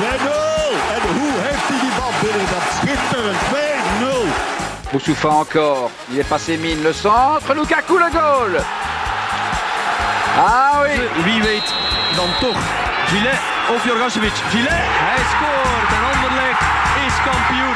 En hoe heeft hij die bal binnen? Dat schitterend. 2-0. Boussoufa encore. Il est passé mine. Le centre. Lukaku, le goal. Ah oui. Wie weet dan toch Gillet of Jorgasevic. Gillet, hij scoort en Anderlecht is kampioen.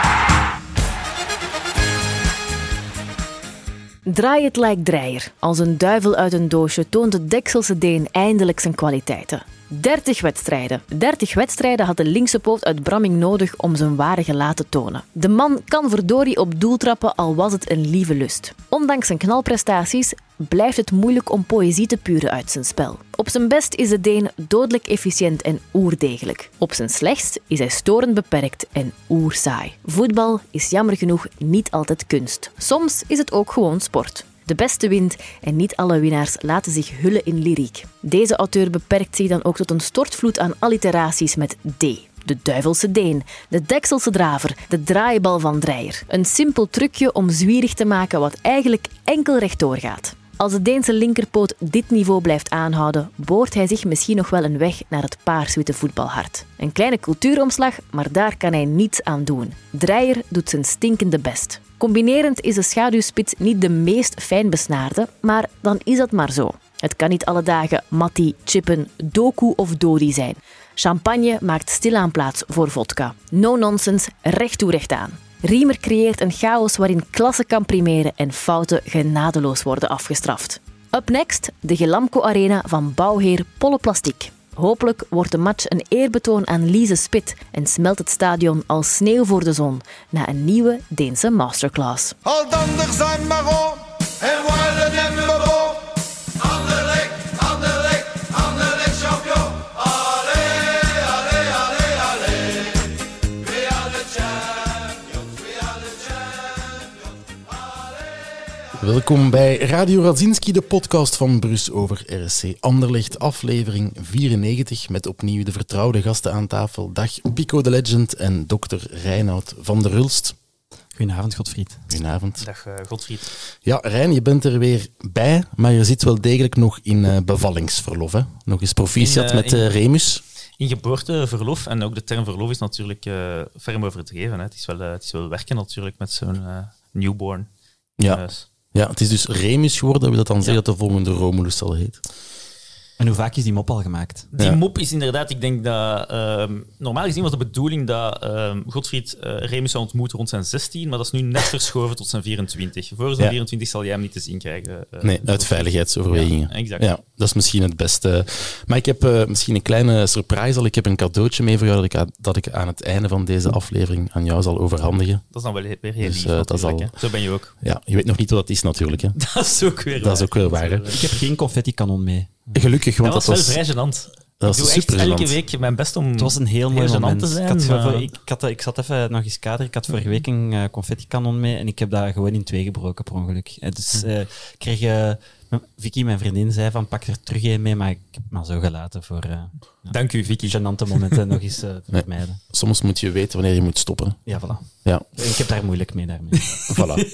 Draai het like Dreyer. Als een duivel uit een doosje toont de Dekselse Deen eindelijk zijn kwaliteiten. 30 wedstrijden. 30 wedstrijden had de linkse poot uit Bramming nodig om zijn ware gelaat te tonen. De man kan verdorie op doel trappen, al was het een lieve lust. Ondanks zijn knalprestaties blijft het moeilijk om poëzie te puren uit zijn spel. Op zijn best is de Deen dodelijk efficiënt en oerdegelijk. Op zijn slechtst is hij storend beperkt en oersaai. Voetbal is jammer genoeg niet altijd kunst. Soms is het ook gewoon sport. De beste wint en niet alle winnaars laten zich hullen in lyriek. Deze auteur beperkt zich dan ook tot een stortvloed aan alliteraties met D. De duivelse Deen, de Dekselse draver, de draaibal van Dreyer. Een simpel trucje om zwierig te maken wat eigenlijk enkel rechtdoor gaat. Als de Deense linkerpoot dit niveau blijft aanhouden, boort hij zich misschien nog wel een weg naar het paarswitte voetbalhart. Een kleine cultuuromslag, maar daar kan hij niets aan doen. Dreyer doet zijn stinkende best. Combinerend is de schaduwspits niet de meest fijn besnaarde, maar dan is dat maar zo. Het kan niet alle dagen Matti, Chippen, Doku of Dodi zijn. Champagne maakt stilaan plaats voor vodka. No nonsense, recht toe recht aan. Riemer creëert een chaos waarin klasse kan primeren en fouten genadeloos worden afgestraft. Up next, de Gelamco Arena van bouwheer Polleplastic. Hopelijk wordt de match een eerbetoon aan Lise Spit en smelt het stadion als sneeuw voor de zon na een nieuwe Deense masterclass. Al dander zijn maar op en worden hem op. Anderlecht, Anderlecht, Anderlecht champion. Allee, allee, allee, allee. We are the champions, we are the champions. Allee. Welkom bij Radio Radzinski, de podcast van Brus over RSC Anderlecht, aflevering 94, met opnieuw de vertrouwde gasten aan tafel. Dag Pico de Legend en dokter Reinoud van der Hulst. Goedenavond, Godfried. Goedenavond. Dag, Godfried. Ja, Rijn, je bent er weer bij, maar je zit wel degelijk nog in bevallingsverlof. Hè? Nog eens proficiat met Remus. In geboorteverlof, en ook de term verlof is natuurlijk ferm overdreven. Hè. Het is wel werken natuurlijk met zo'n newborn in huis. Ja, het is dus Remus geworden. Wil dat dan zeggen dat de volgende Romulus zal heet? En hoe vaak is die mop al gemaakt? Die mop is inderdaad, ik denk dat... normaal gezien was de bedoeling dat Godfried Remus zou ontmoeten rond zijn 16, maar dat is nu net verschoven tot zijn 24. Voor zijn 24 zal jij hem niet te zien krijgen. Nee, uit veiligheidsoverwegingen. Ja, exact. Ja, dat is misschien het beste. Maar ik heb misschien een kleine surprise al. Ik heb een cadeautje mee voor jou dat ik aan het einde van deze aflevering aan jou zal overhandigen. Dat is dan wel weer heel lief, dat is al... Zo ben je ook. Ja, je weet nog niet wat dat is natuurlijk. Hè. Dat is ook weer dat is ook weer waar. Hè. Ik heb geen confetti-kanon mee. Gelukkig, want dat was wel vrij gênant. Dat ik doe echt elke week mijn best om het was een heel mooi moment te zijn. Ik zat even nog eens kaderen. Ik had vorige week een confetti-kanon mee en ik heb dat gewoon in twee gebroken per ongeluk. Dus ik kreeg... Vicky, mijn vriendin, zei van pak er terug een mee, maar ik heb me zo gelaten voor dank u, Vicky. Gênante momenten nog eens te vermijden. Soms moet je weten wanneer je moet stoppen. Ja, voilà. Ja. Ik heb daar moeilijk mee daarmee. Voilà.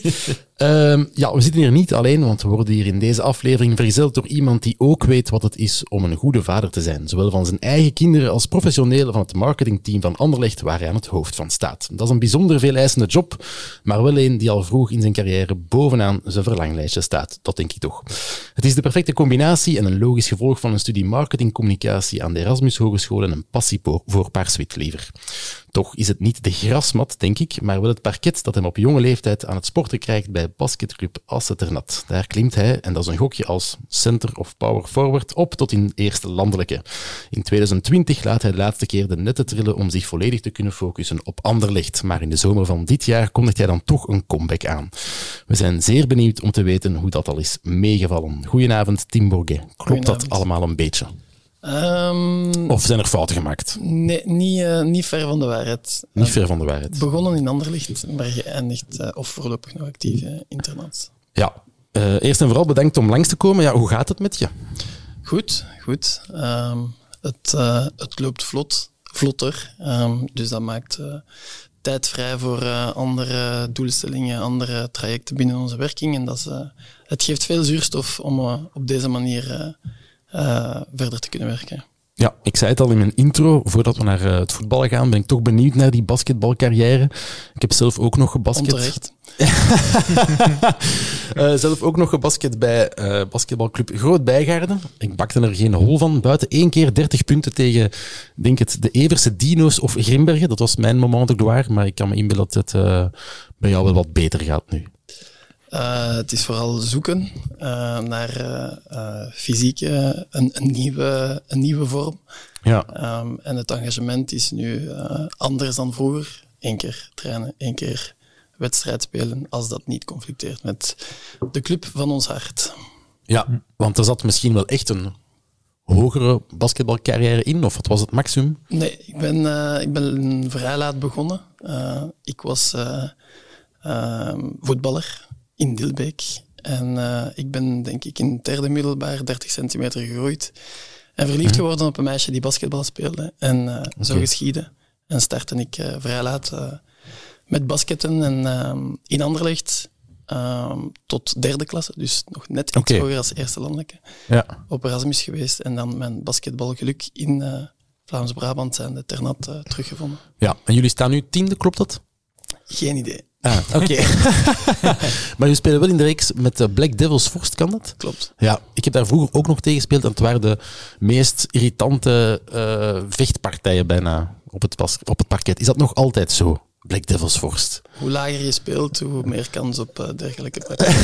We zitten hier niet alleen, want we worden hier in deze aflevering verzeld door iemand die ook weet wat het is om een goede vader te zijn. Zowel van zijn eigen kinderen als professioneel van het marketingteam van Anderlecht, waar hij aan het hoofd van staat. Dat is een bijzonder veel eisende job, maar wel een die al vroeg in zijn carrière bovenaan zijn verlanglijstje staat. Dat denk ik toch. Het is de perfecte combinatie en een logisch gevolg van een studie marketingcommunicatie aan de Erasmus Hogeschool en een passie voor paarswit liever. Toch is het niet de grasmat, denk ik, maar wel het parket dat hem op jonge leeftijd aan het sporten krijgt bij basketclub Asseternat. Daar klimt hij, en dat is een gokje als center of power forward, op tot in eerste landelijke. In 2020 laat hij de laatste keer de netten trillen om zich volledig te kunnen focussen op Anderlecht. Maar in de zomer van dit jaar kondigt hij dan toch een comeback aan. We zijn zeer benieuwd om te weten hoe dat al is meegevallen. Goedenavond, Tim Bourget. Klopt dat allemaal een beetje? Of zijn er fouten gemaakt? Nee, niet ver van de waarheid. Niet ver van de waarheid. Begonnen in Anderlecht, maar geëindigd, of voorlopig nog actief, internaat. Ja. Eerst en vooral bedankt om langs te komen. Ja, hoe gaat het met je? Goed. Het loopt vlotter. Dus dat maakt tijd vrij voor andere doelstellingen, andere trajecten binnen onze werking. En het geeft veel zuurstof om op deze manier verder te kunnen werken. Ja, ik zei het al in mijn intro, voordat we naar het voetballen gaan, ben ik toch benieuwd naar die basketbalcarrière. Ik heb zelf ook nog gebasket. Onterecht. Zelf ook nog gebasket bij basketbalclub Groot Bijgaarden. Ik bakte er geen hol van, buiten 1 keer 30 punten tegen, denk het, de Everse Dino's of Grimbergen. Dat was mijn moment de gloire, maar ik kan me inbeelden dat het bij jou wel wat beter gaat nu. Het is vooral zoeken naar fysiek een nieuwe vorm. Ja. En het engagement is nu anders dan vroeger. 1 keer trainen, 1 keer wedstrijd spelen, als dat niet conflicteert met de club van ons hart. Ja, want er zat misschien wel echt een hogere basketbalcarrière in, of wat was het maximum? Nee, ik ben vrij laat begonnen. Ik was voetballer in Dilbeek. En ik ben, denk ik, in het 3e middelbaar 30 centimeter gegroeid. En verliefd geworden op een meisje die basketbal speelde. En zo geschieden. En startte ik vrij laat met basketten. En in Anderlecht tot 3e klasse. Dus nog net iets hoger als eerste landelijke. Ja. Op Erasmus geweest. En dan mijn basketbalgeluk in Vlaams-Brabant zijn de Ternat teruggevonden. Ja, en jullie staan nu 10e, klopt dat? Geen idee. Ah, oké. Maar jullie spelen wel in de reeks met de Black Devils Vorst, kan dat? Klopt. Ja, ik heb daar vroeger ook nog tegen gespeeld en het waren de meest irritante vechtpartijen bijna op het parket. Is dat nog altijd zo? Black Devils Vorst. Hoe lager je speelt, hoe meer kans op dergelijke partijen.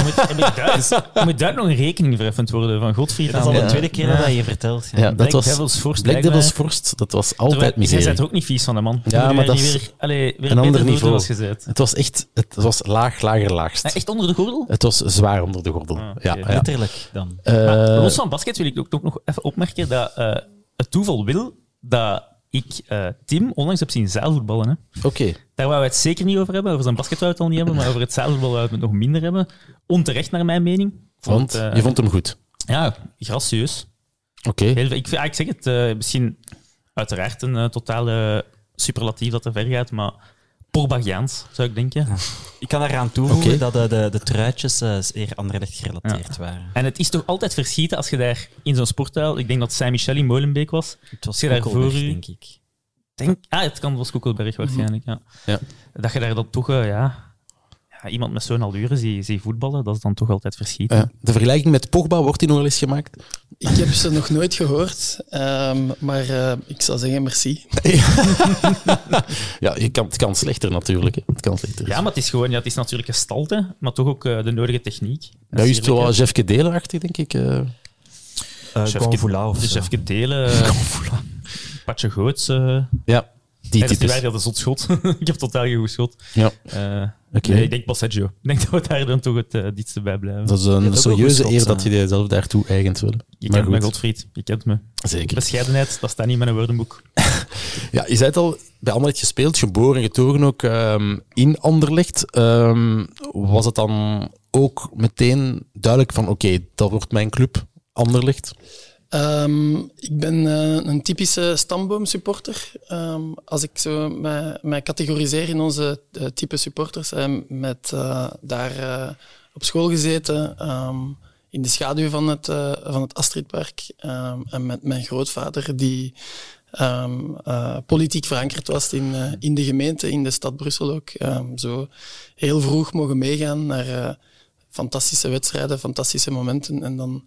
Je moet daar nog een rekening vereffend worden van Godfried. Dat is al de tweede keer dat je vertelt. Ja, dat Black was Devils Vorst. Black Devils Vorst, dat was altijd miserie. Jij bent er ook niet vies van, de man. Ja, maar dat is weer een ander niveau. Het was echt, het was laag, lager, laagst. Echt onder de gordel? Het was zwaar onder de gordel. Okay. Ja. Letterlijk dan. Maar los van basket wil ik ook nog even opmerken dat het toeval wil dat ik Tim onlangs heb zien zaalvoetballen. Hè. Oké. Daar wou we het zeker niet over hebben. Over zijn basket wou we het al niet hebben, maar over het zaalvoetbal wou we het nog minder hebben. Onterecht naar mijn mening. Want je vond hem goed? Ja, gracieus. Oké. Ik zeg het, misschien uiteraard een totale superlatief dat te ver gaat, maar Porbagiaans, zou ik denken. Ja. Ik kan eraan toevoegen dat de truitjes zeer Anderlecht gerelateerd waren. En het is toch altijd verschieten als je daar in zo'n sporttuil, ik denk dat Saint-Michel in Molenbeek was. Het was Koekelberg, denk ik. Het kan was Koekelberg waarschijnlijk, ja. Dat je daar dan toch, iemand met zo'n allure zie voetballen, dat is dan toch altijd verschieten. De vergelijking met Pogba, wordt die nog wel eens gemaakt? Ik heb ze nog nooit gehoord, maar ik zou zeggen merci. Ja, het kan slechter natuurlijk. Hè. Het kan slechter. Ja, maar het is gewoon, het is natuurlijk gestalte, maar toch ook de nodige techniek. Juist wel Jeffke Delen-achtig, denk ik. Gonvoula of zo. Jeffke Delen, Patje Goots. Ja, die types. types. Dat is zot schot. Ik heb totaal geen goed schot. Ja. Nee, ik denk Passaggio. Ik denk dat we daar dan toch het dichtste bij blijven. Dat is een serieuze eer dat je jezelf daartoe eigent wil. Je kent me, Godfried. Je kent me. Zeker. Bescheidenheid, dat staat niet in mijn woordenboek. Ja, je zei het al, bij Anderlecht gespeeld, geboren en getogen ook in Anderlecht. Was het dan ook meteen duidelijk van oké, dat wordt mijn club, Anderlecht? Ik ben een typische stamboomsupporter. Als ik zo mij categoriseer in onze type supporters, met daar op school gezeten, in de schaduw van het Astridpark, en met mijn grootvader die politiek verankerd was in de gemeente, in de stad Brussel ook. Zo heel vroeg mogen meegaan naar fantastische wedstrijden, fantastische momenten. En dan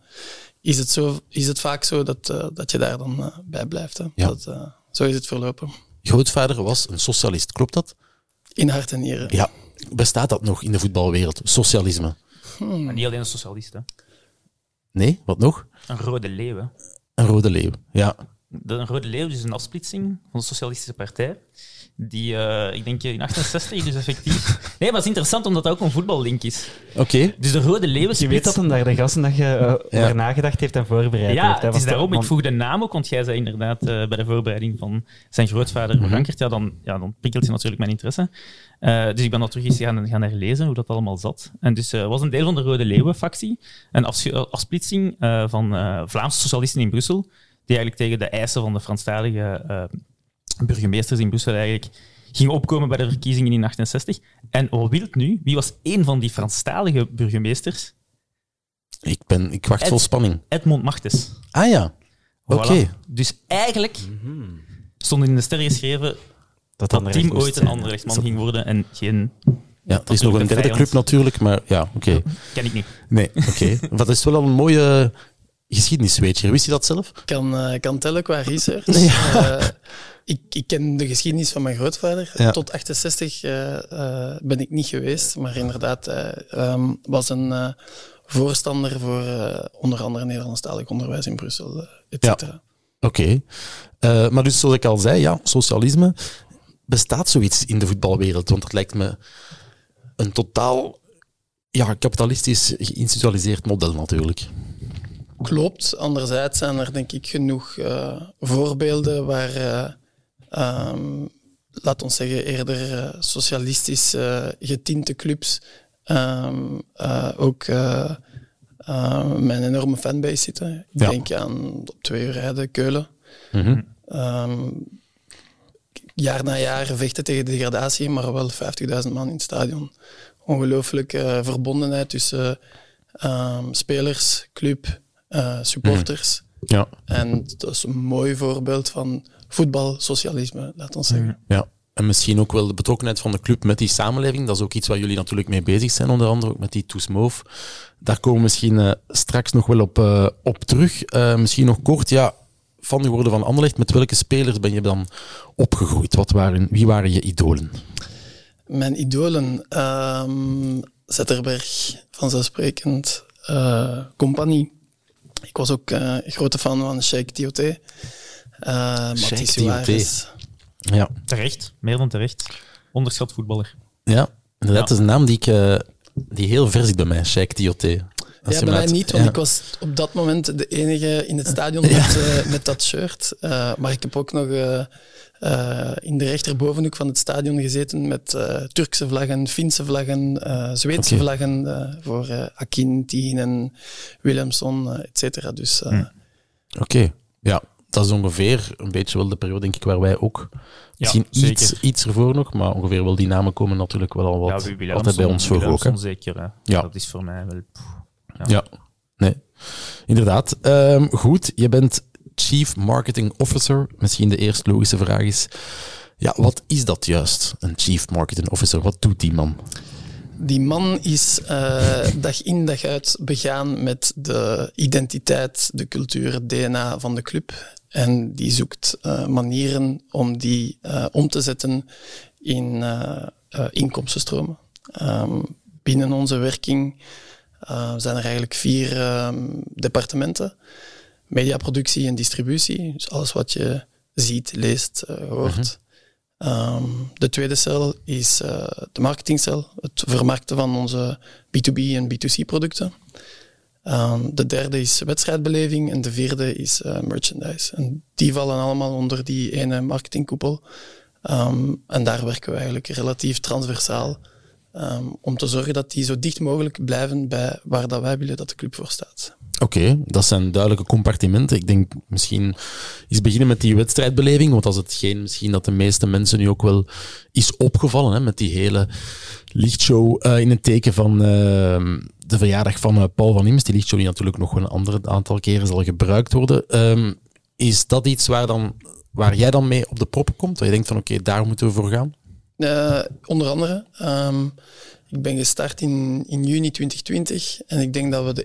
is het vaak zo dat je daar dan bij blijft. Hè. Ja. Zo is het verlopen. Grootvader was een socialist, klopt dat? In hart en nieren. Ja. Bestaat dat nog in de voetbalwereld? Socialisme? Maar niet alleen een socialist, hè. Nee, wat nog? Een rode leeuw, hè. Een rode leeuw, ja. Een rode leeuw is een afsplitsing van de Socialistische Partij. Die, ik denk in 68, dus effectief. Nee, maar het is interessant omdat dat ook een voetballink is. Oké. Dus de rode leeuw. Je weet dat hem daar de gasten dat je over nagedacht heeft en voorbereid heeft. Ja, het is daarom. Ik vroeg de naam ook, want jij zei inderdaad bij de voorbereiding van zijn grootvader verankerd. Ja, dan prikkelt je natuurlijk mijn interesse. Dus ik ben dat terug eens gaan herlezen, hoe dat allemaal zat. En dus was een deel van de Rode Leeuwen-factie. Een afsplitsing van Vlaamse socialisten in Brussel, die eigenlijk tegen de eisen van de Franstalige burgemeesters in Brussel eigenlijk gingen opkomen bij de verkiezingen in 68. En wat wil het nu? Wie was één van die Franstalige burgemeesters? Ik wacht vol spanning. Edmond Martens. Ah ja. Oké. Dus eigenlijk stond in de sterren geschreven dat team ooit een Anderlechtsman ging worden en geen... Ja, er is nog een derde club natuurlijk, maar ja, oké. Ken ik niet. Nee, oké. Dat is wel al een mooie geschiedenis, weet je. Wist je dat zelf? Kan tellen qua research. Ik ken de geschiedenis van mijn grootvader. Ja. Tot 68 ben ik niet geweest, maar inderdaad, hij was een voorstander voor onder andere Nederlandstalig onderwijs in Brussel, et cetera. Oké. Maar dus, zoals ik al zei, ja, socialisme. Bestaat zoiets in de voetbalwereld? Want het lijkt me een totaal kapitalistisch geïnstitutionaliseerd model natuurlijk. Klopt. Anderzijds zijn er denk ik genoeg voorbeelden waar, laat ons zeggen, eerder socialistisch getinte clubs ook met een enorme fanbase zitten. Ik denk aan op 2 uur rijden Keulen. Jaar na jaar vechten tegen de degradatie, maar wel 50.000 man in het stadion. Ongelooflijke verbondenheid tussen spelers, club, supporters. Ja. En dat is een mooi voorbeeld van voetbalsocialisme, laat ons zeggen. Ja. En misschien ook wel de betrokkenheid van de club met die samenleving. Dat is ook iets waar jullie natuurlijk mee bezig zijn, onder andere ook met die Tous Mauves. Daar komen we misschien straks nog wel op terug. Misschien nog kort, fan geworden van Anderlecht. Met welke spelers ben je dan opgegroeid? Wie waren je idolen? Mijn idolen? Zetterberg, vanzelfsprekend. Compagnie. Ik was ook grote fan van Cheikh Tioté. Mathis Suarez. Ja. Terecht, meer dan terecht. Onderschat voetballer. Ja, inderdaad, dat is een naam die heel vers zit bij mij, Cheikh Tioté. Ja, bij mij niet, want ik was op dat moment de enige in het stadion met dat shirt. Maar ik heb ook nog in de rechterbovenhoek van het stadion gezeten met Turkse vlaggen, Finse vlaggen, Zweedse vlaggen voor Akin, Tien en Willemsson, et cetera. Dus, Oké, ja. Dat is ongeveer een beetje wel de periode, denk ik, waar wij ook... Misschien iets ervoor nog, maar ongeveer wel die namen komen natuurlijk wel al wat altijd bij ons voor ook. Zeker, hè. Ja. Dat is voor mij wel... Ja, nee. Inderdaad. Goed, je bent Chief Marketing Officer. Misschien de eerste logische vraag is... Ja, wat is dat juist, een Chief Marketing Officer? Wat doet die man? Die man is dag in dag uit begaan met de identiteit, de cultuur, het DNA van de club. En die zoekt manieren om die om te zetten in inkomstenstromen. Binnen onze werking zijn er eigenlijk 4 departementen. Mediaproductie en distributie, dus alles wat je ziet, leest, hoort. De tweede cel is de marketingcel, het vermarkten van onze B2B en B2C producten. De derde is wedstrijdbeleving en de vierde is merchandise. En die vallen allemaal onder die ene marketingkoepel. En daar werken we eigenlijk relatief transversaal om te zorgen dat die zo dicht mogelijk blijven bij waar dat wij willen dat de club voor staat. Oké, dat zijn duidelijke compartimenten. Ik denk misschien eens beginnen met die wedstrijdbeleving, want dat is hetgeen misschien dat de meeste mensen nu ook wel is opgevallen, hè, met die hele lichtshow in het teken van de verjaardag van Paul van Imst. Die lichtshow die natuurlijk nog een aantal keren zal gebruikt worden. Is dat iets waar jij dan mee op de proppen komt? Waar je denkt van oké, daar moeten we voor gaan? Onder andere. Ik ben gestart in juni 2020 en ik denk dat we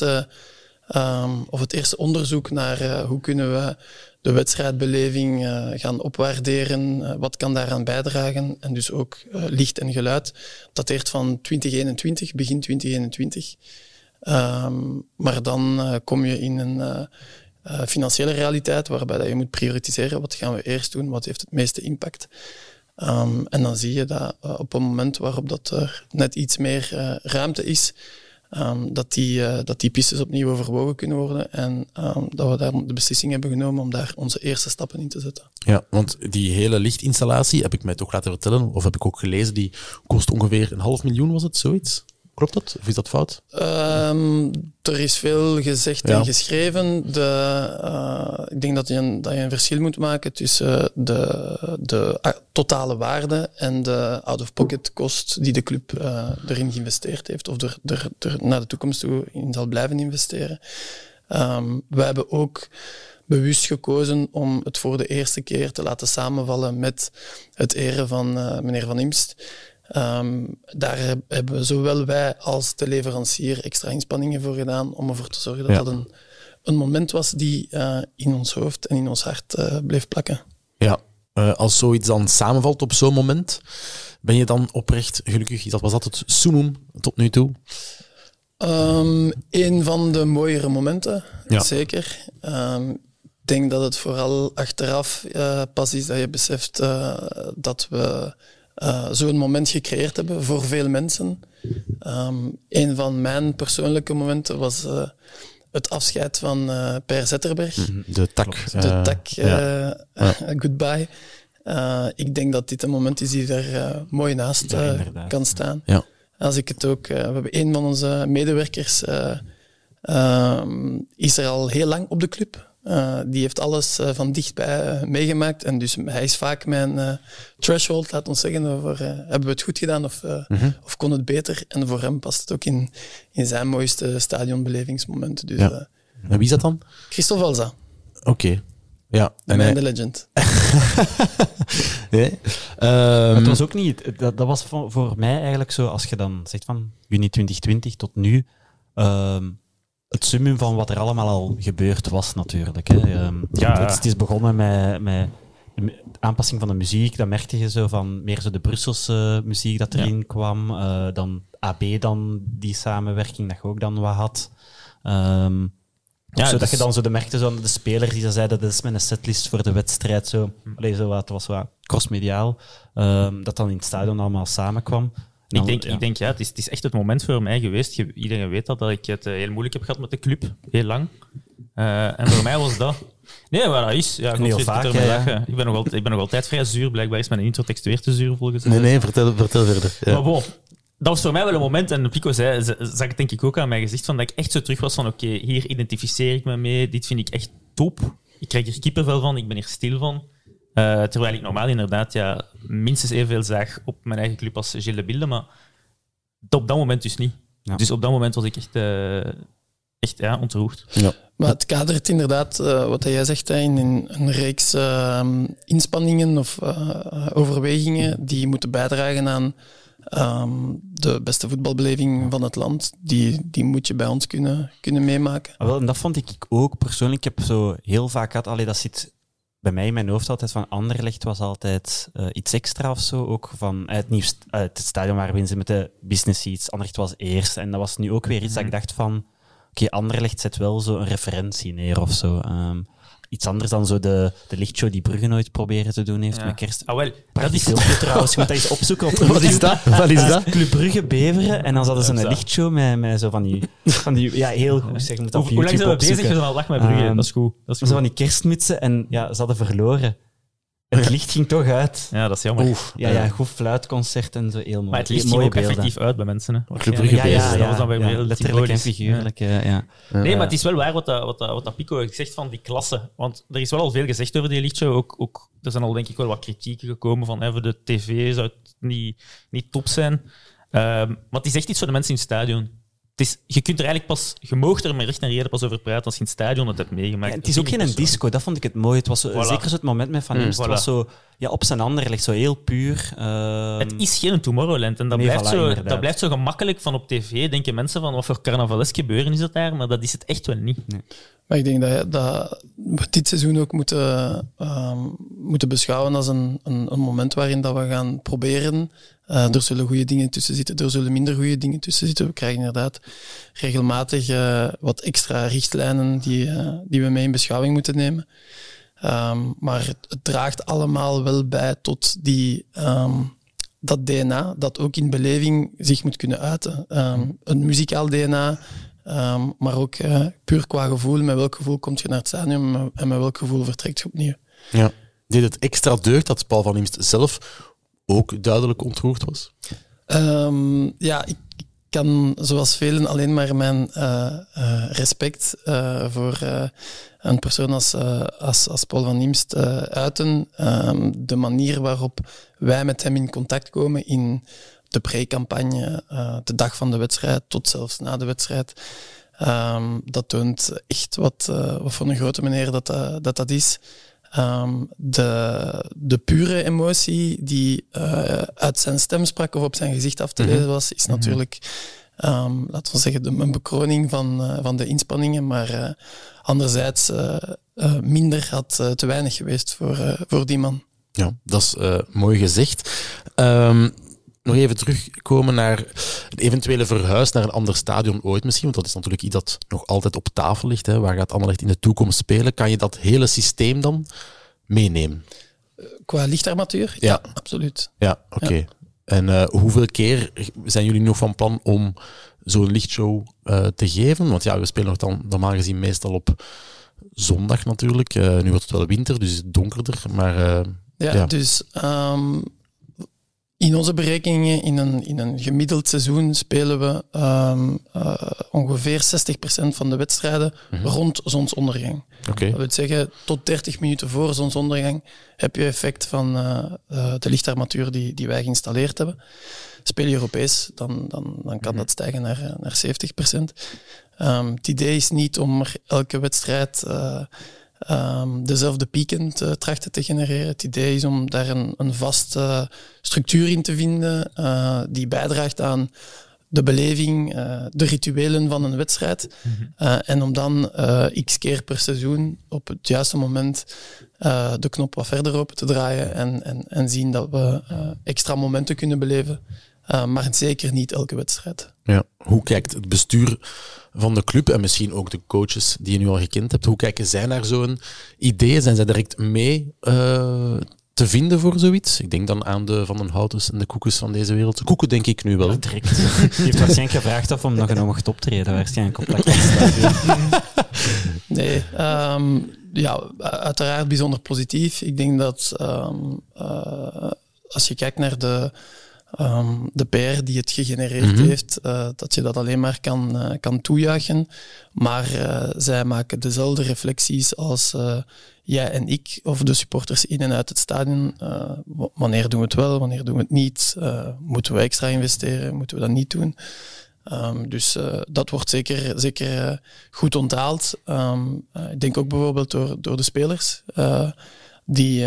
het eerste onderzoek naar hoe kunnen we de wedstrijdbeleving gaan opwaarderen, wat kan daaraan bijdragen en dus ook licht en geluid, dateert van 2021, begin 2021. Maar dan kom je in een financiële realiteit waarbij dat je moet prioritiseren, wat gaan we eerst doen, wat heeft het meeste impact. En dan zie je dat op een moment waarop dat er net iets meer ruimte is, dat die pistes opnieuw overwogen kunnen worden en dat we daar de beslissing hebben genomen om daar onze eerste stappen in te zetten. Ja, want die hele lichtinstallatie, heb ik mij toch laten vertellen, of heb ik ook gelezen, die kost ongeveer 500.000, was het zoiets? Klopt dat? Of is dat fout? Er is veel gezegd en geschreven. Ik denk dat je een verschil moet maken tussen de totale waarde en de out-of-pocket kost die de club erin geïnvesteerd heeft of er naar de toekomst toe in zal blijven investeren. We hebben ook bewust gekozen om het voor de eerste keer te laten samenvallen met het eren van meneer Van Imst. Daar hebben zowel wij als de leverancier extra inspanningen voor gedaan om ervoor te zorgen dat dat een moment was die in ons hoofd en in ons hart bleef plakken. Ja, als zoiets dan samenvalt op zo'n moment, ben je dan oprecht gelukkig? Was dat het summum tot nu toe? Een van de mooiere momenten, Ja. zeker. Ik denk dat het vooral achteraf pas is dat je beseft dat we zo'n moment gecreëerd hebben voor veel mensen. Een van mijn persoonlijke momenten was het afscheid van Per Zetterberg. De tak. Goodbye. Ik denk dat dit een moment is die er mooi naast kan staan. Ja. Als ik het ook... we hebben een van onze medewerkers is er al heel lang op de club. Die heeft alles van dichtbij meegemaakt. En dus hij is vaak mijn threshold, laat ons zeggen, over hebben we het goed gedaan of kon het beter. En voor hem past het ook in zijn mooiste stadionbelevingsmomenten. Dus, Ja. En wie is dat dan? Christophe Valza, Oké. Ja. de legend. Nee. Het was ook niet... Dat was voor mij eigenlijk zo, als je dan zegt van juni 2020 tot nu, het summum van wat er allemaal al gebeurd was natuurlijk. Hè. Het is begonnen met de aanpassing van de muziek. Dan merkte je zo van meer zo de Brusselse muziek dat erin kwam. Dan AB, dan die samenwerking dat je ook dan wat had. Zodat je dan zo merkte zo aan de spelers die zeiden dat is mijn setlist voor de wedstrijd. Zo. Allee, zo wat, het was wat crossmediaal. Dat dan in het stadion allemaal samenkwam. Ik denk, het is echt het moment voor mij geweest. Iedereen weet dat ik het heel moeilijk heb gehad met de club. Heel lang. En voor mij was dat... Nee, waar dat is... Ja, heel vaak, Ik ben nog altijd vrij zuur. Blijkbaar is mijn introtekstuur te zuur, volgens mij. Nee, vertel verder. Ja. Maar bon, dat was voor mij wel een moment, en Pico zag het denk ik ook aan mijn gezicht, van dat ik echt zo terug was van oké, hier identificeer ik me mee, dit vind ik echt top. Ik krijg er kippenvel van, ik ben hier stil van. Terwijl ik normaal inderdaad minstens evenveel zag op mijn eigen club als Gilles de Bilde, maar op dat moment dus niet. Ja. Dus op dat moment was ik echt ontroerd. Ja. Maar het kadert inderdaad, wat jij zegt, in een reeks inspanningen of overwegingen die moeten bijdragen aan de beste voetbalbeleving van het land. Die moet je bij ons kunnen meemaken. Wel, en dat vond ik ook persoonlijk. Ik heb zo heel vaak gehad, dat zit bij mij in mijn hoofd altijd van Anderlecht was altijd iets extra of zo. Ook van het stadion waar we in zitten met de business seats. Anderlecht was eerst. En dat was nu ook weer iets dat ik dacht van oké, Anderlecht zet wel zo een referentie neer of zo. Iets anders dan zo de lichtshow die Brugge nooit proberen te doen heeft met kerst. Dat is filmpje trouwens. Je moet dat eens opzoeken op Wat is dat? Club Brugge Beveren. En dan hadden ze een lichtshow met zo van die ja, heel goed. Zeg, moet dat op Hoe lang YouTube zijn we bezig? We zijn al lach met Brugge. Dat is goed. Zo van die kerstmutsen. En ja, ze hadden verloren. Het licht ging toch uit. Ja, dat is jammer. Goed fluitconcert en zo, heel mooi. Maar het licht ging ook effectief uit bij mensen. Hè. Club Brugge Beveren. Dat was dan weer heel letterlijk en figuurlijk. Ja. Nee, maar het is wel waar wat Pico heeft gezegd van die klasse. Want er is wel al veel gezegd over die lichtshow. Ook, er zijn al denk ik wel wat kritieken gekomen van voor de tv zou het niet top zijn. Maar het is echt iets voor de mensen in het stadion. Je kunt er eigenlijk je moogt er met recht en reden pas over praten als je in het stadion het hebt meegemaakt. Ja, het is ook geen disco, dat vond ik het mooi. Het was zo, zeker zo het moment met Van Imst, was zo op zijn Anderlecht, zo heel puur. Het is geen Tomorrowland en dat blijft zo gemakkelijk van op tv. Denken mensen van wat voor carnavalesk gebeuren is dat daar, maar dat is het echt wel niet. Nee. Maar ik denk dat we dit seizoen ook moeten beschouwen als een moment waarin dat we gaan proberen. Er zullen goede dingen tussen zitten, er zullen minder goede dingen tussen zitten. We krijgen inderdaad regelmatig wat extra richtlijnen die we mee in beschouwing moeten nemen. Maar het draagt allemaal wel bij tot dat DNA dat ook in beleving zich moet kunnen uiten. Een muzikaal DNA, maar ook puur qua gevoel. Met welk gevoel kom je naar het stadion en met welk gevoel vertrekt je opnieuw? Ja. Deed het extra deugd dat Paul van Imst zelf ook duidelijk ontroerd was? Ik kan zoals velen alleen maar mijn respect voor een persoon als Paul van Imst uiten. De manier waarop wij met hem in contact komen in de pre-campagne, de dag van de wedstrijd, tot zelfs na de wedstrijd. Dat toont echt wat voor een grote meneer dat is. De pure emotie die uit zijn stem sprak of op zijn gezicht af te lezen was, is natuurlijk, laten we zeggen, een bekroning van de inspanningen, maar anderzijds minder had te weinig geweest voor die man. Ja, dat is mooi gezegd. Nog even terugkomen naar een eventuele verhuis naar een ander stadion ooit misschien, want dat is natuurlijk iets dat nog altijd op tafel ligt. Hè. Waar gaat Anderlecht in de toekomst spelen? Kan je dat hele systeem dan meenemen? Qua lichtarmatuur? Ja, absoluut. Ja, oké. Ja. En hoeveel keer zijn jullie nog van plan om zo'n lichtshow te geven? Want ja, we spelen nog dan normaal gezien meestal op zondag natuurlijk. Nu wordt het wel winter, dus is het donkerder. Maar, dus in onze berekeningen, in een gemiddeld seizoen, spelen we ongeveer 60% van de wedstrijden rond zonsondergang. Okay. Dat wil zeggen, tot 30 minuten voor zonsondergang heb je effect van de lichtarmatuur die wij geïnstalleerd hebben. Speel je Europees, dan kan dat stijgen naar 70%. Het idee is niet om er elke wedstrijd dezelfde pieken te trachten te genereren. Het idee is om daar een vaste structuur in te vinden die bijdraagt aan de beleving, de rituelen van een wedstrijd. En om dan x keer per seizoen op het juiste moment de knop wat verder open te draaien en zien dat we extra momenten kunnen beleven. Maar zeker niet elke wedstrijd. Ja. Hoe kijkt het bestuur van de club en misschien ook de coaches die je nu al gekend hebt, hoe kijken zij naar zo'n idee? Zijn zij direct mee te vinden voor zoiets? Ik denk dan aan de Van den Houtens en de Koekes van deze wereld. De Koeken denk ik nu wel. Ja, direct. Die heeft waarschijnlijk gevraagd of om nog een mocht optreden. Waarschijnlijk op dat kant. Nee, uiteraard bijzonder positief. Ik denk dat als je kijkt naar de PR die het gegenereerd heeft, dat je dat alleen maar kan toejuichen. Maar zij maken dezelfde reflecties als jij en ik, of de supporters in en uit het stadion. Wanneer doen we het wel, wanneer doen we het niet? Moeten we extra investeren, moeten we dat niet doen? Dus dat wordt zeker goed onthaald. Ik denk ook bijvoorbeeld door de spelers, die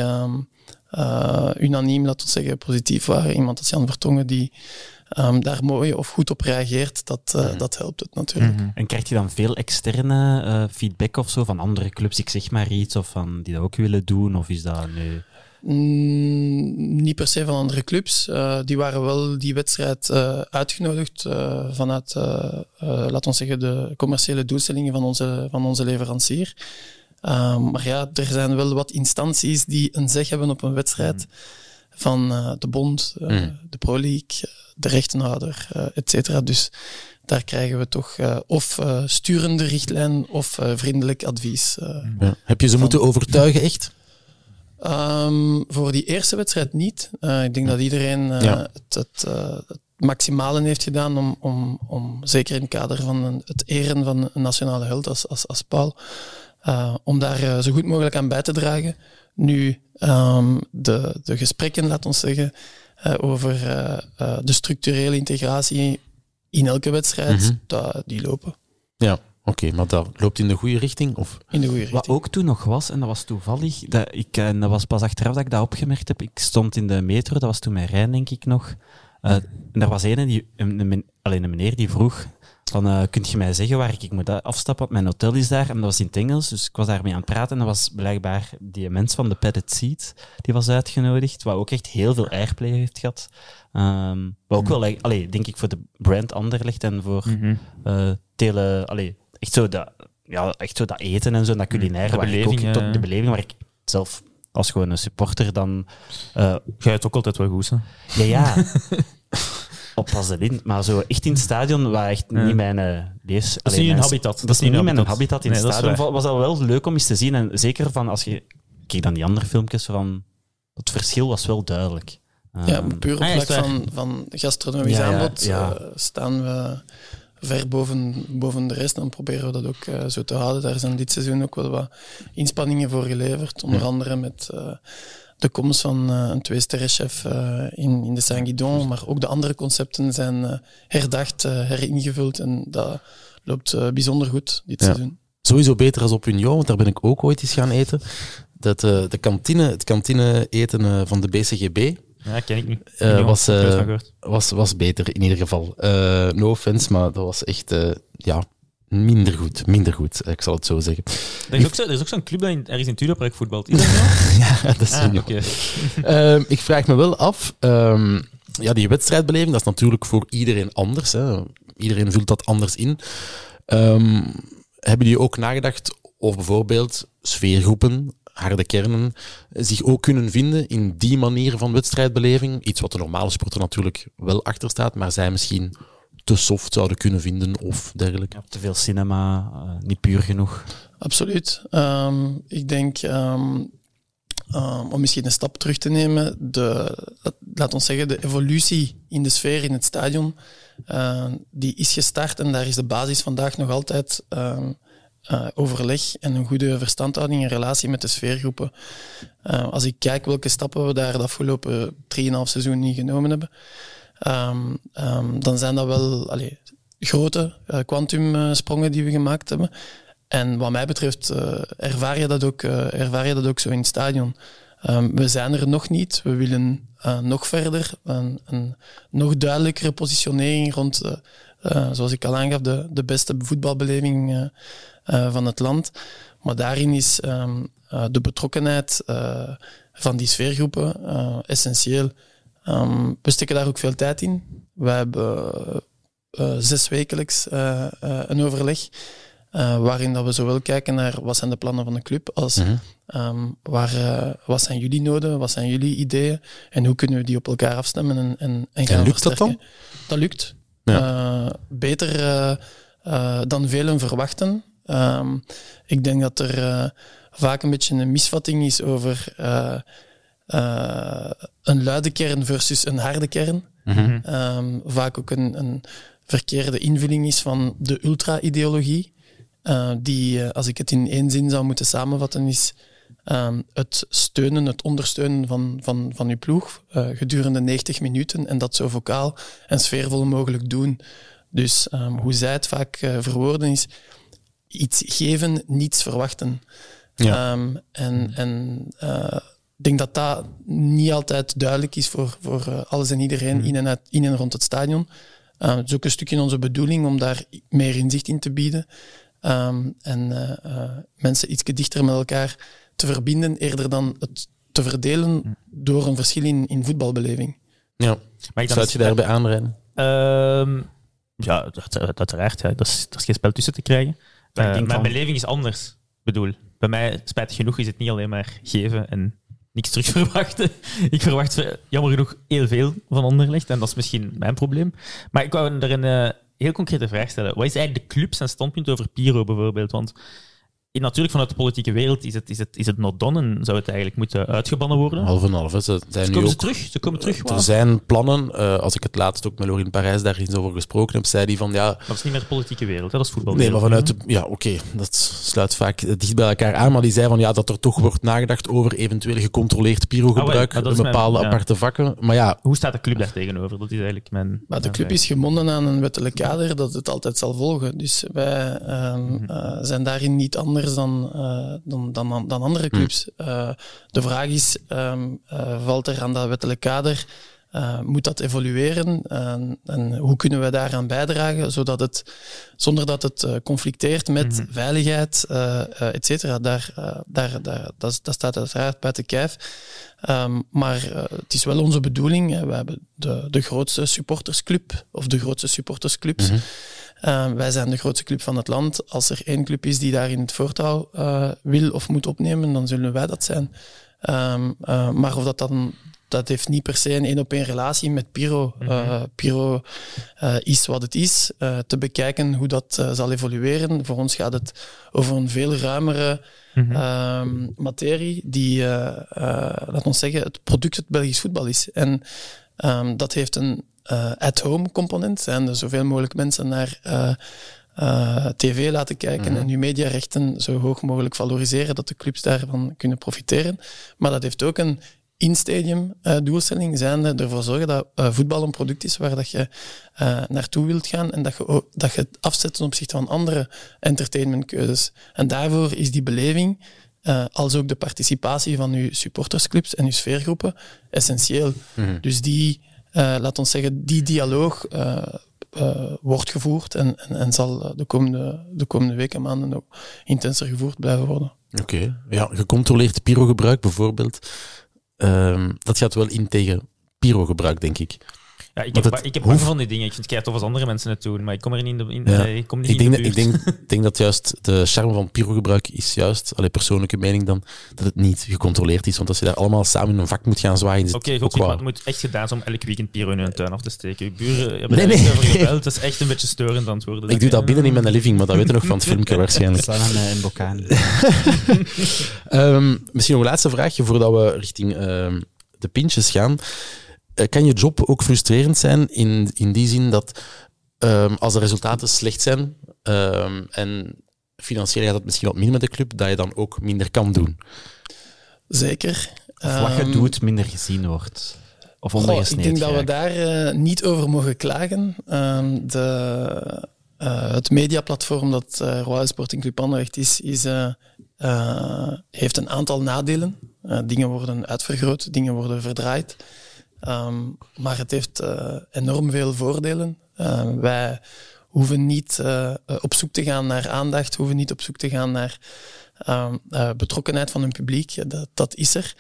unaniem, laten we zeggen, positief waren. Iemand als Jan Vertongen die daar mooi of goed op reageert, dat helpt het natuurlijk. En krijg je dan veel externe feedback of zo van andere clubs, ik zeg maar iets, of van die dat ook willen doen, of is dat nu... Niet per se van andere clubs. Die waren wel die wedstrijd uitgenodigd vanuit, laten we zeggen, de commerciële doelstellingen van onze leverancier. Maar ja, er zijn wel wat instanties die een zeg hebben op een wedstrijd. Van de bond, de Pro League, de rechtenhouder, et cetera. Dus daar krijgen we toch of sturende richtlijn of vriendelijk advies. Ja. Heb je ze moeten overtuigen, echt? Voor die eerste wedstrijd niet. Ik denk dat iedereen het maximale heeft gedaan om zeker in het kader van het eren van een nationale held als Paul, om daar zo goed mogelijk aan bij te dragen. Nu, de gesprekken, laat ons zeggen, over de structurele integratie in elke wedstrijd, die lopen. Ja. Oké, maar dat loopt in de goede richting? Of? In de goede richting. Wat ook toen nog was, en dat was toevallig, en dat was pas achteraf dat ik dat opgemerkt heb, ik stond in de metro, dat was toen met Rijn, denk ik nog, en er was een meneer die vroeg van, kunt je mij zeggen waar ik moet afstappen, want mijn hotel is daar, en dat was in het Engels, dus ik was daarmee aan het praten, en dat was blijkbaar die mens van de Padded Seat, die was uitgenodigd, wat ook echt heel veel airplay heeft gehad. Wat ook wel, denk ik, voor de brand Anderlecht en voor echt zo dat eten en zo, dat culinaire, de beleving waar ik zelf als gewoon een supporter dan... Ga je het ook altijd wel goed, hè? Ja. Oppas erin, maar zo echt in het stadion waar echt niet mijn lees... Dat is niet een habitat. Dat is niet mijn habitat in het stadion. Was dat wel leuk om eens te zien, en zeker van als je... Kijk dan die andere filmpjes van... Het verschil was wel duidelijk. Ja, puur op vlak van gastronomisch aanbod staan we ver boven de rest. Dan proberen we dat ook zo te houden. Daar zijn dit seizoen ook wel wat inspanningen voor geleverd. Onder andere met de komst van een 2-sterrenchef in de Saint-Guidon. Maar ook de andere concepten zijn herdacht, heringevuld. En dat loopt bijzonder goed dit seizoen. Sowieso beter als op Union, want daar ben ik ook ooit eens gaan eten. Het kantine eten van de BCGB... Ja, ken ik niet. Was beter in ieder geval. No offense, maar dat was echt minder goed. Ik zal het zo zeggen. Er is ook zo'n club dat ergens in Tuurpark voetbalt. Is dat nou? Ja, dat is niet. Okay. Ik vraag me wel af, die wedstrijdbeleving, dat is natuurlijk voor iedereen anders. Hè. Iedereen vult dat anders in. Hebben jullie ook nagedacht over bijvoorbeeld sfeergroepen, harde kernen, zich ook kunnen vinden in die manier van wedstrijdbeleving? Iets wat de normale sporter natuurlijk wel achter staat, maar zij misschien te soft zouden kunnen vinden of dergelijke. Ja, te veel cinema, niet puur genoeg. Absoluut. Ik denk, om misschien een stap terug te nemen, laat ons zeggen, de evolutie in de sfeer in het stadion, die is gestart en daar is de basis vandaag nog altijd overleg en een goede verstandhouding en relatie met de sfeergroepen. Als ik kijk welke stappen we daar de afgelopen 3,5 seizoen niet genomen hebben, dan zijn dat wel grote kwantumsprongen die we gemaakt hebben. En wat mij betreft ervaar je dat ook zo in het stadion. We zijn er nog niet. We willen nog verder, een nog duidelijkere positionering rond, zoals ik al aangaf, de beste voetbalbeleving van het land. Maar daarin is de betrokkenheid van die sfeergroepen essentieel. We steken daar ook veel tijd in. We hebben 6 wekelijks een overleg waarin dat we zowel kijken naar wat zijn de plannen van de club als wat zijn jullie noden, wat zijn jullie ideeën en hoe kunnen we die op elkaar afstemmen en gaan lukt versterken. Dat dan? Dat lukt. Ja. Beter dan velen verwachten. Ik denk dat er vaak een beetje een misvatting is over een luide kern versus een harde kern. Vaak ook een verkeerde invulling is van de ultra-ideologie. Die, als ik het in 1 zin zou moeten samenvatten, is het steunen, het ondersteunen van uw ploeg gedurende 90 minuten en dat zo vocaal en sfeervol mogelijk doen. Dus hoe zij het vaak verwoorden is iets geven, niets verwachten. Ja. Ik denk dat dat niet altijd duidelijk is voor alles en iedereen in en rond het stadion. Het is ook een stukje onze bedoeling om daar meer inzicht in te bieden. Mensen iets dichter met elkaar te verbinden, eerder dan het te verdelen door een verschil in voetbalbeleving. Ja. Zou je daarbij aanrijden? Ja, uiteraard. Ja. Dat is geen spel tussen te krijgen. Mijn beleving is anders. Ik bedoel, bij mij, spijtig genoeg, is het niet alleen maar geven en niks terug verwachten. Ik verwacht jammer genoeg heel veel van Anderlecht en dat is misschien mijn probleem. Maar ik wou er een heel concrete vraag stellen. Wat is eigenlijk de club zijn standpunt over Piro bijvoorbeeld? Want natuurlijk vanuit de politieke wereld is het not done en zou het eigenlijk moeten uitgebannen worden. Half en half. Ze komen terug. Er zijn plannen. Als ik het laatst ook met Lorien Parijs daar eens over gesproken heb, zei die van ja... Dat is niet meer de politieke wereld, hè? Dat is voetbal. Nee, maar vanuit dat sluit vaak dicht bij elkaar aan. Maar die zei van ja, dat er toch wordt nagedacht over eventueel gecontroleerd pyrogebruik in bepaalde aparte vakken. Maar ja... Hoe staat de club daar tegenover? Dat is eigenlijk mijn... Maar de club is gebonden aan een wettelijk kader dat het altijd zal volgen. Dus wij zijn daarin niet anders dan andere clubs. De vraag is, valt er aan dat wettelijk kader, moet dat evolueren en hoe kunnen we daaraan bijdragen zonder dat het conflicteert met veiligheid, et cetera. Dat staat uiteraard buiten kijf. Maar het is wel onze bedoeling. We hebben de grootste supportersclub of de grootste supportersclubs. Wij zijn de grootste club van het land. Als er 1 club is die daar in het voortouw wil of moet opnemen, dan zullen wij dat zijn. Maar of dat heeft niet per se een 1-op-1 relatie met Piro. Piro is wat het is. Te bekijken hoe dat zal evolueren. Voor ons gaat het over een veel ruimere materie die, laat ons zeggen, het product het Belgisch voetbal is. En dat heeft een at-home component. Zijn er zoveel mogelijk mensen naar tv laten kijken en uw mediarechten zo hoog mogelijk valoriseren dat de clubs daarvan kunnen profiteren. Maar dat heeft ook een in-stadium doelstelling zijnde ervoor zorgen dat voetbal een product is waar dat je naartoe wilt gaan en dat je het afzet ten opzichte van andere entertainmentkeuzes. En daarvoor is die beleving, als ook de participatie van uw supportersclubs en uw sfeergroepen, essentieel. Dus laat ons zeggen, die dialoog wordt gevoerd en zal de komende weken en maanden ook intenser gevoerd blijven worden. Oké. Ja, gecontroleerd pyrogebruik bijvoorbeeld. Dat gaat wel in tegen pyrogebruik, denk ik. Ja, ik heb bang van die dingen. Ik vind het kei tof als andere mensen het doen, maar ik kom er niet in de Ik denk dat juist de charme van pyrogebruik is juist, persoonlijke mening dan, dat het niet gecontroleerd is. Want als je daar allemaal samen in een vak moet gaan zwaaien... Oké, goed, maar het moet echt gedaan zijn om elk weekend pyro in hun tuin af te steken. Je buren hebben er echt over gebeld. Dat is echt een beetje storend aan het worden. Ik doe dat binnen in mijn living, maar dat weet je nog van het filmpje waarschijnlijk. Samen in Bokaan. Misschien nog een laatste vraagje voordat we richting de pintjes gaan. Kan je job ook frustrerend zijn in die zin dat als de resultaten slecht zijn en financieel gaat het misschien wat minder met de club, dat je dan ook minder kan doen? Zeker. Of wat je doet minder gezien wordt? Of ondergesneed ik denk dat we daar niet over mogen klagen. Het mediaplatform dat Royal Sporting Club Anderlecht heeft een aantal nadelen. Dingen worden uitvergroot, dingen worden verdraaid. Maar het heeft enorm veel voordelen. Wij hoeven niet op zoek te gaan naar aandacht, hoeven niet op zoek te gaan naar betrokkenheid van hun publiek. Dat is er.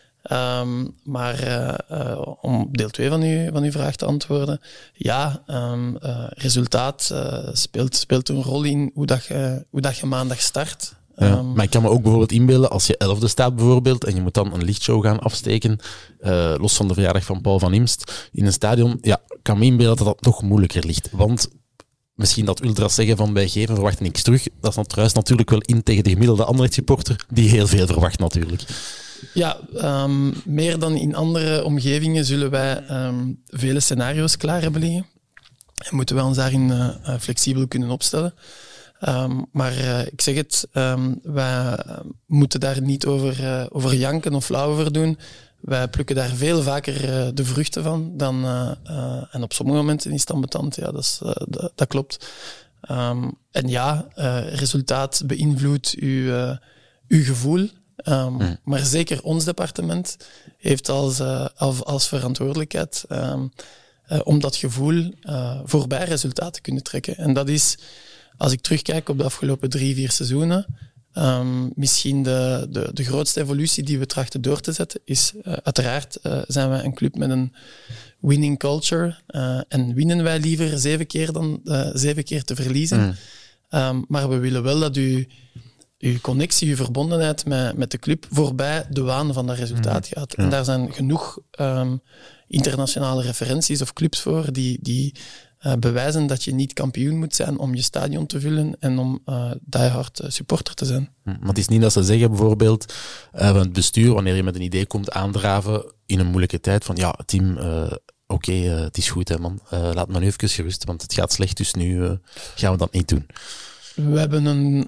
Maar om deel 2 van uw vraag te antwoorden, ja, resultaat speelt een rol in hoe dat je maandag start. Ja, maar ik kan me ook bijvoorbeeld inbeelden, als je 11e staat bijvoorbeeld, en je moet dan een lichtshow gaan afsteken, los van de verjaardag van Paul van Imst, in een stadion, ja, ik kan me inbeelden dat dat nog moeilijker ligt. Want misschien dat ultras zeggen van wij geven, verwachten niks terug. Dat is trouwens natuurlijk wel in tegen de gemiddelde Anderlecht-supporter, die heel veel verwacht natuurlijk. Ja, meer dan in andere omgevingen zullen wij vele scenario's klaar hebben liggen. En moeten wij ons daarin flexibel kunnen opstellen. Maar ik zeg het, wij moeten daar niet over janken of flauw over doen. Wij plukken daar veel vaker de vruchten van dan... en op sommige momenten is het ambetant, ja, dat klopt. En ja, resultaat beïnvloedt uw gevoel. Maar zeker ons departement heeft als verantwoordelijkheid om dat gevoel voorbij resultaat te kunnen trekken. En dat is, als ik terugkijk op de afgelopen 3-4 seizoenen, misschien de grootste evolutie die we trachten door te zetten is, uiteraard zijn wij een club met een winning culture en winnen wij liever 7 keer dan 7 keer te verliezen. Maar we willen wel dat uw connectie, uw verbondenheid met de club voorbij de waan van dat resultaat gaat. En daar zijn genoeg internationale referenties of clubs voor die bewijzen dat je niet kampioen moet zijn om je stadion te vullen en om diehard supporter te zijn. Maar het is niet dat ze zeggen bijvoorbeeld van het bestuur, wanneer je met een idee komt aandraven in een moeilijke tijd, van ja, Tim, oké, het is goed hè man, laat me nu even gerust, want het gaat slecht, dus nu gaan we dat niet doen. We hebben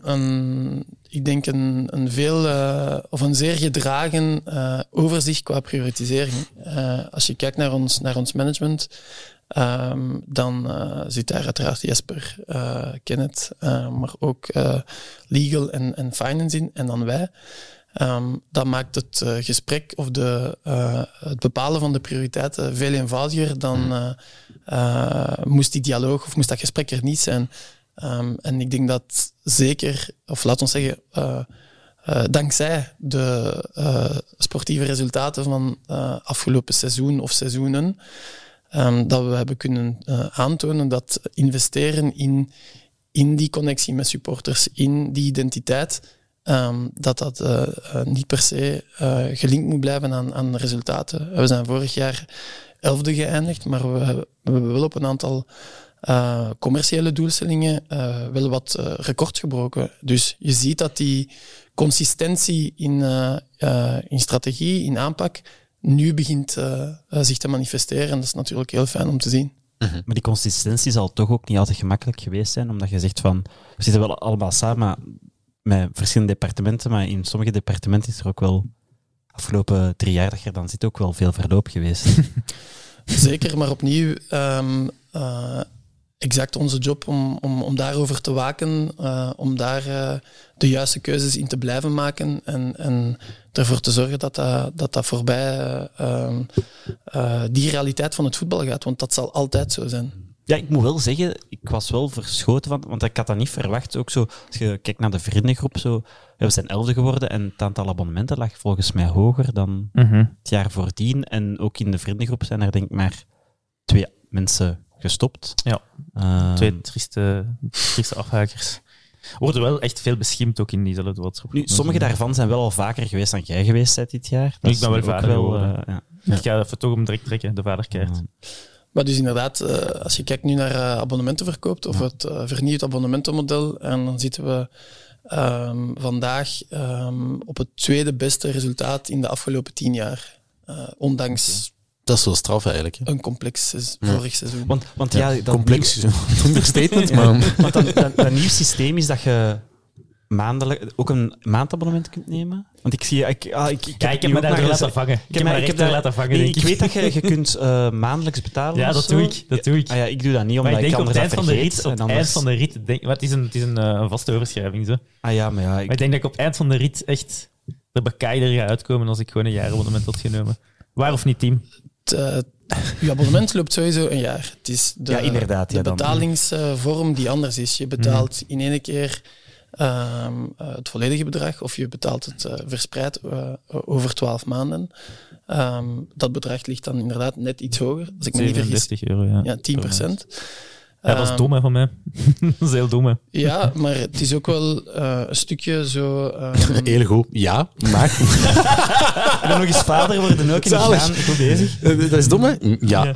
een zeer gedragen overzicht qua prioritisering. Als je kijkt naar ons management, dan zit daar uiteraard Jesper, Kenneth, maar ook legal en finance in, en dan wij. Dat maakt het gesprek of het bepalen van de prioriteiten veel eenvoudiger dan moest die dialoog of moest dat gesprek er niet zijn. En ik denk dat zeker, of laat ons zeggen, dankzij de sportieve resultaten van afgelopen seizoen of seizoenen, dat we hebben kunnen aantonen dat investeren in die connectie met supporters, in die identiteit, dat niet per se gelinkt moet blijven aan resultaten. We zijn vorig jaar 11e geëindigd, maar we hebben wel op een aantal commerciële doelstellingen wel wat records gebroken. Dus je ziet dat die consistentie in strategie, in aanpak, nu begint zich te manifesteren. En dat is natuurlijk heel fijn om te zien. Maar die consistentie zal toch ook niet altijd gemakkelijk geweest zijn, omdat je zegt van, we zitten wel allemaal samen met verschillende departementen, maar in sommige departementen is er ook wel afgelopen 3 jaar dat je er dan zit ook wel veel verloop geweest. Zeker, maar opnieuw exact onze job om daarover te waken, om daar de juiste keuzes in te blijven maken en ervoor te zorgen dat voorbij die realiteit van het voetbal gaat, want dat zal altijd zo zijn. Ja, ik moet wel zeggen, ik was wel verschoten van, want ik had dat niet verwacht. Ook zo, als je kijkt naar de vriendengroep, zo, we zijn 11e geworden en het aantal abonnementen lag volgens mij hoger dan het jaar voordien. En ook in de vriendengroep zijn er denk ik maar 2 mensen gestopt. Ja, 2 trieste afhakers. Worden wel echt veel beschimpt ook in diezelfde WhatsApp. Nu, sommige daarvan zijn wel al vaker geweest dan jij geweest bent dit jaar. Ik ben wel vader geworden. Ja. Ik ga even toch om direct trekken, de vaderkaart. Maar dus inderdaad, als je kijkt nu naar abonnementenverkoop of het vernieuwd abonnementenmodel, en dan zitten we vandaag op het tweede beste resultaat in de afgelopen 10 jaar. Ondanks Dat is wel straf eigenlijk. Hè? een complex vorig seizoen. Want ja, dat complex understatement, maar... Want dat nieuw systeem is dat je maandelijk ook een maandabonnement kunt nemen. Want ik zie... Ik heb me daar laten vangen. Ik heb daar laten vangen, denk ik. Ik weet dat je kunt maandelijks betalen. Ja, dat doe ik. Ah, ja, ik doe dat niet, omdat maar ik ik denk op anders het dat eind vergeet. van de rit, het eind van de rit, het is een vaste overschrijving. Zo. Ah ja, maar ja... Maar ik denk dat ik op het eind van de rit echt er bekaider ga uitkomen als ik gewoon een jaarabonnement had genomen. Waar of niet, team? Je abonnement loopt sowieso een jaar. Het is de betalingsvorm die anders is. Je betaalt in één keer het volledige bedrag of je betaalt het verspreid over 12 maanden. Dat bedrag ligt dan inderdaad net iets hoger. Als ik me niet vergis. €37, ja. 10%. Ja, dat is dom hè, van mij. Dat is heel dom. Hè. Ja, maar het is ook wel een stukje zo... Heel goed, ja, maar... En dan nog eens vader worden ook in het gaan. Goed bezig. Dat is dom, hè? Ja.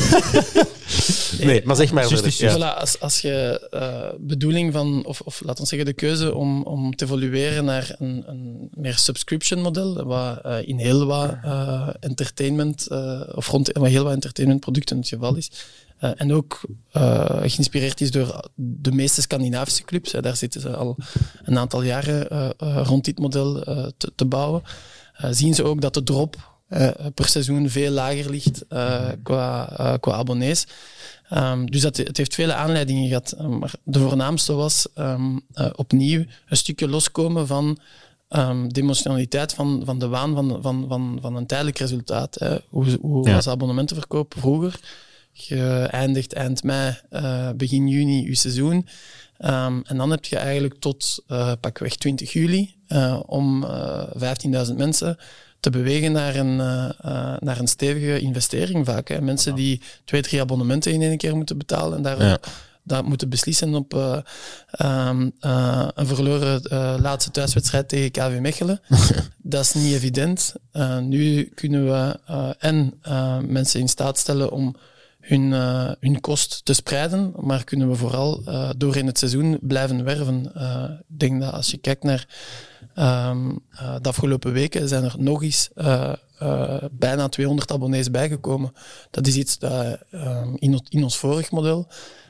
Nee, maar zeg maar... Voilà, als je bedoeling van, of laten we zeggen de keuze om te evolueren naar een meer subscription model, wat in heel wat entertainment, of rond heel wat entertainmentproducten het geval is, en ook geïnspireerd is door de meeste Scandinavische clubs. Daar zitten ze al een aantal jaren rond dit model te bouwen. Zien ze ook dat de drop per seizoen veel lager ligt qua abonnees. Dus het heeft vele aanleidingen gehad. Maar de voornaamste was opnieuw een stukje loskomen van de emotionaliteit van de waan van een tijdelijk resultaat. Hoe was abonnementenverkoop vroeger? Je eindigt eind mei, begin juni je seizoen. En dan heb je eigenlijk tot pakweg 20 juli om 15.000 mensen te bewegen naar een stevige investering vaak. Hè. Mensen die 2-3 abonnementen in één keer moeten betalen en daar moeten beslissen op een verloren laatste thuiswedstrijd tegen KV Mechelen. Dat is niet evident. Nu kunnen we mensen in staat stellen om hun kost te spreiden, maar kunnen we vooral door in het seizoen blijven werven. Ik denk dat als je kijkt naar de afgelopen weken, zijn er nog eens bijna 200 abonnees bijgekomen. Dat is iets dat in ons vorig model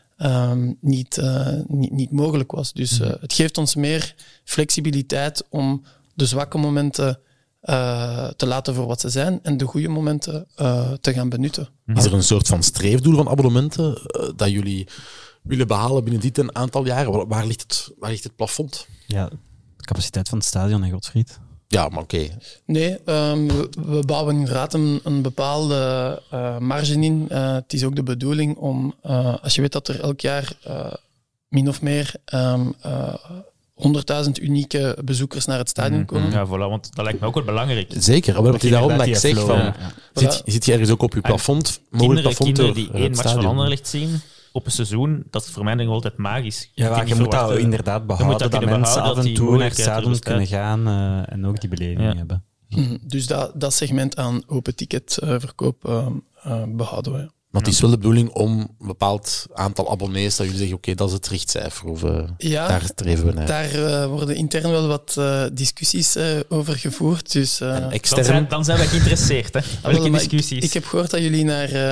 niet mogelijk was. Dus het geeft ons meer flexibiliteit om de zwakke momenten te laten voor wat ze zijn en de goede momenten te gaan benutten. Is er een soort van streefdoel van abonnementen dat jullie willen behalen binnen dit aantal jaren? Waar ligt het plafond? Ja, de capaciteit van het stadion, Godfried. Ja, maar oké. Nee, we bouwen inderdaad een bepaalde marge in. Het is ook de bedoeling om, als je weet dat er elk jaar min of meer 100.000 unieke bezoekers naar het stadion komen. Ja, voilà, want dat lijkt me ook wel belangrijk. Zeker, maar daarom dat ik zeg flow, van... Zit je ergens ook op je plafond? Kinderen die 1 match van Anderlecht zien op een seizoen, dat is voor mij denk ik altijd magisch. Ja, je moet dat inderdaad behouden, dat mensen af en toe naar het stadion kunnen gaan en ook die beleving hebben. Dus dat segment aan open ticketverkoop behouden we. Maar het is wel de bedoeling om een bepaald aantal abonnees, dat jullie zeggen, oké, dat is het richtcijfer. Of daar streven we naar. Daar worden intern wel wat discussies over gevoerd. Dus, dan zijn wij geïnteresseerd, hè? Welke discussies? Ik heb gehoord dat jullie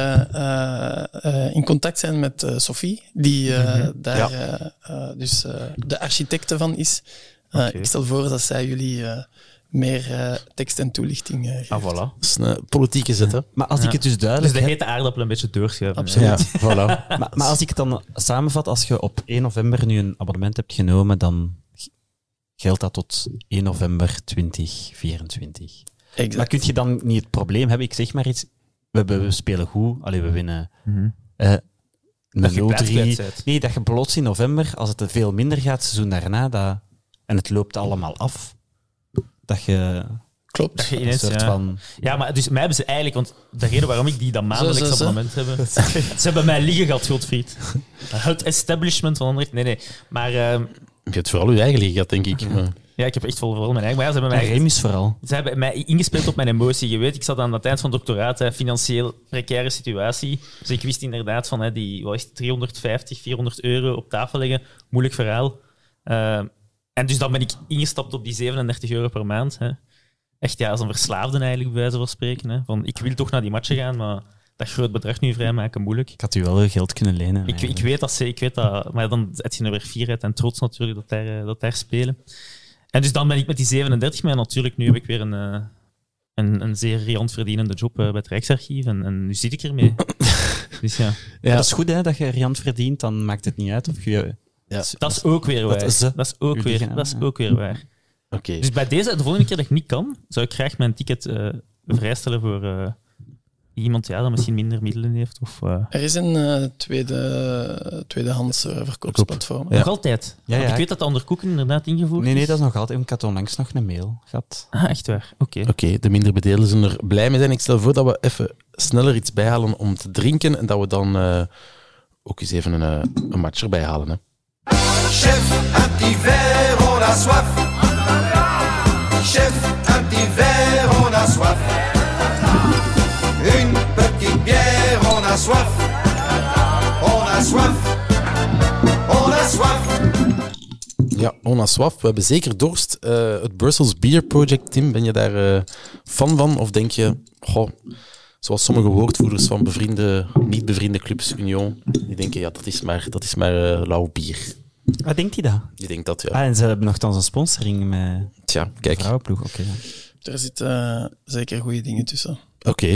in contact zijn met Sophie, die daar dus de architecte van is. Okay. Ik stel voor dat zij jullie meer tekst en toelichting geeft. Ah, voilà. Dat is een politieke zet, hè? Maar als ik het dus Dus duidelijk de heb... hete aardappel een beetje doorschuiven. Ja, voilà. Maar als ik het dan samenvat, als je op 1 november nu een abonnement hebt genomen, dan geldt dat tot 1 november 2024. Exact. Maar kun je dan niet het probleem hebben, ik zeg maar iets, we spelen goed, allee, we winnen Dat je een 0-3. kwijt bent. Nee, dat je plots in november, als het veel minder gaat, het seizoen daarna, en het loopt allemaal af, dat je Klopt. Dat je een ineens, soort ja. van... Ja, maar dus mij hebben ze eigenlijk... Want de reden waarom ik die dat maandelijks Zo. abonnement hebben... Ze hebben mij liggen gehad, Godfried. Het establishment van Anderlecht. Nee. Maar Je hebt vooral je eigen liga gehad, denk ik. Maar- ja, ik heb echt vooral mijn eigen... Maar ja, ze hebben En mij... Remus vooral. Ze hebben mij ingespeeld op mijn emotie. Je weet, ik zat aan het eind van het doctoraat, financieel precaire situatie. Dus ik wist inderdaad van die wat is het, 350, 400 euro op tafel leggen. Moeilijk verhaal. En dus dan ben ik ingestapt op die 37 euro per maand. Hè. Echt ja, als een verslaafde eigenlijk, bij wijze van spreken. Hè. Van, ik wil toch naar die matchen gaan, maar dat groot bedrag nu vrijmaken, moeilijk. Ik had u wel geld kunnen lenen. Ik weet dat, maar dan heb je er weer fierheid en trots natuurlijk dat daar spelen. En dus dan ben ik met die 37, maar natuurlijk nu heb ik weer een zeer riant verdienende job bij het Rijksarchief en nu zit ik ermee. Dus ja. Ja, dat is goed, hè, dat je riant verdient, dan maakt het niet uit of je... Ja. Dat is ook weer waar. Dat is ook weer waar. Oké. Dus bij deze, de volgende keer dat ik niet kan, zou ik graag mijn ticket vrijstellen voor iemand dat misschien minder middelen heeft. Of, Er is een tweedehands verkoopsplatform. Ja. Nog altijd. Ja, Want ja. ik weet dat de Under Cooking inderdaad ingevoerd Nee, is. dat is nog altijd. Ik had onlangs nog een mail gehad. Ah, echt waar. Oké. Oké, de minder bedeelden zullen er blij mee zijn. Ik stel voor dat we even sneller iets bijhalen om te drinken en dat we dan ook eens even een match erbij halen. Hè. Chef, un petit verre, on a soif. Chef, un petit verre, on a soif. Une petite bière, on a soif. On a soif. On a soif. Ja, on a soif. We hebben zeker dorst. Het Brussels Beer Project, Tim, ben je daar fan van? Of denk je, zoals sommige woordvoerders van niet bevriende clubs Union, die denken, ja, dat is maar lauw bier. Wat denkt hij dat? Die denkt dat, ja. Ah, en ze hebben nogthans een sponsoring met Tja, de kijk. vrouwenploeg. Oké. Er zitten zeker goede dingen tussen. Oké.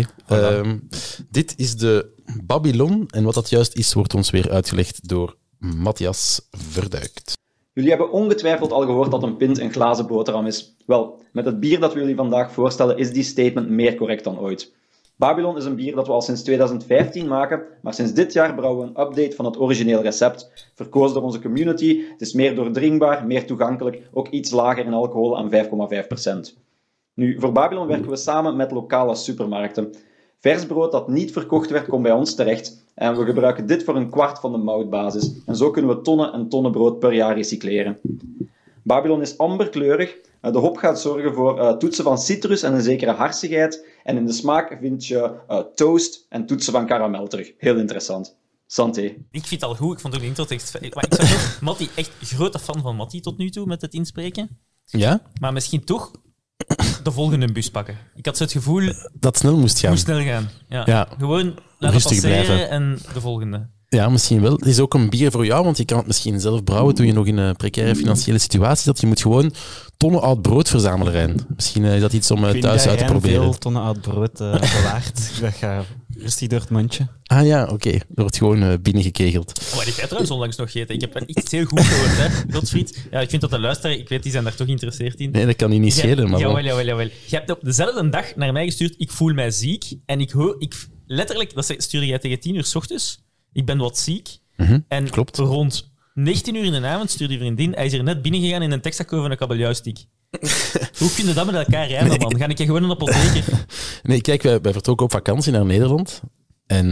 Dit is de Babylon. En wat dat juist is, wordt ons weer uitgelegd door Matthias Verduikt. Jullie hebben ongetwijfeld al gehoord dat een pint een glazen boterham is. Wel, met het bier dat we jullie vandaag voorstellen is die statement meer correct dan ooit. Babylon is een bier dat we al sinds 2015 maken, maar sinds dit jaar brouwen we een update van het origineel recept. Verkozen door onze community, het is meer doordringbaar, meer toegankelijk, ook iets lager in alcohol aan 5,5%. Nu, voor Babylon werken we samen met lokale supermarkten. Vers brood dat niet verkocht werd, komt bij ons terecht en we gebruiken dit voor 1/4 van de moutbasis. En zo kunnen we tonnen en tonnen brood per jaar recycleren. Babylon is amberkleurig. De hop gaat zorgen voor toetsen van citrus en een zekere harsigheid. En in de smaak vind je toast en toetsen van karamel terug. Heel interessant. Santé. Ik vind het al goed. Ik vond ook de introtekst... Maar ik zou ook Mattie, echt grote fan van Mattie tot nu toe met het inspreken. Ja? Maar misschien toch de volgende bus pakken. Ik had zo het gevoel... Dat snel moest gaan. Hoe snel gaan. Ja. Ja. Gewoon laten Rustig passeren blijven. en de volgende. Ja, misschien wel. Het is ook een bier voor jou, want je kan het misschien zelf brouwen toen je nog in een precaire financiële situatie zat. Je moet gewoon tonnen oud brood verzamelen, Rijn. Misschien is dat iets om thuis uit te proberen. veel tonnen oud brood bewaard. Dat gaat rustig door het mondje. Ah ja, oké. Er wordt gewoon binnengekegeld. Oh, die heb jij trouwens onlangs nog gegeten. Ik heb er iets heel goed gehoord, hè, Godfried. Ja, ik vind dat de luisteraar, ik weet, die zijn daar toch geïnteresseerd in. Nee, dat kan je niet schelen. Maar Jawel. Je hebt op dezelfde dag naar mij gestuurd, ik voel mij ziek. En letterlijk, dat stuurde jij tegen 10 uur 's ochtends. Ik ben wat ziek. En klopt. Rond 19 uur in de avond stuurde je vriendin, hij is er net binnengegaan in een Texaco van een kabeljauwstick. Hoe kun je dat met elkaar rijmen, man? Ga ik je gewoon een apotheker? Nee, kijk, wij vertrokken op vakantie naar Nederland. En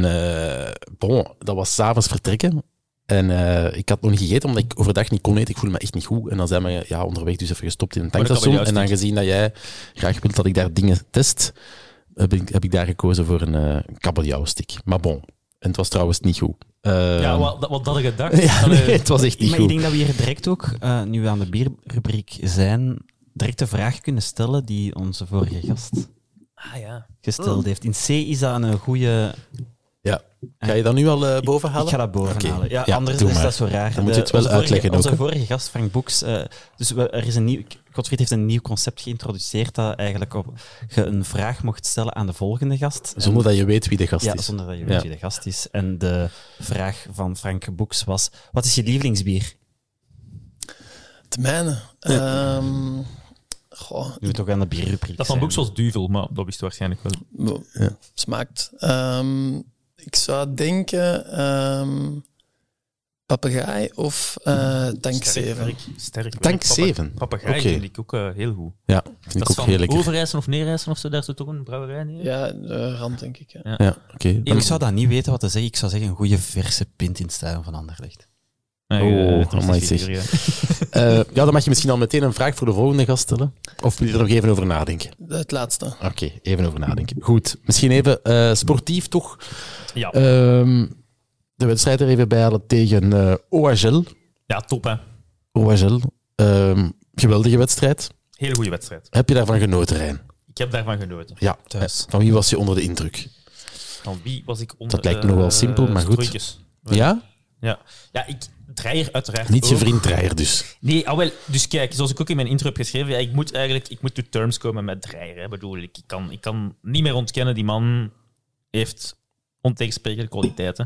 dat was 's avonds vertrekken. En ik had nog niet gegeten, omdat ik overdag niet kon eten. Ik voelde me echt niet goed. En dan zijn we onderweg dus even gestopt in een tankstation. En aangezien dat jij graag wilt dat ik daar dingen test, heb ik daar gekozen voor een kabeljauwstick. Maar bon. En het was trouwens niet goed. Ja, wat had je gedacht? Ja, nee, het was echt niet Maar goed. ik denk dat we hier direct ook, nu we aan de bierrubriek zijn, direct de vraag kunnen stellen die onze vorige gast Ah ja. gesteld heeft. In C is dat een goede... Ja. Ga je dat nu al boven halen? Ik ga dat boven halen. Ja, anders doe is maar. dat zo raar. Dan moet je het wel uitleggen ook. Onze vorige gast, Frank Boeks, er is Godfried heeft een nieuw concept geïntroduceerd dat eigenlijk je een vraag mocht stellen aan de volgende gast. Zonder dat je weet wie de gast is. Ja, zonder dat je weet wie de gast is. En de vraag van Frank Boeks was, wat is je lievelingsbier? De mijne? Nu moet ook aan de bierrubriek. Dat van Boeks was duvel, maar dat wist je waarschijnlijk wel. Smaakt. Ik zou denken papegaai of tank 7. Sterk. Tank 7? Papegaai vind ik ook heel goed. Ja, vind ik ook heel lekker. Overijssel of Neerijssel of zo, daar zit toch een brouwerij neer? Ja, Rand denk ik. Ja, oké. Ik zou dat niet weten wat te zeggen. Ik zou zeggen een goede verse pint in het stadion van Anderlecht. Amai zeg. Dan mag je misschien al meteen een vraag voor de volgende gast stellen. Of wil je er nog even over nadenken? Het laatste. Oké, even over nadenken. Goed, misschien even sportief toch. Ja. De wedstrijd er even bij halen tegen OHL. Ja, top hè. OHL. Geweldige wedstrijd. Hele goede wedstrijd. Heb je daarvan genoten, Rijn? Ik heb daarvan genoten. Ja, thuis. Van wie was je onder de indruk? Van wie was ik onder? Dat lijkt nog wel simpel, maar goed. Strooikjes. Ja? Ja, Dreyer uiteraard niet je ook. vriend Dreyer dus. Nee, dus kijk, zoals ik ook in mijn intro heb geschreven, ik moet to terms komen met Dreyer. Hè. Bedoel, ik kan niet meer ontkennen, die man heeft ontegensprekelijke kwaliteiten.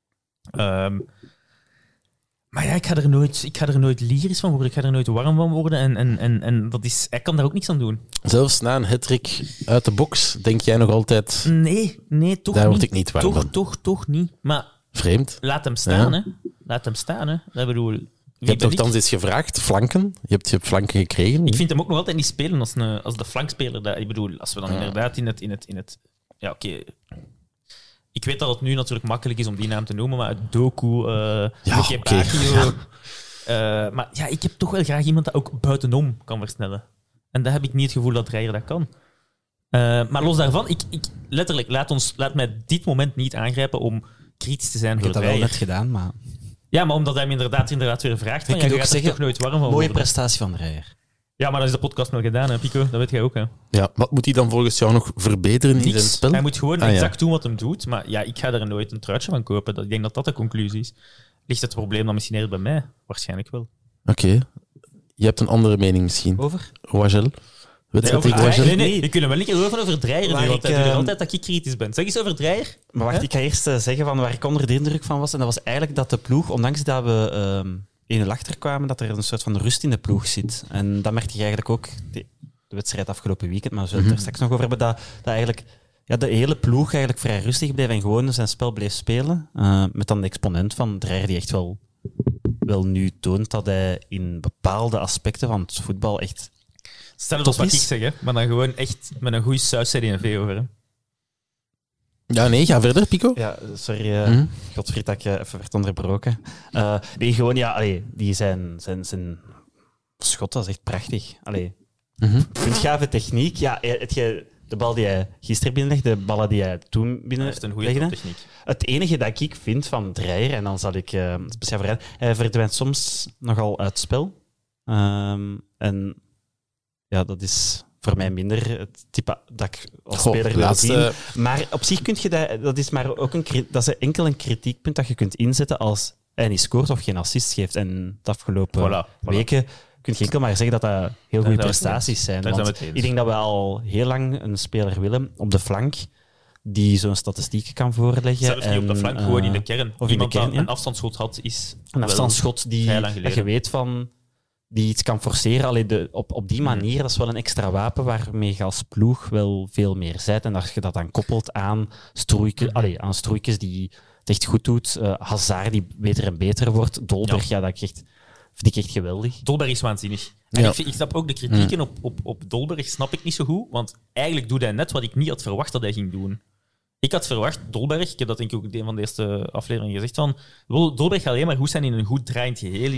Maar ja, ik ga er nooit lyrisch van worden, ik ga er nooit warm van worden en dat is, hij kan daar ook niks aan doen. Zelfs na een hat-trick uit de box, denk jij nog altijd... Nee, toch daar niet. Word ik niet warm van. Toch niet, maar... Vreemd. Laat hem staan, hè. Laat hem staan, hè. Ik bedoel... Je hebt nogthans eens gevraagd, flanken. Je hebt flanken gekregen. Ik vind hem ook nog altijd niet spelen als de flankspeler. Ik bedoel, als we dan inderdaad in het... Ja, oké. Ik weet dat het nu natuurlijk makkelijk is om die naam te noemen, maar het Doku, Bakio... maar ja, ik heb toch wel graag iemand dat ook buitenom kan versnellen. En daar heb ik niet het gevoel dat Dreyer dat kan. Maar los daarvan, letterlijk, laat mij dit moment niet aangrijpen om kritisch te zijn voor Dreyer. Ik heb dat wel net gedaan, maar... Ja, maar omdat hij hem inderdaad weer vraagt, van, je gaat er toch nooit warm van worden. Mooie prestatie van Dreyer. Ja, maar dat is de podcast wel gedaan, hè, Pico? Dat weet jij ook, hè? Ja, wat moet hij dan volgens jou nog verbeteren in zijn spel? Hij moet gewoon exact doen wat hij doet, maar ja, ik ga er nooit een truitje van kopen. Ik denk dat dat de conclusie is. Ligt het probleem dan misschien eerder bij mij? Waarschijnlijk wel. Oké. Je hebt een andere mening misschien. Over? OHL? Nee, je kunt hem wel een keer over Dreyer nu, want hij doet altijd dat ik kritisch ben. Zeg eens over Dreyer. Maar wacht, ik ga eerst zeggen van waar ik onder de indruk van was. En dat was eigenlijk dat de ploeg, ondanks dat we 1-0 achterkwamen, dat er een soort van rust in de ploeg zit. En dat merkte je eigenlijk ook de wedstrijd afgelopen weekend, maar we zullen het er straks nog over hebben, dat eigenlijk de hele ploeg eigenlijk vrij rustig bleef en gewoon zijn spel bleef spelen. Met dan de exponent van Dreyer, die echt wel nu toont dat hij in bepaalde aspecten van het voetbal echt... Stel het als wat ik zeg, hè, maar dan gewoon echt met een goede saus CD&V over. Hè. Ja, nee, ga verder, Pico. Ja, sorry, Godfried, dat ik je even werd onderbroken. Nee, gewoon, die zijn schot was echt prachtig. Puntgave techniek. Ja, de bal die hij gisteren binnenlegde, de ballen die hij toen binnenlegde. Een goede techniek. Het enige dat ik vind van Dreyer, en dan zal ik speciaal vooruit, hij verdwijnt soms nogal uit het spel. En ja, dat is voor mij minder het type dat ik als speler wil zien. Maar op zich kun je dat is maar ook dat is enkel een kritiekpunt dat je kunt inzetten als hij niet scoort of geen assist geeft. En de afgelopen weken kun je enkel maar zeggen dat dat heel goede prestaties zijn. Want ik denk dat we al heel lang een speler willen op de flank die zo'n statistieken kan voorleggen. Zelfs niet op de flank, gewoon in de kern. Of iemand in de kern, dat een afstandsschot had, is een afstandsschot die je weet van... die iets kan forceren. Op die manier, dat is wel een extra wapen waarmee je als ploeg wel veel meer zijt. En als je dat dan koppelt aan Stroeikens die het echt goed doet, Hazard die beter en beter wordt, Dolberg, dat vind ik echt geweldig. Dolberg is waanzinnig. En ik snap ook de kritieken op Dolberg, snap ik niet zo goed, want eigenlijk doet hij net wat ik niet had verwacht dat hij ging doen. Ik had verwacht, Dolberg, ik heb dat denk ik ook in een van de eerste afleveringen gezegd, van Dolberg gaat alleen maar goed zijn in een goed draaiend geheel,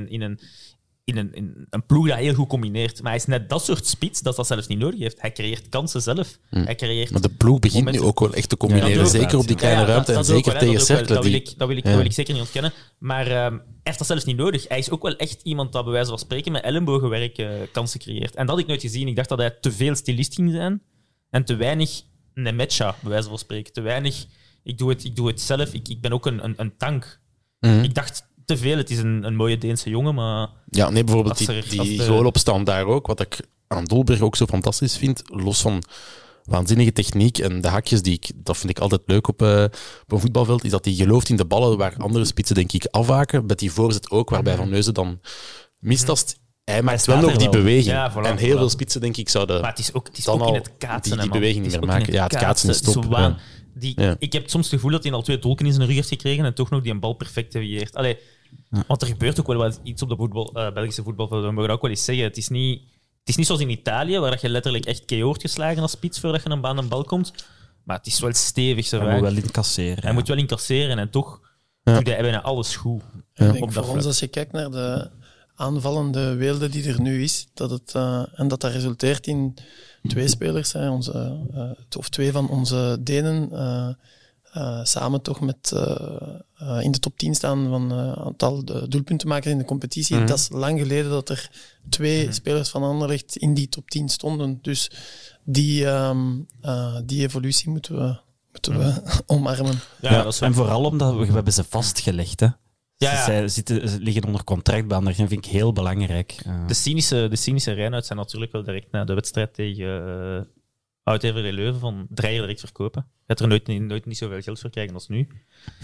in een ploeg dat heel goed combineert. Maar hij is net dat soort spits dat zelfs niet nodig heeft. Hij creëert kansen zelf. Hij creëert maar de ploeg begint nu ook wel echt te combineren. Zeker op die kleine ruimte en zeker tegen Cercle. Dat wil ik zeker niet ontkennen. Maar hij heeft dat zelfs niet nodig. Hij is ook wel echt iemand dat bij wijze van spreken met ellebogenwerk kansen creëert. En dat had ik nooit gezien. Ik dacht dat hij te veel stilist ging zijn en te weinig Nemetja, bij wijze van spreken. Te weinig Ik doe het zelf. Ik ben ook een tank. Mhm. Ik dacht te veel, het is een mooie Deense jongen, maar... Ja, nee, bijvoorbeeld als die de- goal opstaan daar ook, wat ik aan Dolberg ook zo fantastisch vind, los van waanzinnige techniek en de hakjes, dat vind ik altijd leuk op een voetbalveld, is dat hij gelooft in de ballen waar andere spitsen, denk ik, afhaken. Met die voorzet ook, waarbij Van Neuzen dan mistast. Hij maakt wel staat nog er die wel. beweging. Ja, voilà, en heel voilà. veel spitsen, denk ik, zouden Maar het is ook dan in al het kaatsen. die hè, man. beweging niet Het is meer ook in maken. Ja, het kaatsen is top. Zo waan. Ja. Ja. Ik heb soms het gevoel dat hij al 2 dolken in zijn rug heeft gekregen en toch nog die een bal perfect devieert. Allee, want er gebeurt ook wel wat iets op de Belgische voetbalveld. We mogen ook wel eens zeggen. Het is niet zoals in Italië, waar je letterlijk echt KO wordt geslagen als spits voordat je aan een bal komt. Maar het is wel stevig. Zo Hij vaak. moet wel incasseren. Hij moet wel incasseren en toch Ja. doet hij bijna alles goed. Ja. Ik denk Op voor dat ons, vlak. als je kijkt naar de aanvallende weelde die er nu is, en dat resulteert in 2 spelers, hè, of 2 van onze Denen, samen toch met in de top 10 staan van aantal doelpuntenmakers in de competitie. Mhm. Dat is lang geleden dat er 2 spelers van Anderlecht in die top 10 stonden. Dus die evolutie moeten we omarmen. Ja, dat is En vooral omdat we hebben ze vastgelegd. Hè. Ja. Ze liggen onder contract bij Anderlecht. Dat vind ik heel belangrijk. De cynische Reinoud zijn natuurlijk wel direct na de wedstrijd tegen Oud-Everley Leuven van Dreyer direct verkopen. Je gaat er nooit niet zoveel geld voor krijgen als nu.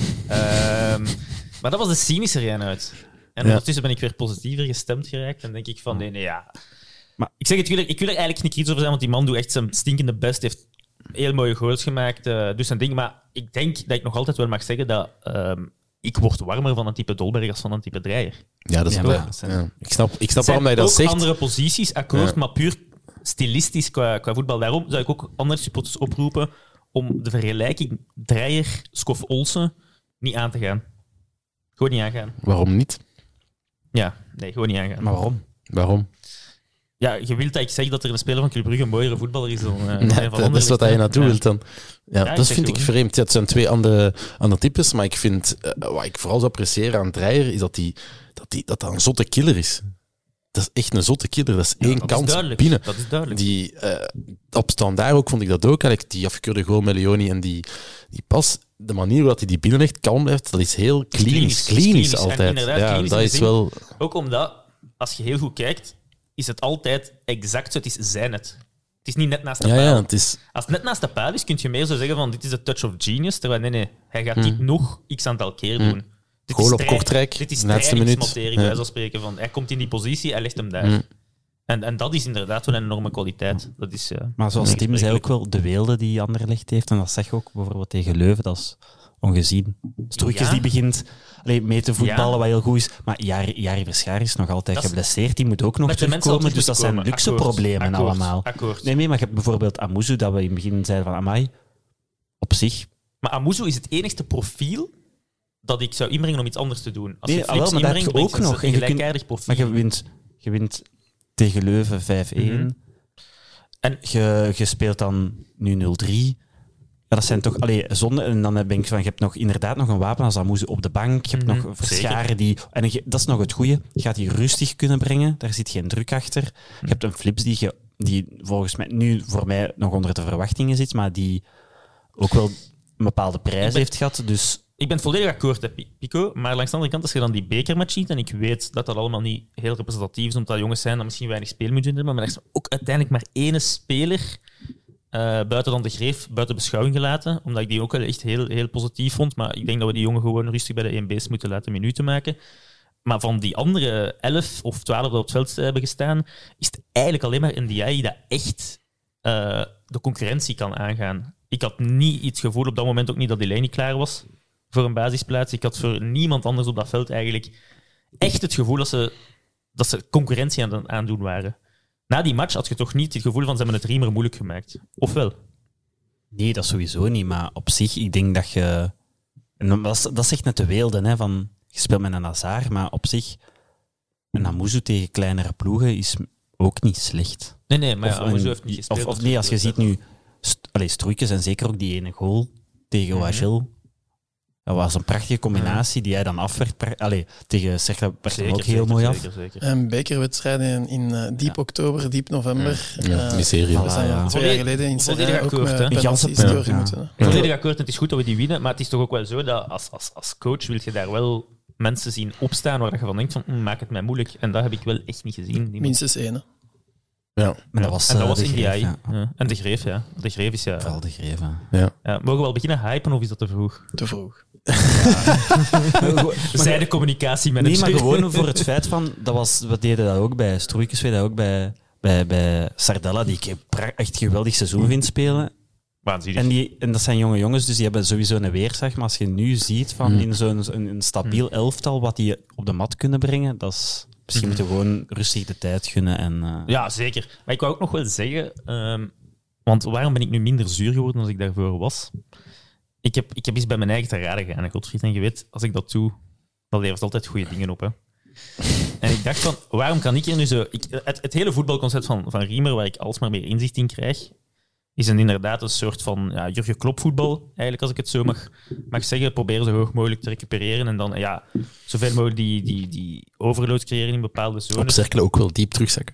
Maar dat was de cynische Reinoud. En ondertussen ben ik weer positiever gestemd geraakt en denk ik van nee, ja. Maar ik zeg het, ik wil er eigenlijk niet kritisch over zijn, want die man doet echt zijn stinkende best, heeft heel mooie goals gemaakt, dus zijn ding. Maar ik denk dat ik nog altijd wel mag zeggen dat ik word warmer van een type Dolberg als van een type Dreyer. Ja, dat is Ja, wel. maar- Ja. Ik snap waarom hij dat ook zegt. andere posities, akkoord, Ja. maar puur stilistisch qua voetbal. Daarom zou ik ook andere supporters oproepen om de vergelijking Dreyer, Skof Olsen niet aan te gaan. Gewoon niet aangaan. Waarom niet? Ja, nee, gewoon niet aangaan. Maar waarom? Waarom? Ja, je wilt dat ik zeg dat er een speler van Club Brugge een mooiere voetballer is dan Nee, een van dat is Anderlecht, wat hij hè. naartoe Ja. wilt dan. Ja, Ja, ik dat zeg vind ik gewoon. vreemd. Ja, het zijn 2 andere types, maar ik vind, wat ik vooral zou appreciëren aan Dreyer, is dat een zotte killer is. Dat is echt een zotte killer. Dat is één Dat is kans duidelijk. binnen. Dat is duidelijk. Die, op standaard ook vond ik dat ook. Eigenlijk, die afgekeurde goal met Leoni en die pas, de manier waarop hij die binnenlegt, kalm blijft, dat is heel klinisch. Klinisch En altijd. inderdaad, Ja, klinisch dat in de is zin- wel... Ook omdat, als je heel goed kijkt, is het altijd exact zo. Het is zijn het. Het is niet net naast de Ja, paal. ja, het is... Als het net naast de paal is, kun je meer zo zeggen van dit is de touch of genius. Terwijl nee, hij gaat dit nog x aantal keer doen. Dit Goal is op Kortrijk, Dit is de laatste minuut. trainingsmaterie, bij Ja. wijze van spreken. Van, hij komt in die positie, hij legt hem daar. En dat is inderdaad wel een enorme kwaliteit. Dat is, Maar zoals Tim zei ook wel, de weelde die Anderlecht heeft, en dat zeg je ook bijvoorbeeld tegen Leuven, dat is ongezien. Stroeikjes Ja. die begint mee te voetballen, Ja. wat heel goed is. Maar Jari Verschaar is nog altijd Dat is- geblesseerd, die moet ook nog Dat de mensen al terugkomen. Dus dat zijn terugkomen. luxe Akkoord. problemen Akkoord. allemaal. Akkoord. Nee, maar je hebt bijvoorbeeld Amuzu, dat we in het begin zeiden van amai, op zich... Maar Amuzu is het enigste profiel dat ik zou inbrengen om iets anders te doen. Als Nee, je Flips wel, maar dat heb inbrengt, je ook brengt nog. een En je kunt- gelijkaardig profiel. Maar je wint tegen Leuven 5-1. En je speelt dan nu 0-3. Ja, dat zijn toch... zonde. En dan ben ik van, je hebt nog inderdaad nog een wapen als Amuzu op de bank. Je hebt nog Verscharen die... En dat is nog het goede. Je gaat die rustig kunnen brengen. Daar zit geen druk achter. Je hebt een Flips die volgens mij nu voor mij nog onder de verwachtingen zit, maar die ook wel een bepaalde prijs heeft gehad. Dus... Ik ben het volledig akkoord, hè, Pico. Maar langs de andere kant, als je dan die bekermatch ziet, en ik weet dat dat allemaal niet heel representatief is, omdat jongens zijn dat misschien weinig speelminuten hebben, maar er is ook uiteindelijk maar 1 speler buiten dan de Greef, buiten beschouwing gelaten, omdat ik die ook wel echt heel positief vond. Maar ik denk dat we die jongen gewoon rustig bij de 1B's moeten laten minuten maken. Maar van die andere 11 of 12 die op het veld hebben gestaan, is het eigenlijk alleen maar Ndiaye dat echt de concurrentie kan aangaan. Ik had niet het gevoel op dat moment ook niet dat Delaney klaar was voor een basisplaats. Ik had voor niemand anders op dat veld eigenlijk echt het gevoel dat ze concurrentie aan het aandoen waren. Na die match had je toch niet het gevoel van ze hebben het Riemer moeilijk gemaakt. Of wel? Nee, dat sowieso niet. Maar op zich, ik denk dat je... En dat is echt net de weelde, hè, van... Je speelt met een Hazard, maar op zich... Een Amuzu tegen kleinere ploegen is ook niet slecht. Nee, maar Amuzu heeft niet gespeeld. Of nee, als je ziet nu... Stroeikjes en zeker ook die ene goal tegen OHL. Dat was een prachtige combinatie die hij dan afwerkt. Tegen Cercle werd hem ook heel mooi af. Zeker. En bekerwedstrijden in diep oktober, diep november. die serie. We zijn 2 jaar geleden in Volledig Serrain ook akkoord, hè. met penalties doorgemoeten. Volledig akkoord, het is goed dat we die winnen, maar het is toch ook wel zo dat als coach wil je daar wel mensen zien opstaan waar je van denkt van maak het mij moeilijk. En dat heb ik wel echt niet gezien. Minstens 1. Hè. Ja. Maar dat was, en dat was de in die Greef, AI. ja. Ja. En de Greef, ja. De Greef is ja... Vooral de Greef, mogen we al beginnen hypen of is dat te vroeg? Te vroeg. Zij de communicatie met Nee, maar gewoon voor het feit van... We deden dat ook bij Stroeikens, we deden dat ook bij Sardella, die ik echt geweldig seizoen vind spelen. Waanzinnig. En dat zijn jonge jongens, dus die hebben sowieso een weerslag. Maar als je nu ziet van in zo'n een stabiel elftal wat die op de mat kunnen brengen, dat is... Misschien moeten we gewoon rustig de tijd gunnen. En, Ja, zeker. Maar ik wou ook nog wel zeggen... want waarom ben ik nu minder zuur geworden dan ik daarvoor was? Ik heb eens bij mijn eigen te raden gegaan, Godfried. En je weet, als ik dat doe, dat levert altijd goede dingen op. Hè. En ik dacht van, waarom kan ik hier nu zo... Het hele voetbalconcept van Riemer, waar ik alsmaar meer inzicht in krijg, is inderdaad een soort van Jurgen Klopp voetbal, eigenlijk, als ik het zo mag zeggen. Proberen zo hoog mogelijk te recupereren en dan zoveel mogelijk die overload creëren in bepaalde zones. Op Cercle ook wel diep terugzakken.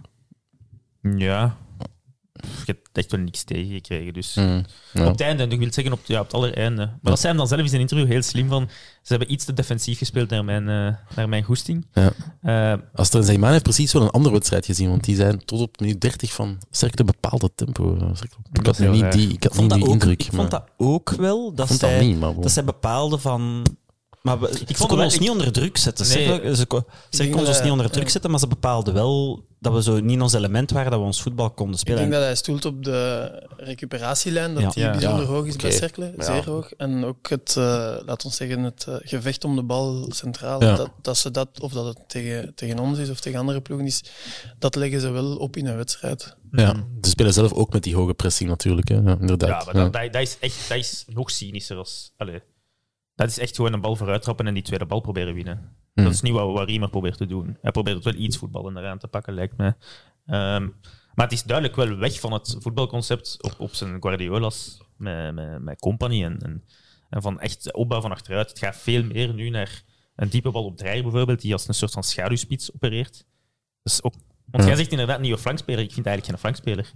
Ja. Je hebt echt wel niks tegengekregen. Dus Ja. op het einde, en ik wil zeggen op het allereinde. Maar dat zei hem dan zelf in zijn interview heel slim van. Ze hebben iets te defensief gespeeld naar mijn goesting. Ja. Aster Zeeman heeft precies wel een andere wedstrijd gezien, want die zijn tot op minuut 30 van Cercle bepaalde tempo. Ik had niet die indruk. Ik vond dat ook wel, dat zij bepaalden van... Maar ze konden ons niet onder druk zetten. Ze konden ons niet onder druk zetten, maar ze bepaalden wel dat we zo niet in ons element waren, dat we ons voetbal konden spelen. Ik denk dat hij stoelt op de recuperatielijn, dat die bijzonder hoog is bij Cercle, zeer hoog. En ook het, laten we zeggen, het gevecht om de bal centraal, dat ze dat, of dat het tegen ons is of tegen andere ploegen is, dat leggen ze wel op in een wedstrijd. Ja, ze spelen zelf ook met die hoge pressing natuurlijk, hè. Ja, inderdaad. Ja, maar dat is nog cynischer als... Dat is echt gewoon een bal vooruit trappen en die tweede bal proberen winnen. Dat is niet wat Riemer probeert te doen. Hij probeert het wel iets voetballen eraan te pakken, lijkt mij. Maar het is duidelijk wel weg van het voetbalconcept op zijn Guardiola's met Company en van echt opbouw van achteruit. Het gaat veel meer nu naar een diepe bal op Dreyer bijvoorbeeld, die als een soort van schaduwspits opereert. Dus ook, want jij zegt inderdaad nieuwe flankspeler. Ik vind eigenlijk geen flankspeler.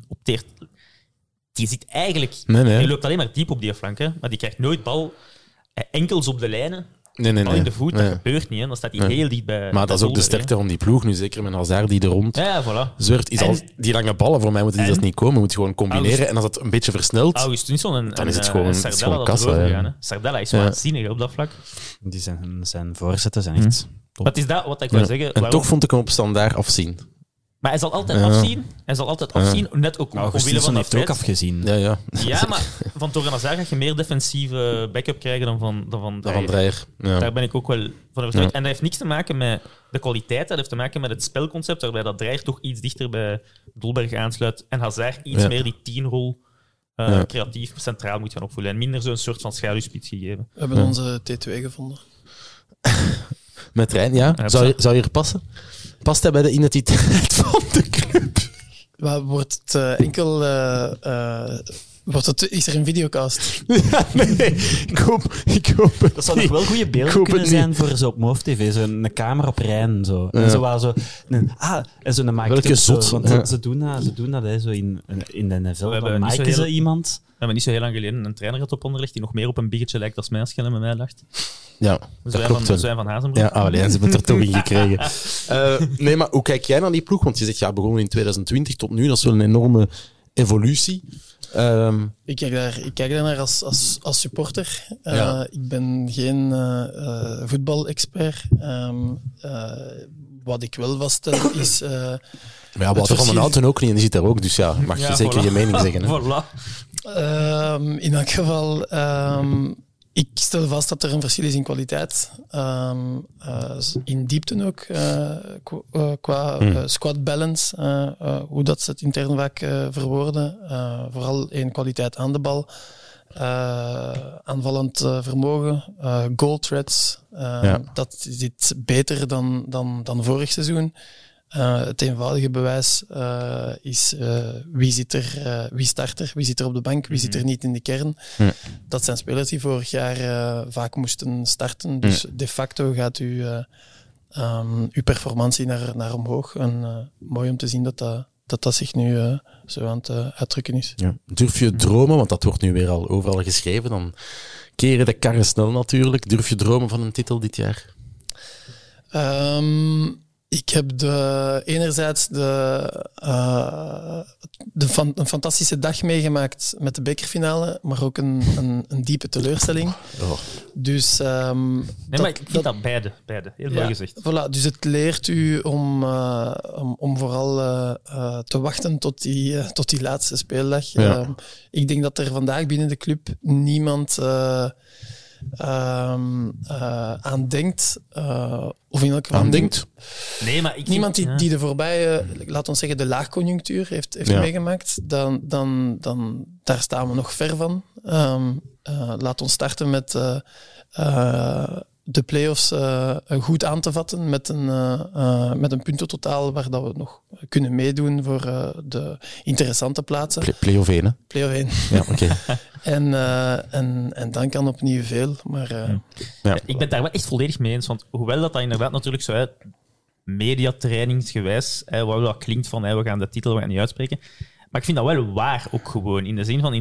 Die zit eigenlijk... Nee. Die loopt alleen maar diep op die flank, hè, maar die krijgt nooit bal... Enkels op de lijnen, nee. in de voet, dat gebeurt niet. Hè. Dan staat hij heel dicht bij... Maar dat is ook de sterkte van die ploeg nu, zeker met Hazard die er rond voilà. zwerft. Die lange ballen, voor mij moeten die dat niet komen. Je moet gewoon combineren en als het een beetje versnelt... Augustinsson dan is het gewoon kassa. Sardella is waanzinnig op dat vlak. Die zijn voorzetten zijn echt... Wat is dat wat ik wil zeggen? En toch vond ik hem op standaard afzien. Maar hij zal altijd afzien. Hij zal altijd afzien. Net ook omwille van heeft ook afgezien. Ja, maar van Torgan Hazard ga je meer defensieve backup krijgen dan van Dreyer. Ja. Daar ben ik ook wel van overtuigd. En dat heeft niks te maken met de kwaliteit. Dat heeft te maken met het spelconcept, waarbij dat Dreyer toch iets dichter bij Dolberg aansluit en Hazard iets meer die 10-rol creatief centraal moet gaan opvoelen. En minder zo'n soort van schaduwspits gegeven. We hebben onze T2 gevonden. Met Rijn, ja. Zou je er passen? Past hij bij de identiteit van de club? Maar wordt het enkel... is er een videocast? Nee, ik hoop het. Dat zou nog wel goede beelden kunnen zijn voor zo op MOVE-TV. Zo'n camera op Rijn. Zo. En zo'n maakt welke zot. Zo, want ze doen dat hè, zo in de NFL. Dan maken ze iemand... We hebben niet zo heel lang geleden een trainer gehad op Anderlecht die nog meer op een biggetje lijkt als mij, als je met mij lacht. Ja, dat klopt wel. Zijn van Hazenbroek. Ja, ze hebben het er toch in gekregen. Nee, maar hoe kijk jij naar die ploeg? Want je zegt, begonnen in 2020 tot nu, dat is wel een enorme evolutie. Ik kijk daar naar als supporter. Ik ben geen voetbalexpert. Wat ik wel vaststel is... maar Wouter van den Houten ook niet, en die zit daar ook, dus mag je zeker je mening zeggen. Hè? In elk geval... ik stel vast dat er een verschil is in kwaliteit. In diepte ook. Qua squad balance. Hoe dat ze het intern vaak verwoorden. Vooral in kwaliteit aan de bal. Aanvallend vermogen. Goal threats. Dat zit beter dan vorig seizoen. Het eenvoudige bewijs is wie start er, wie zit er op de bank, wie zit er niet in de kern. Dat zijn spelers die vorig jaar vaak moesten starten. Dus de facto gaat uw performantie naar omhoog. En mooi om te zien dat zich nu zo aan het uitdrukken is. Ja. Durf je dromen, want dat wordt nu weer al overal geschreven, dan keren de karren snel natuurlijk. Durf je dromen van een titel dit jaar? Ik heb enerzijds een fantastische dag meegemaakt met de bekerfinale, maar ook een diepe teleurstelling. Oh. Dus, maar ik vind dat beide. Heel mooi gezegd. Voilà, dus het leert u om vooral te wachten tot die laatste speeldag. Ja. Ik denk dat er vandaag binnen de club niemand aan denkt. Of in elk geval Nee, maar niemand die de voorbije, laat ons zeggen, de laagconjunctuur heeft meegemaakt. Dan daar staan we nog ver van. Laat ons starten met de play-offs goed aan te vatten met een puntentotaal waar dat we nog kunnen meedoen voor de interessante plaatsen. Play-off 1, hè? Play-off 1. Ja, oké. En dan kan opnieuw veel. Maar, Ik ben het daar wel echt volledig mee eens, want hoewel dat inderdaad natuurlijk zo mediatrainingsgewijs, wat dat klinkt van we gaan de titel we gaan niet uitspreken, maar ik vind dat wel waar ook gewoon, in de zin van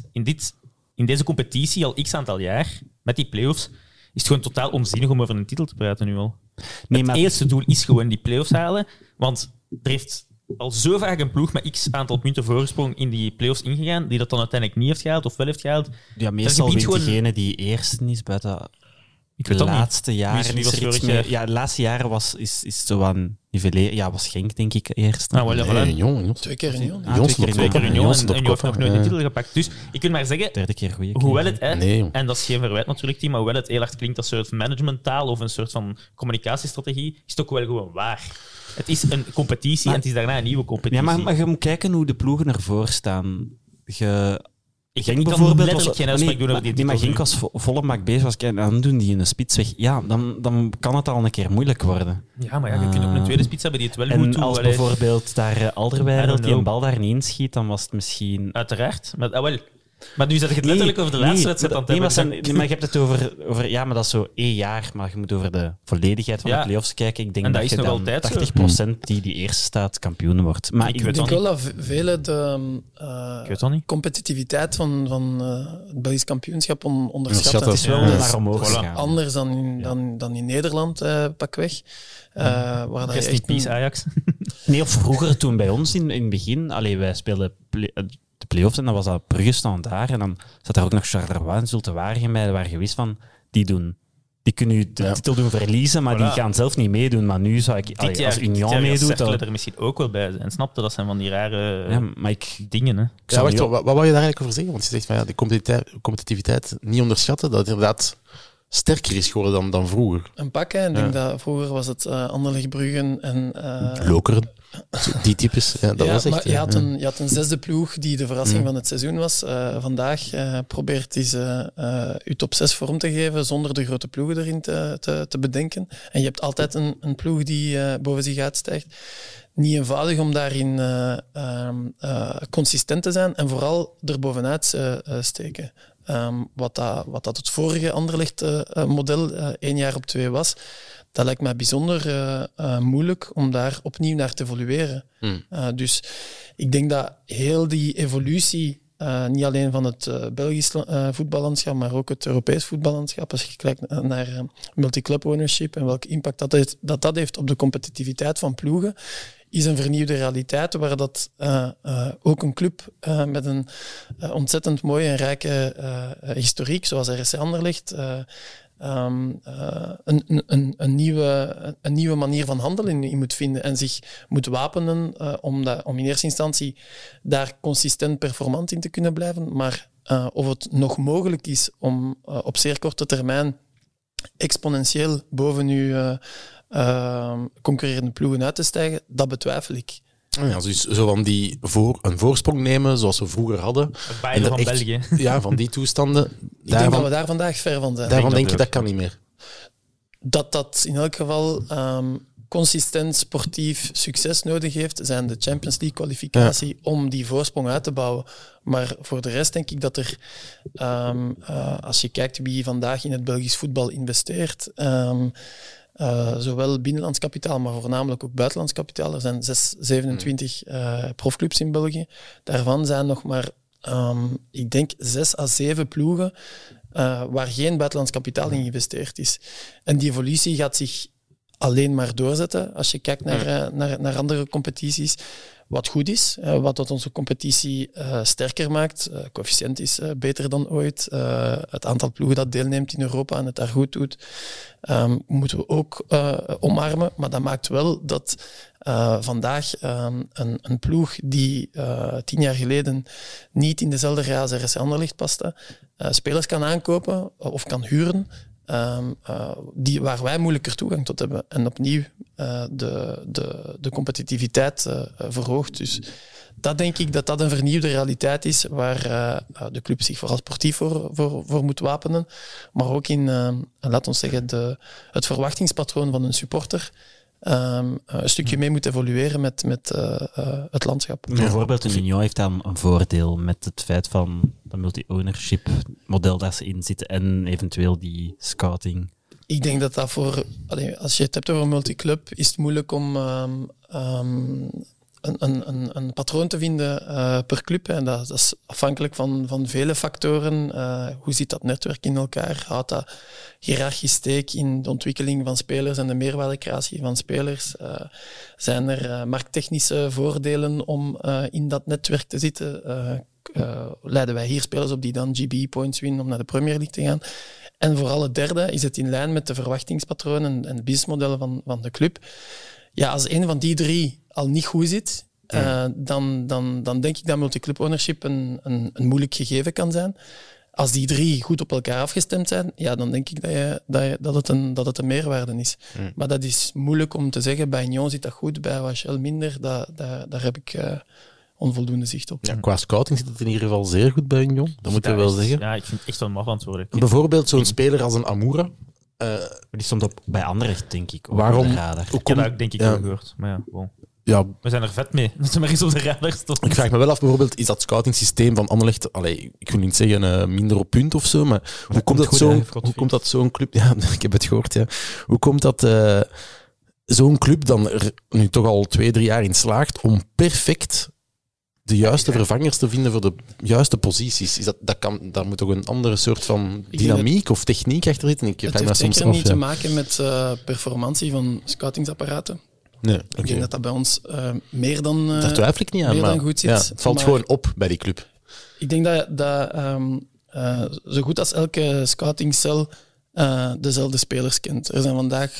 in deze competitie al x aantal jaar, met die play-offs, is het gewoon totaal onzinnig om over een titel te praten nu al. Het eerste doel is gewoon die play-offs halen, want er heeft al zo vaak een ploeg met x aantal punten voorsprong in die play-offs ingegaan, die dat dan uiteindelijk niet heeft gehaald of wel heeft gehaald. Ja, meestal wint degene die eerste is bij de laatste jaren. De laatste jaren is zo aan nivelleren. Ja, was Genk, denk ik, eerst. Union. 2 keer Union. Twee keer Union en Union heeft nog nooit een titel gepakt. Dus ik kan maar zeggen, derde keer goeie hoewel het, en dat is geen verwijt natuurlijk, maar hoewel het heel hard klinkt als een soort managementtaal of een soort van communicatiestrategie, is het ook wel gewoon waar. Het is een competitie en het is daarna een nieuwe competitie. Ja, maar je moet kijken hoe de ploegen ervoor staan. Genk bijvoorbeeld letterlijk geen uitspraak doen over die titel. Maar Genk was volle mak bezig, dan doen die in de spits weg. Ja, dan kan het al een keer moeilijk worden. Ja, maar je kunt ook een tweede spits hebben die het wel goed doet. En als bijvoorbeeld daar Alderweireld die een bal daar niet inschiet, dan was het misschien... Uiteraard. Maar nu zet je het letterlijk over de laatste wedstrijd aan het hebben. Maar je hebt het over... Ja, maar dat is zo 1 jaar, maar je moet over de volledigheid van de play-offs kijken. Ik denk dat je dan 80% die eerste staat kampioen wordt. Maar ik denk wel dat velen de competitiviteit van het Belgisch kampioenschap onderschatten. Het is wel naar omhoog gegaan. Anders dan in Nederland, pakweg. Waar dat echt Ajax. Nee, of vroeger toen bij ons in het begin, wij speelden de play-offs en dan was dat Brugge staan daar en dan zat daar ook nog Charleroi en Zulte Waregem bij, waar je wist van, die kunnen je de titel doen verliezen, maar die gaan zelf niet meedoen. Maar nu zou ik, als Union meedoet... Dit er misschien ook wel bij en snapte, dat zijn van die rare dingen. Hè. Wat wou je daar eigenlijk over zeggen? Want je zegt van de competitiviteit niet onderschatten, dat het inderdaad sterker is geworden dan vroeger. Een pak, hè. Ik denk dat vroeger was het Anderlecht, Brugge en... Lokeren. Die types, dat was echt... Maar je had een 6e ploeg die de verrassing van het seizoen was. Vandaag probeert eens je top 6 vorm te geven zonder de grote ploegen erin te bedenken. En je hebt altijd een ploeg die boven zich uitstijgt. Niet eenvoudig om daarin consistent te zijn en vooral erbovenuit steken. Wat dat het vorige Anderlecht-model 1 jaar op 2 was, dat lijkt mij bijzonder moeilijk om daar opnieuw naar te evolueren. Dus ik denk dat heel die evolutie, niet alleen van het Belgisch voetballandschap, maar ook het Europees voetballandschap, als je kijkt naar multiclub ownership en welke impact dat heeft op de competitiviteit van ploegen, is een vernieuwde realiteit waar dat ook een club met een ontzettend mooie en rijke historiek, zoals RSC Anderlecht, een nieuwe manier van handelen in moet vinden en zich moet wapenen om in eerste instantie daar consistent performant in te kunnen blijven. Maar of het nog mogelijk is om op zeer korte termijn exponentieel boven uw concurrerende ploegen uit te stijgen, dat betwijfel ik. Ja, dus zo van een voorsprong nemen, zoals we vroeger hadden. Het Bayern van België. Ja, van die toestanden. Ik denk dat we daar vandaag ver van zijn. Daarvan denk je, dat kan niet meer. Dat in elk geval consistent sportief succes nodig heeft, zijn de Champions League kwalificatie om die voorsprong uit te bouwen. Maar voor de rest denk ik dat er, als je kijkt wie vandaag in het Belgisch voetbal investeert, zowel binnenlands kapitaal, maar voornamelijk ook buitenlands kapitaal. Er zijn 27 profclubs in België. Daarvan zijn nog maar, ik denk, 6 à 7 ploegen waar geen buitenlands kapitaal in geïnvesteerd is. En die evolutie gaat zich alleen maar doorzetten als je kijkt naar andere competities. Wat goed is, wat dat onze competitie sterker maakt. Coëfficiënt is beter dan ooit. Het aantal ploegen dat deelneemt in Europa en het daar goed doet, moeten we ook omarmen. Maar dat maakt wel dat vandaag een ploeg die 10 jaar geleden niet in dezelfde rij als RSC Anderlecht paste, spelers kan aankopen of kan huren, waar wij moeilijker toegang tot hebben. En opnieuw de competitiviteit verhoogt. Dus dat denk ik dat een vernieuwde realiteit is waar de club zich vooral sportief voor moet wapenen. Maar ook in, laat ons zeggen, het verwachtingspatroon van een supporter een stukje mee moet evolueren met het landschap. Bijvoorbeeld een Union heeft dan een voordeel met het feit van dat multi-ownership model dat ze in zitten en eventueel die scouting. Ik denk dat als je het hebt over multiclub, is het moeilijk om een patroon te vinden per club. En dat is afhankelijk van vele factoren. Hoe zit dat netwerk in elkaar? Houdt dat hiërarchisch steek in de ontwikkeling van spelers en de meerwaardecreatie van spelers? Zijn er markttechnische voordelen om in dat netwerk te zitten? Leiden wij hier spelers op die dan GB-points winnen om naar de Premier League te gaan? En vooral het derde, is het in lijn met de verwachtingspatronen en businessmodellen van de club? Ja, als een van die 3 al niet goed zit, dan denk ik dat multiclub ownership een moeilijk gegeven kan zijn. Als die 3 goed op elkaar afgestemd zijn, ja, dan denk ik dat het een meerwaarde is. Maar dat is moeilijk om te zeggen. Bij Union zit dat goed, bij OHL minder. Daar heb ik onvoldoende zicht op. Ja, qua scouting zit het in ieder geval zeer goed bij Union. Dat moeten we wel zeggen. Ja, ik vind het echt wel mafantwoordelijk. Bijvoorbeeld zo'n speler als een Amoura. Die stond bij Anderlecht, denk ik. Waarom? Op de radar. Ik heb dat denk ik wel gehoord. Maar ja, wow. Ja, we zijn er vet mee dat ze maar eens op de radar stond. Ik vraag me wel af, bijvoorbeeld, is dat scouting-systeem van Anderlecht, ik wil niet zeggen minder op punt of zo, maar hoe komt dat zo'n club... Ja, ik heb het gehoord, ja. Hoe komt dat zo'n club dan er nu toch al 2-3 jaar in slaagt om perfect de juiste vervangers te vinden voor de juiste posities? Daar moet toch een andere soort van dynamiek of techniek achter zitten? Het heeft zeker niet te maken met performantie van scoutingsapparaten. Nee, Ik denk dat dat bij ons meer dan daar twijfel ik niet aan, maar goed zit. Ja, het valt gewoon op bij die club. Ik denk dat zo goed als elke scoutingcel dezelfde spelers kent. Er zijn vandaag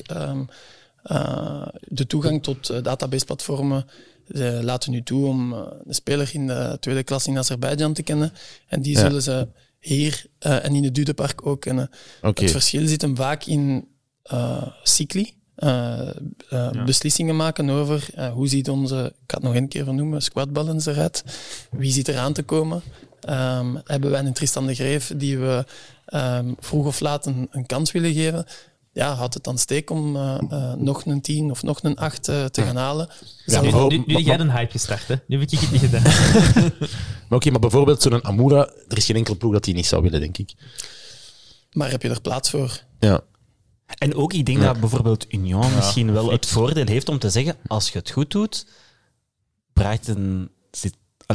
de toegang tot database-platformen laten nu toe om een speler in de tweede klas in Azerbeidzjan te kennen. En die zullen ze hier en in het Dudepark ook kennen. Het verschil zit hem vaak in cycli. Beslissingen maken over hoe ziet onze, ik ga het nog een keer vernoemen, squad balance eruit. Wie zit er aan te komen? Hebben wij een Tristan de Greef die we vroeg of laat een kans willen geven? Ja, houdt het dan steek om nog een 10 of nog een 8 te gaan halen? Ja, nu heb jij een hype gestart, hè? Nu heb ik het niet gedaan. maar bijvoorbeeld zo'n Amoura, er is geen enkele ploeg dat hij niet zou willen, denk ik. Maar heb je er plaats voor? Ja. En ook, ik denk dat bijvoorbeeld Union misschien wel het voordeel heeft om te zeggen, als je het goed doet, Brighton zit...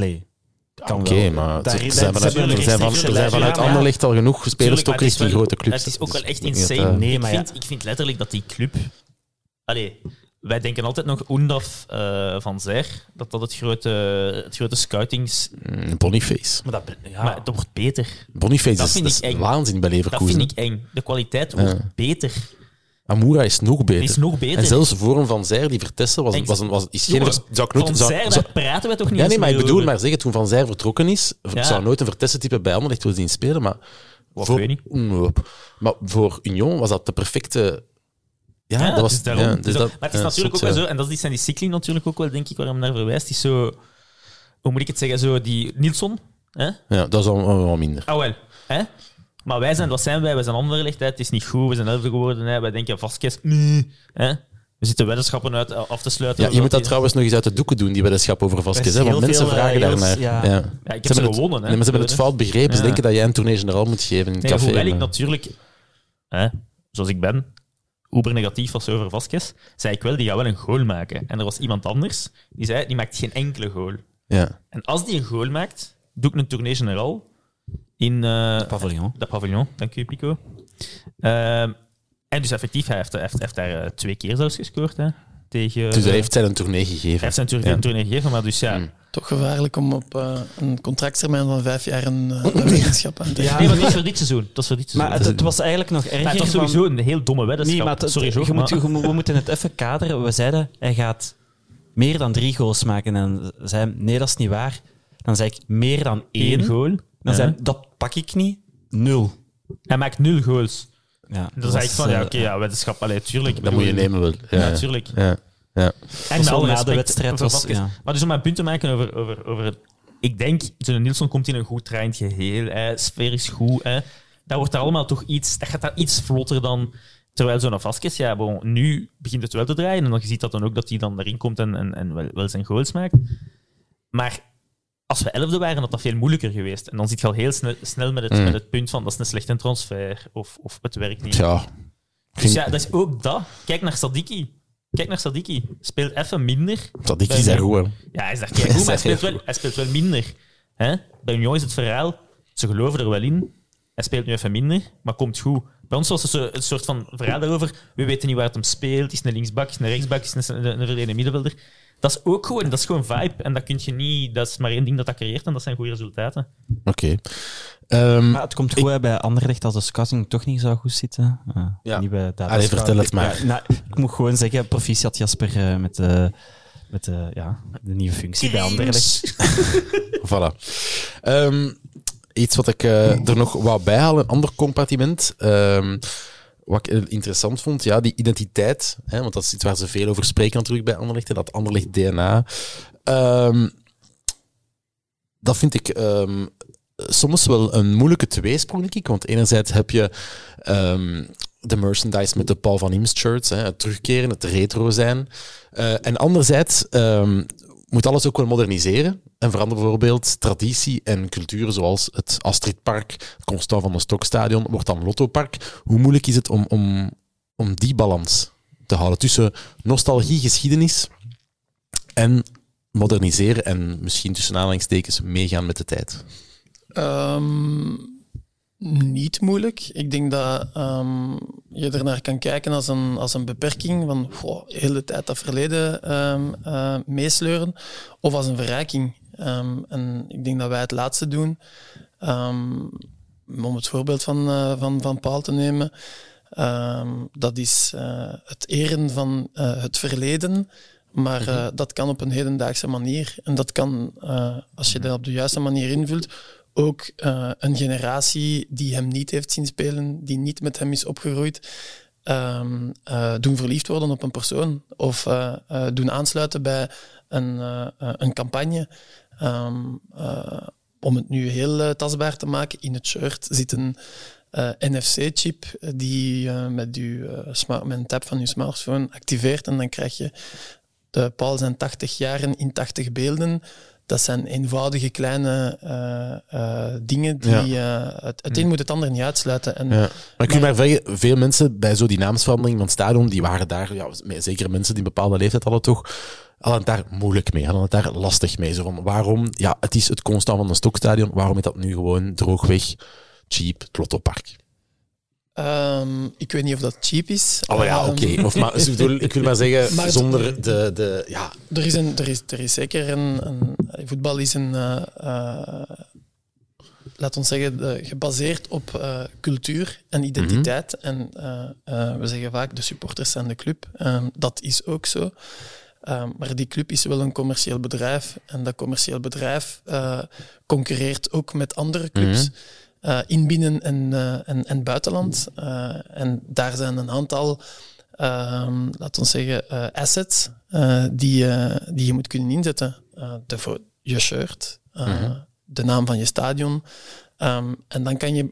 maar er zijn vanuit Anderlecht al genoeg spelers toch richting grote clubs. Het is ook wel echt insane. Ik vind letterlijk dat die club... wij denken altijd nog Oendaf van Zijr, dat het grote scoutings... Boniface. Maar dat wordt beter. Boniface is waanzin bij Leverkusen. Dat vind ik eng. De kwaliteit wordt beter. Amoura is nog beter. En zelfs Vorm van Zijr, die Vertessen, is geen... Van Zijr, daar praten we toch niet eens maar ik bedoel, maar zeggen, toen Van Zijr vertrokken is, ik zou nooit een Vertessen-type bij Anderlecht willen zien spelen, maar... Maar voor Union was dat de perfecte... Ja, dat was daarom. Maar het is natuurlijk ook wel zo, en dat zijn die cycling natuurlijk ook wel, denk ik, waar hem naar verwijst, die zo... Hoe moet ik het zeggen? Zo die Nilsson. Hè? Ja, dat is al minder. Wel. Hè? Maar wat zijn wij? Wij zijn Anderlecht, het is niet goed, we zijn 11 geworden, hè? Wij denken Vasquez, hè? We zitten weddenschappen af te sluiten. Ja, je moet dat trouwens nog eens uit de doeken doen, die weddenschap over Vasquez. Hè, want mensen vragen daarnaar. Ja, ik heb ze gewonnen. Maar ze hebben het fout begrepen. Ze denken dat jij een tournee-generaal moet geven in het café. Hoewel ik natuurlijk, zoals ik ben, uber negatief was over Vasquez, zei ik wel, die gaat wel een goal maken. En er was iemand anders, die zei, die maakt geen enkele goal. Ja. En als die een goal maakt, doe ik een tournee-generaal in de paviljoen. Dank u, Pico. En dus effectief, hij heeft daar 2 keer zelfs gescoord. Hè, tegen, dus hij heeft zijn een tournee gegeven. Hij heeft zijn tournee gegeven, maar dus ja... Toch gevaarlijk om op een contracttermijn van 5 jaar een weddenschap aan te Nee, maar dat is voor dit seizoen. Maar het was eigenlijk nog erger. Het was sowieso een heel domme weddenschap. We moeten het even kaderen. We zeiden, hij gaat meer dan 3 goals maken. En zei nee, dat is niet waar. Dan zei ik, meer dan 1 goal. Dan zei dat pak ik niet. 0. Hij maakt 0 goals. Ja, dan zei ik van, weddenschap, tuurlijk. Dat moet je nemen wel. Ja, natuurlijk. Ja. En al na de wedstrijd was... Maar dus om mijn punt te maken over het... Ik denk, Zune Nilsson komt in een goed traaind geheel. Sfeer is goed. Dat wordt daar allemaal toch iets... Dat gaat daar iets vlotter dan... Terwijl zo'n Vasquez, nu begint het wel te draaien. En dan je ziet dat dan ook dat hij dan erin komt en wel zijn goals maakt. Maar als we 11e waren, had dat veel moeilijker geweest. En dan zit je al heel snel met het punt van dat is een slechte transfer of het werkt niet. Ja. Dus dat is ook dat. Kijk naar Sadiki. Speelt even minder. Sadiki is daar goed, hè? Ja, hij is daar keigoed, maar hij speelt wel minder. Hè? Bij Union is het verhaal, ze geloven er wel in. Hij speelt nu even minder, maar komt goed. Bij ons was het een soort van verhaal daarover. We weten niet waar het hem speelt. Is een linksbak, is een rechtsbak, is een verdedigende middenvelder. Dat is ook gewoon, dat is gewoon vibe. En dat kun je niet... Dat is maar één ding dat creëert en dat zijn goede resultaten. Oké. Maar het komt goed bij Anderlecht als de scouting toch niet zou goed zitten. Vertel het maar. Ik moet gewoon zeggen, proficiat Jasper met de nieuwe functie bij Anderlecht. Voilà. Iets wat ik er nog wou bijhalen, een ander compartiment. Wat ik interessant vond, die identiteit. Want dat is iets waar ze veel over spreken natuurlijk bij Anderlecht. Dat Anderlecht DNA. Dat vind ik soms wel een moeilijke tweesprong, denk ik. Want enerzijds heb je de merchandise met de Paul van Imst shirts. Het terugkeren, het retro zijn. En anderzijds moet alles ook wel moderniseren. En veranderen bijvoorbeeld traditie en cultuur, zoals het Astridpark, het Constant van de Stokstadion, wordt dan Lottopark. Hoe moeilijk is het om die balans te houden tussen nostalgie, geschiedenis en moderniseren en misschien tussen aanhalingstekens meegaan met de tijd? Niet moeilijk. Ik denk dat je ernaar kan kijken als een beperking van de hele tijd dat verleden meesleuren, of als een verrijking. En ik denk dat wij het laatste doen. Om het voorbeeld van Paul te nemen, dat is het eren van het verleden, maar dat kan op een hedendaagse manier. En dat kan, als je dat op de juiste manier invult, ook een generatie die hem niet heeft zien spelen, die niet met hem is opgegroeid, doen verliefd worden op een persoon of doen aansluiten bij een campagne. Om het nu heel tastbaar te maken, in het shirt zit een NFC-chip die met een tap van je smartphone activeert en dan krijg je de Paul zijn 80 jaren in 80 beelden. Dat zijn eenvoudige kleine dingen die... Het een moet het ander niet uitsluiten. En, maar ik kun maar zeggen, veel mensen bij zo die naamsverandering van het stadion, die waren daar, zeker mensen die een bepaalde leeftijd hadden het daar moeilijk mee, hadden het daar lastig mee. Zo van, waarom? Ja, het is het Constant van een Stokstadion, waarom is dat nu gewoon droogweg, cheap, het Lottopark? Ik weet niet of dat cheap is. Oké. Ik wil maar zeggen, maar zonder de ja. Er is zeker voetbal is laat ons zeggen, gebaseerd op cultuur en identiteit. En we zeggen vaak, de supporters zijn de club. Dat is ook zo. Maar die club is wel een commercieel bedrijf. En dat commercieel bedrijf concurreert ook met andere clubs. In binnen- en buitenland. En daar zijn een aantal, laten we zeggen, assets die je moet kunnen inzetten. Je shirt, de naam van je stadion. En dan kan je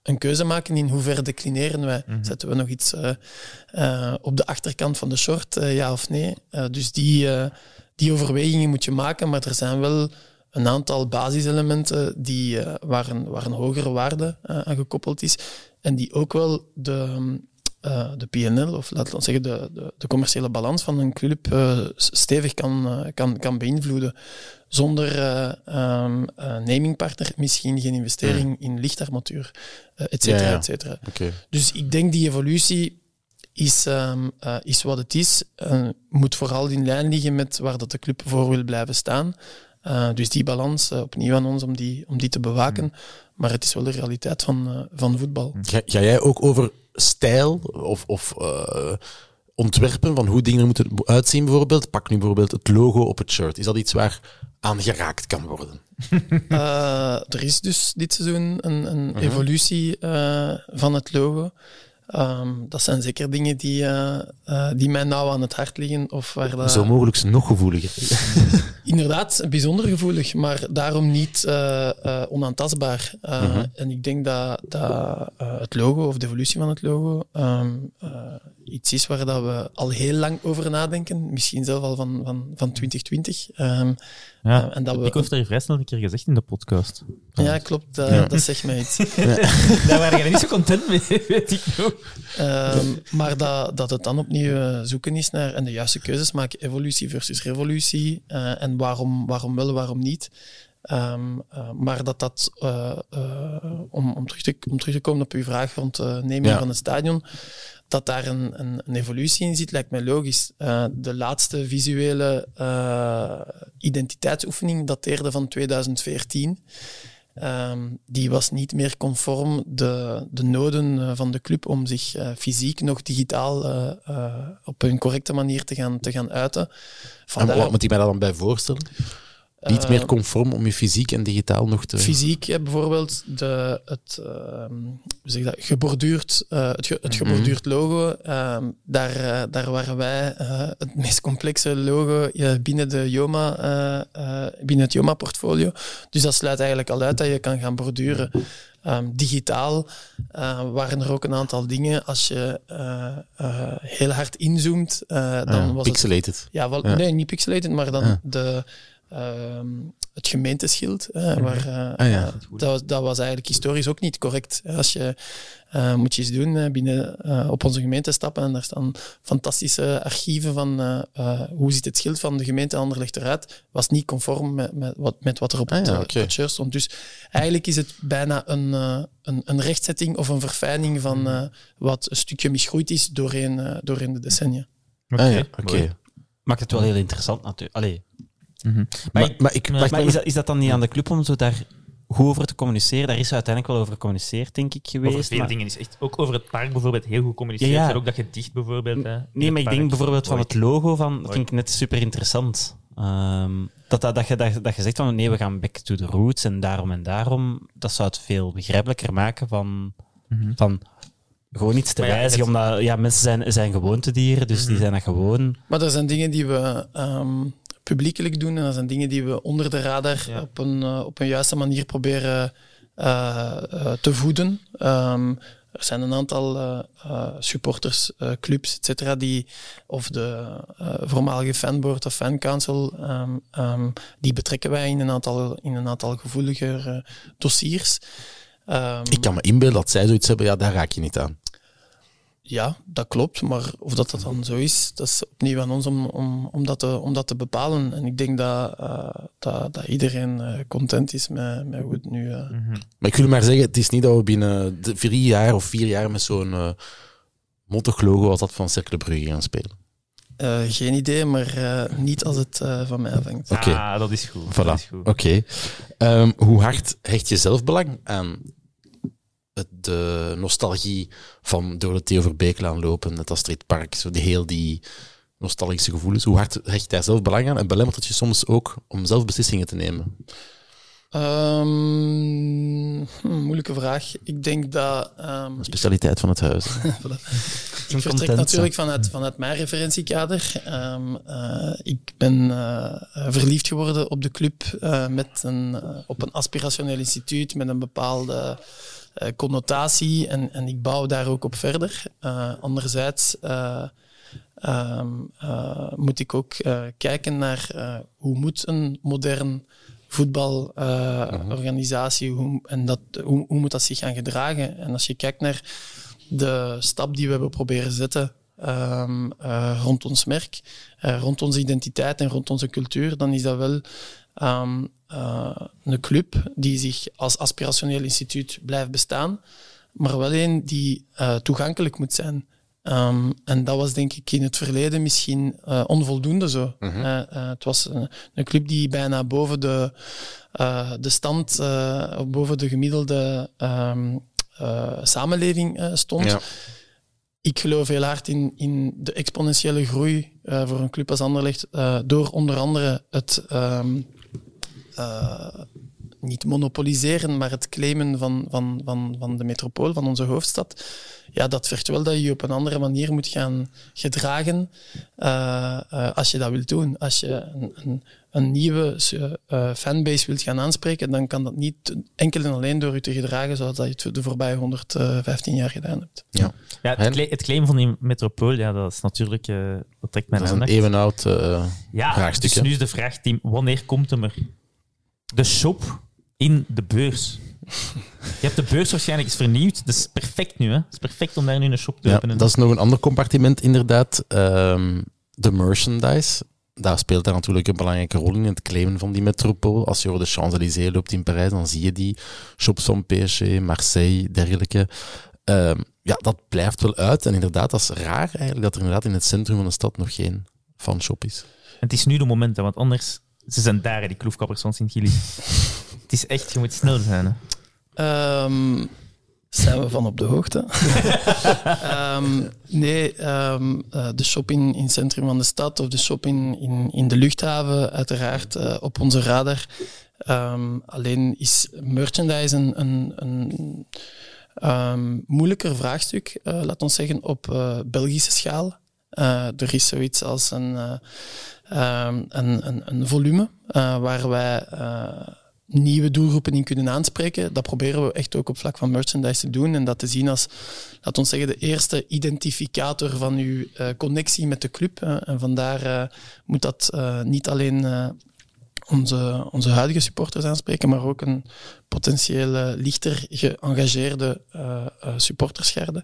een keuze maken in hoe ver declineren wij. Zetten we nog iets op de achterkant van de short, ja of nee? Dus die overwegingen moet je maken, maar er zijn wel een aantal basiselementen waar een hogere waarde aan gekoppeld is en die ook wel de PNL, of laten we zeggen de commerciële balans van een club stevig kan beïnvloeden. Zonder namingpartner misschien geen investering in lichtarmatuur, et cetera, et cetera. Okay. Dus ik denk die evolutie is wat het is. Moet vooral in lijn liggen met waar dat de club voor wil blijven staan. Dus die balans, opnieuw aan ons om die te bewaken. Maar het is wel de realiteit van voetbal. Ga jij ook over stijl of ontwerpen van hoe dingen er moeten uitzien bijvoorbeeld? Pak nu bijvoorbeeld het logo op het shirt. Is dat iets waar aan geraakt kan worden? Er is dus dit seizoen een evolutie van het logo. Dat zijn zeker dingen die mij nauw aan het hart liggen. Of waar dat... Zo mogelijk nog gevoeliger. Inderdaad, bijzonder gevoelig, maar daarom niet onaantastbaar. En ik denk dat het logo, of de evolutie van het logo, iets is waar dat we al heel lang over nadenken. Misschien zelf al van 2020. En dat ik heb er vrij snel een keer gezegd in de podcast. Ja, klopt. Dat zegt mij iets. Daar waren jij niet zo content mee, weet ik nog. Maar dat het dan opnieuw zoeken is naar en de juiste keuzes maken, evolutie versus revolutie, en waarom wel, waarom niet. Maar om terug te komen op uw vraag rond de naming van het stadion, dat daar een evolutie in zit, lijkt mij logisch. De laatste visuele identiteitsoefening dateerde van 2014. Die was niet meer conform de noden van de club om zich fysiek nog digitaal op een correcte manier te gaan uiten. En wat moet je mij daar dan bij voorstellen? Niet meer conform om je fysiek en digitaal nog te... Fysiek, bijvoorbeeld het geborduurd logo. Daar waren wij het meest complexe logo binnen het Joma-portfolio. Dus dat sluit eigenlijk al uit dat je kan gaan borduren. Digitaal waren er ook een aantal dingen. Als je heel hard inzoomt, dan was pixelated. het... Nee, niet pixelated, maar dan het gemeenteschild. Dat was eigenlijk historisch ook niet correct. Als je moet je eens doen, op onze gemeente stappen en daar staan fantastische archieven van hoe ziet het schild van de gemeente Anderlecht eruit, was niet conform met wat er op het shirt stond. Dus eigenlijk is het bijna een rechtzetting of een verfijning van wat een stukje misgroeid is doorheen de decennia. Maakt het wel heel interessant natuurlijk. Allee. Maar is dat dan niet aan de club om zo daar goed over te communiceren? Daar is uiteindelijk wel over gecommuniceerd, denk ik, geweest. Over veel dingen is echt, ook over het park bijvoorbeeld, heel goed gecommuniceerd. Ja. Ook dat gedicht bijvoorbeeld. Nee, maar ik denk bijvoorbeeld van het logo, dat vind ik net super interessant. Dat je zegt van nee, we gaan back to the roots en daarom, dat zou het veel begrijpelijker maken van gewoon iets te wijzigen, omdat mensen zijn gewoontedieren, dus die zijn dat gewoon. Maar er zijn dingen die we publiekelijk doen en dat zijn dingen die we onder de radar op een juiste manier proberen te voeden. Er zijn een aantal supporters, clubs, et cetera, of de voormalige fanboard of fancouncil, die betrekken wij in een aantal gevoeliger dossiers. Ik kan me inbeelden dat zij zoiets hebben, daar raak je niet aan. Ja, dat klopt, maar of dat dan zo is, dat is opnieuw aan ons om dat te bepalen. En ik denk dat iedereen content is met hoe het nu... Maar ik wil maar zeggen, het is niet dat we binnen 3 jaar of 4 jaar met zo'n mottig logo als dat van Cercle Brugge gaan spelen. Geen idee, maar niet als het van mij afhangt. Okay. Dat is goed. Voilà. Oké. Hoe hard hecht je zelf belang aan de nostalgie van door de Theo Verbeeklaan lopen, het Astridpark, die nostalgische gevoelens? Hoe hard hecht je daar zelf belang aan en belemmert het je soms ook om zelf beslissingen te nemen? Moeilijke vraag. Ik denk dat... de specialiteit van het huis. Ik vertrek natuurlijk vanuit mijn referentiekader. Ik ben verliefd geworden op de club op een aspirationeel instituut met een bepaalde connotatie en ik bouw daar ook op verder. Anderzijds moet ik ook kijken naar hoe moet een modern voetbalorganisatie, hoe moet dat zich gaan gedragen. En als je kijkt naar de stap die we hebben proberen zetten rond ons merk, rond onze identiteit en rond onze cultuur, dan is dat wel een club die zich als aspirationeel instituut blijft bestaan, maar wel een die toegankelijk moet zijn. En dat was denk ik in het verleden misschien onvoldoende zo. Het was een club die bijna boven de stand, boven de gemiddelde samenleving stond. Ja. Ik geloof heel hard in de exponentiële groei voor een club als Anderlecht, door onder andere het niet monopoliseren, maar het claimen van de metropool, van onze hoofdstad. Ja, dat vergt wel dat je je op een andere manier moet gaan gedragen als je dat wilt doen. Als je een nieuwe fanbase wilt gaan aanspreken, dan kan dat niet enkel en alleen door je te gedragen zoals dat je het de voorbije 115 jaar gedaan hebt. Ja, het claim van die metropool, ja, dat is natuurlijk... dat trekt mijn aandacht. Dat is een eeuwenoud vraagstuk. Dus nu is de vraag, Tim, wanneer komt hem er? De shop in de beurs. Je hebt de beurs waarschijnlijk eens vernieuwd. Dat is perfect nu, hè? Het is perfect om daar nu een shop te openen. Dat is nog een ander compartiment, inderdaad. De merchandise. Daar speelt daar natuurlijk een belangrijke rol in het claimen van die metropool. Als je over de Champs-Élysées loopt in Parijs, dan zie je die shops van PSG, Marseille, dergelijke. Dat blijft wel uit. En inderdaad, dat is raar eigenlijk, dat er inderdaad in het centrum van de stad nog geen fanshop is. En het is nu de moment, hè, want anders... Ze zijn daar, die kloefkappers van Sint-Gilles. Het is echt, je moet snel zijn. Hè. Zijn we van op de hoogte? De shop in het centrum van de stad of de shop in de luchthaven, uiteraard op onze radar. Alleen is merchandise een moeilijker vraagstuk, laat ons zeggen, op Belgische schaal. Er is zoiets als een volume waar wij nieuwe doelgroepen in kunnen aanspreken. Dat proberen we echt ook op vlak van merchandise te doen en dat te zien als, laat ons zeggen, de eerste identificator van uw connectie met de club. En vandaar moet dat niet alleen onze huidige supporters aanspreken, maar ook een potentieel lichter geëngageerde supportersgarde.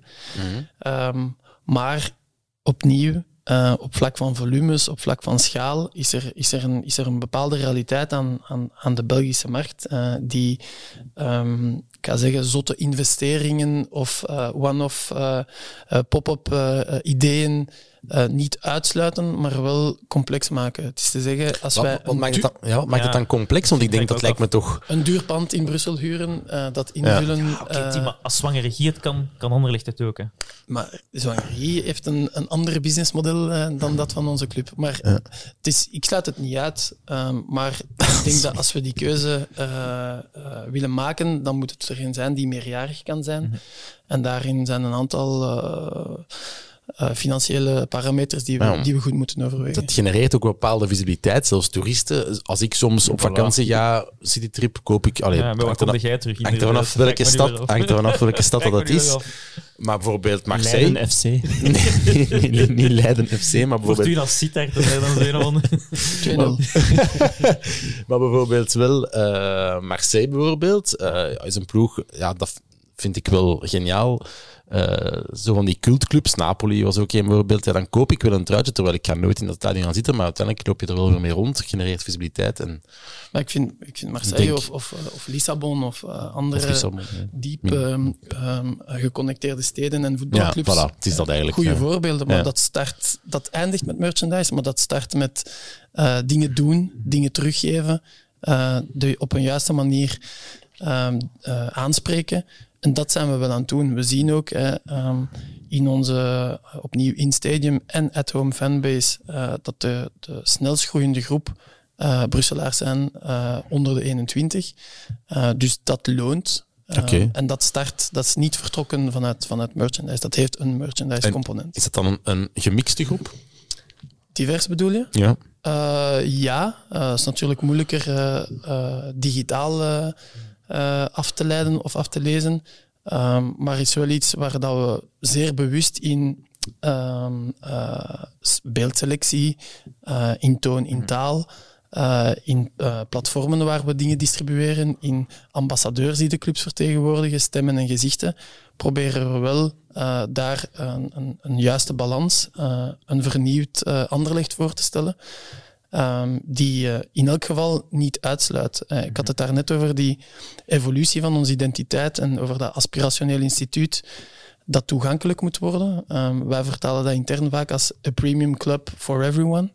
Maar opnieuw, op vlak van volumes, op vlak van schaal, is er een bepaalde realiteit aan de Belgische markt die, ik ga zeggen, zotte investeringen of one-off pop-up ideeën niet uitsluiten, maar wel complex maken. Het is te zeggen, als wij... Wat maakt het dan complex? Want ik denk dat lijkt me toch... Een duur pand in Brussel huren, dat invullen... Ja. Maar als Zwangeregie het kan Anderlecht het ook. Hè. Maar Zwangeregie heeft een ander businessmodel dan dat van onze club. Maar ik sluit het niet uit. Maar ik denk dat als we die keuze willen maken, dan moet het er een zijn die meerjarig kan zijn. En daarin zijn een aantal... financiële parameters die we goed moeten overwegen. Dat genereert ook een bepaalde visibiliteit, zelfs toeristen. Als ik soms op vakantie ga, citytrip, koop ik... Hangt er vanaf welke stad dat is. Maar bijvoorbeeld Marseille... Leiden FC. Nee, niet Leiden FC, maar bijvoorbeeld... Fortuna Sittard, dat zijn dan 2-0. Maar bijvoorbeeld wel Marseille bijvoorbeeld, is een ploeg, dat vind ik wel geniaal. Zo van die cultclubs, Napoli was ook een voorbeeld. Ja, dan koop ik wel een truitje, terwijl ik ga nooit in dat stadion gaan zitten, maar uiteindelijk loop je er wel weer mee rond, genereert visibiliteit. Maar ik vind Marseille of Lissabon of andere diep geconnecteerde steden en voetbalclubs. Ja, voilà, het is dat eigenlijk. Goede voorbeelden, maar dat eindigt met merchandise, maar dat start met dingen doen, dingen teruggeven, op een juiste manier aanspreken. En dat zijn we wel aan het doen. We zien ook in onze opnieuw in-stadium en at-home fanbase dat de snelst groeiende groep Brusselaars zijn onder de 21. Dus dat loont. En dat is niet vertrokken vanuit merchandise. Dat heeft een merchandise-component. Is dat dan een gemixte groep? Divers bedoel je? Ja. Het is natuurlijk moeilijker digitaal af te leiden of af te lezen. Maar is wel iets waar dat we zeer bewust in beeldselectie, in toon, in taal, in platformen waar we dingen distribueren, in ambassadeurs die de clubs vertegenwoordigen, stemmen en gezichten, proberen we wel daar een juiste balans, een vernieuwd Anderlecht voor te stellen, die in elk geval niet uitsluit. Ik had het daar net over die evolutie van onze identiteit en over dat aspirationeel instituut dat toegankelijk moet worden. Wij vertalen dat intern vaak als a premium club for everyone.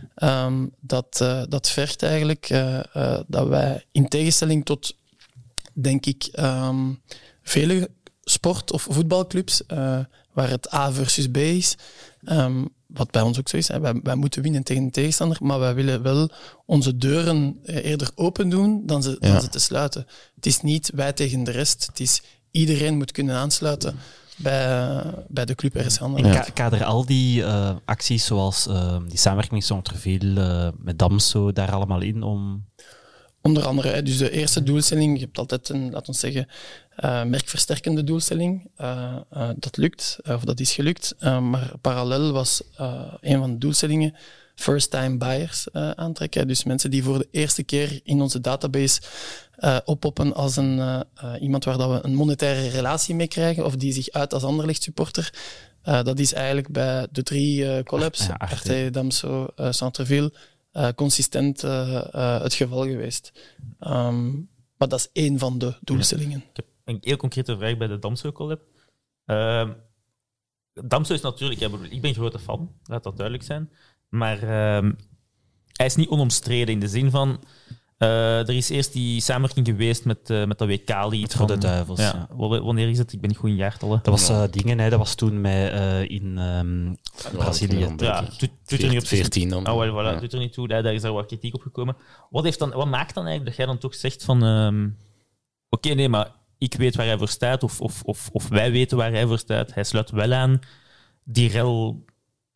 Dat vergt eigenlijk dat wij, in tegenstelling tot, denk ik, vele sport- of voetbalclubs, waar het A versus B is, wat bij ons ook zo is. Wij moeten winnen tegen een tegenstander, maar wij willen wel onze deuren eerder open doen dan ze te sluiten. Het is niet wij tegen de rest. Het is iedereen moet kunnen aansluiten bij de club RC Anderlecht. Kader al die acties, zoals die samenwerking met Centreville, met Damso, daar allemaal in om... Onder andere, dus de eerste doelstelling, je hebt altijd een, laten we zeggen, merkversterkende doelstelling. Dat lukt, of dat is gelukt. Maar parallel was een van de doelstellingen first-time buyers aantrekken. Dus mensen die voor de eerste keer in onze database oppoppen als iemand waar dat we een monetaire relatie mee krijgen, of die zich uit als Anderlecht-supporter. Dat is eigenlijk bij de 3 collabs, Arte, Damso, Centreville, consistent het geval geweest. Maar dat is één van de doelstellingen. Ik heb een heel concrete vraag bij de Damso collab. Damso is natuurlijk... ik ben een grote fan, laat dat duidelijk zijn. Maar hij is niet onomstreden in de zin van... er is eerst die samenwerking geweest met dat WK-lied. Voor de Duivels. Ja. Wanneer is het? Ik ben niet goed in jaartallen. Dat was dingen, hè. Dat was toen in Brazilië. Ja, doet er niet op 14 dan. Oh, voilà, doet er niet toe. Daar is er wat kritiek op gekomen. Wat maakt dan eigenlijk dat jij dan toch zegt van... Oké, nee, maar ik weet waar hij voor staat, of wij weten waar hij voor staat. Hij sluit wel aan. Die rel...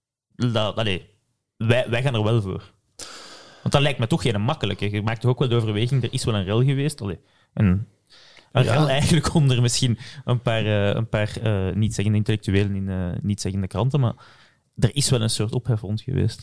Wij gaan er wel voor. Want dat lijkt me toch geen makkelijke. Je maakt toch ook wel de overweging, er is wel een rel geweest. Een rel eigenlijk onder misschien een paar niet-zeggende intellectuelen in niet-zeggende kranten, maar er is wel een soort ophefront geweest.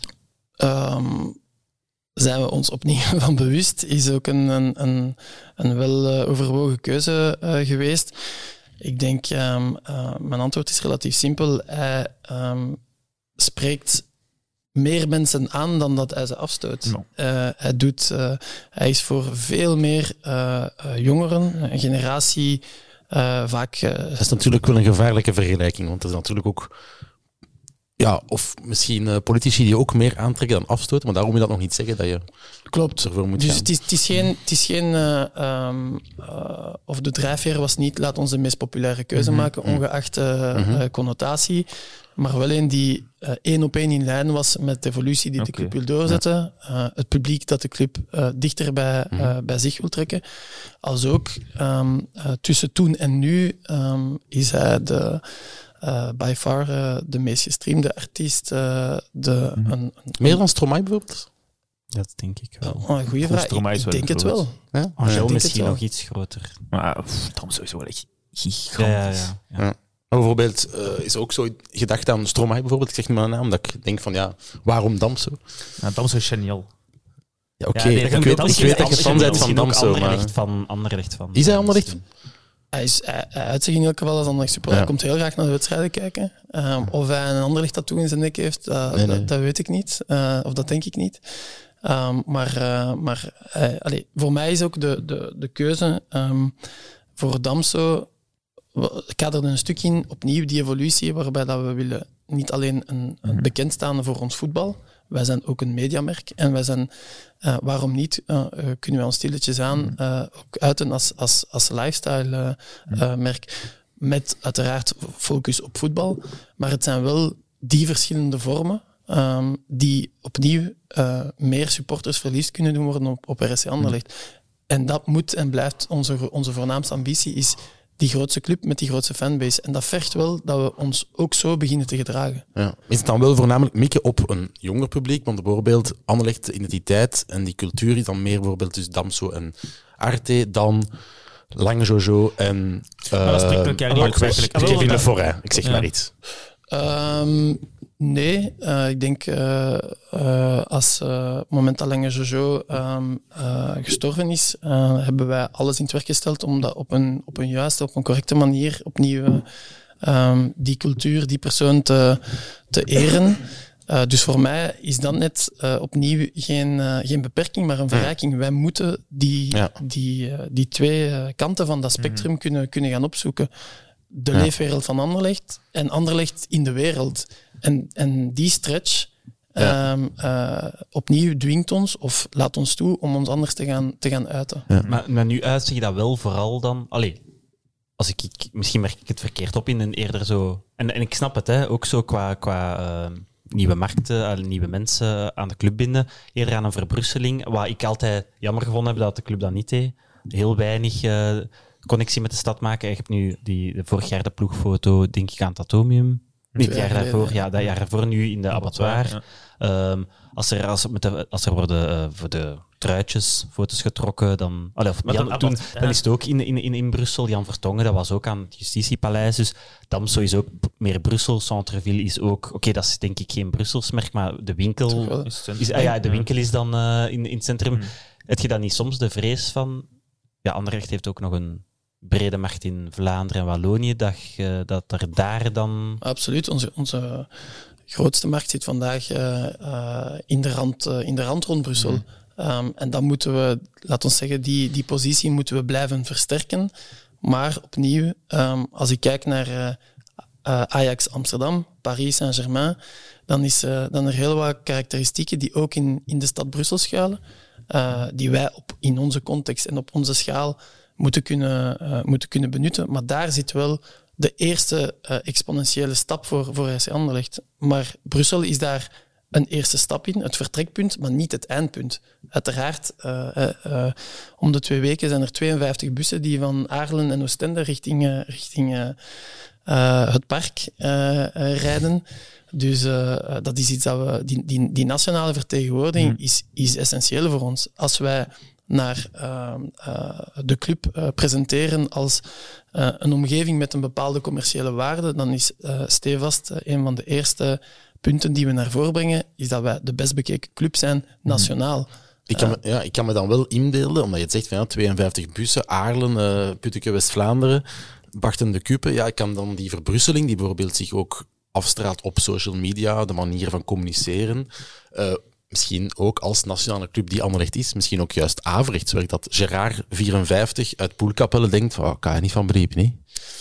Zijn we ons opnieuw van bewust? Is ook een wel overwogen keuze geweest. Ik denk, mijn antwoord is relatief simpel. Hij spreekt meer mensen aan dan dat hij ze afstoot. No. Hij is voor veel meer jongeren, een generatie, vaak... dat is natuurlijk wel een gevaarlijke vergelijking, want dat is natuurlijk ook... Ja, of misschien politici die ook meer aantrekken dan afstoten, maar daarom moet je dat nog niet zeggen dat je ervoor moet gaan. Dus het is geen... of de drijfveer was niet, laat ons de meest populaire keuze maken, ongeacht connotatie, maar wel een die 1 op 1 in lijn was met de evolutie die de club wil doorzetten, het publiek dat de club dichter bij zich wil trekken, als ook tussen toen en nu is hij by far de meest gestreamde artiest. Meer dan Stromae bijvoorbeeld? Dat denk ik wel. Een goede vraag. Ik denk het wel. Angel misschien nog iets groter. Maar Damso is wel echt gigantisch. Ja. Maar bijvoorbeeld, is ook zo gedacht aan Stromae bijvoorbeeld. Ik zeg niet maar een naam, dat ik denk van waarom Damso? Damso is geniaal. Ja, oké. Ik weet dat je fan bent van Damso, maar... Anderlecht van. Is hij Anderlecht? Hij uit zich in elk geval als Anderlecht supporter. Hij komt heel graag naar de wedstrijden kijken. Of hij een Anderlecht tattoo in zijn nek heeft, dat weet ik niet. Of dat denk ik niet. Maar voor mij is ook de keuze voor Damso... Ik kaderde een stuk in, opnieuw die evolutie, waarbij dat we willen niet alleen een bekend staan voor ons voetbal. Wij zijn ook een mediamerk en wij zijn, waarom niet, kunnen wij ons stilletjes aan ook uiten als lifestyle-merk. Met uiteraard focus op voetbal. Maar het zijn wel die verschillende vormen die opnieuw meer supporters verliefd kunnen doen worden op RSC Anderlecht. En dat moet en blijft onze voornaamste ambitie, is die grootste club met die grootste fanbase. En dat vergt wel dat we ons ook zo beginnen te gedragen. Ja. Is het dan wel voornamelijk mikken op een jonger publiek? Want bijvoorbeeld Anderlecht, de identiteit en die cultuur is dan meer bijvoorbeeld dus Damso en Arte dan Lange Jojo en Maar dat spreekt elkaar niet noodzakelijk tegen. Kevin Leforêt, ik zeg maar iets. Nee, ik denk als het moment dat Lange Jojo gestorven is, hebben wij alles in het werk gesteld om dat op een juiste, op een correcte manier opnieuw die cultuur, die persoon te eren. Dus voor mij is dat net opnieuw geen beperking, maar een verrijking. Wij moeten die twee kanten van dat spectrum kunnen gaan opzoeken. De leefwereld van Anderlecht en Anderlecht in de wereld. En die stretch opnieuw dwingt ons, of laat ons toe, om ons anders te gaan uiten. Ja. Maar nu uitzeg je dat wel vooral dan... Als ik misschien merk ik het verkeerd op in en eerder zo... En ik snap het, hè, ook zo qua nieuwe markten, nieuwe mensen aan de club binden. Eerder aan een verbrusseling. Wat ik altijd jammer gevonden heb, dat de club dat niet deed. Heel weinig connectie met de stad maken. Ik heb nu vorig jaar de ploegfoto, denk ik, aan het Atomium. Niet het jaar daarvoor, dat jaar daarvoor nu in de abattoir. Ja. Als er worden voor de truitjes foto's getrokken, dan... Dan is het ook in Brussel, Jan Vertongen, dat was ook aan het Justitiepaleis. Dus Damso is ook meer Brussel, Centreville is ook... Oké, dat is denk ik geen Brussels merk, maar de winkel... De winkel is dan in het centrum. Heb je dan niet soms de vrees van... Ja, Anderlecht heeft ook nog een brede markt in Vlaanderen en Wallonië, dat er daar dan... Absoluut. Onze grootste markt zit vandaag in de rand rond Brussel. En dan moeten we, laten we zeggen, die positie moeten we blijven versterken. Maar opnieuw, als ik kijk naar Ajax Amsterdam, Paris Saint-Germain, dan er heel wat karakteristieken die ook in de stad Brussel schuilen, die wij in onze context en op onze schaal moeten kunnen benutten. Maar daar zit wel de eerste exponentiële stap voor RC Anderlecht. Maar Brussel is daar een eerste stap in, het vertrekpunt, maar niet het eindpunt. Uiteraard, om de 2 weken zijn er 52 bussen die van Aarlen en Oostende richting het park rijden. Dus dat is iets dat we... Die nationale vertegenwoordiging is essentieel voor ons. Als wij naar de club presenteren als een omgeving met een bepaalde commerciële waarde, dan is stevast een van de eerste punten die we naar voren brengen, is dat wij de best bekeken club zijn, nationaal. Ik kan me dan wel inbeelden, omdat je het zegt van 52 bussen, Aarlen, Putteke, West-Vlaanderen, Bachten de Kupe. Ja, ik kan dan die verbrusseling, die bijvoorbeeld zich ook afstraalt op social media, de manier van communiceren, misschien ook als nationale club die Anderlecht is, misschien ook juist averechts werkt, dat Gerard 54 uit Poelkapelle denkt, kan je niet van begrijpen, nee?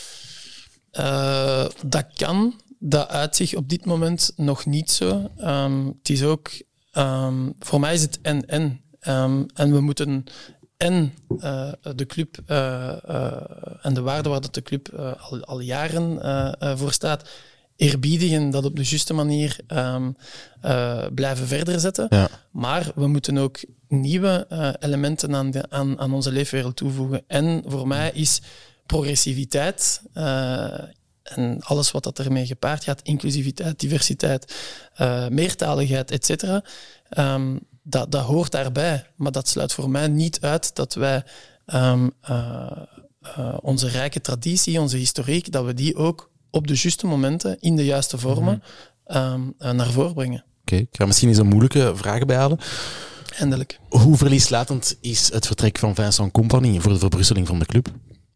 Dat kan. Dat uit zich op dit moment nog niet zo. Het is ook... voor mij is het en. En we moeten de club en de waarde waar dat de club al jaren voor staat, eerbiedigen, dat op de juiste manier blijven verder zetten. Ja. Maar we moeten ook nieuwe elementen aan onze leefwereld toevoegen. En voor mij is progressiviteit... en alles wat dat ermee gepaard gaat, inclusiviteit, diversiteit, meertaligheid, etc., dat hoort daarbij. Maar dat sluit voor mij niet uit dat wij onze rijke traditie, onze historiek, dat we die ook op de juiste momenten, in de juiste vormen, naar voren brengen. Oké, ik ga misschien eens een moeilijke vraag bijhalen. Eindelijk. Hoe verlieslatend is het vertrek van Vincent Kompany voor de verbrusseling van de club?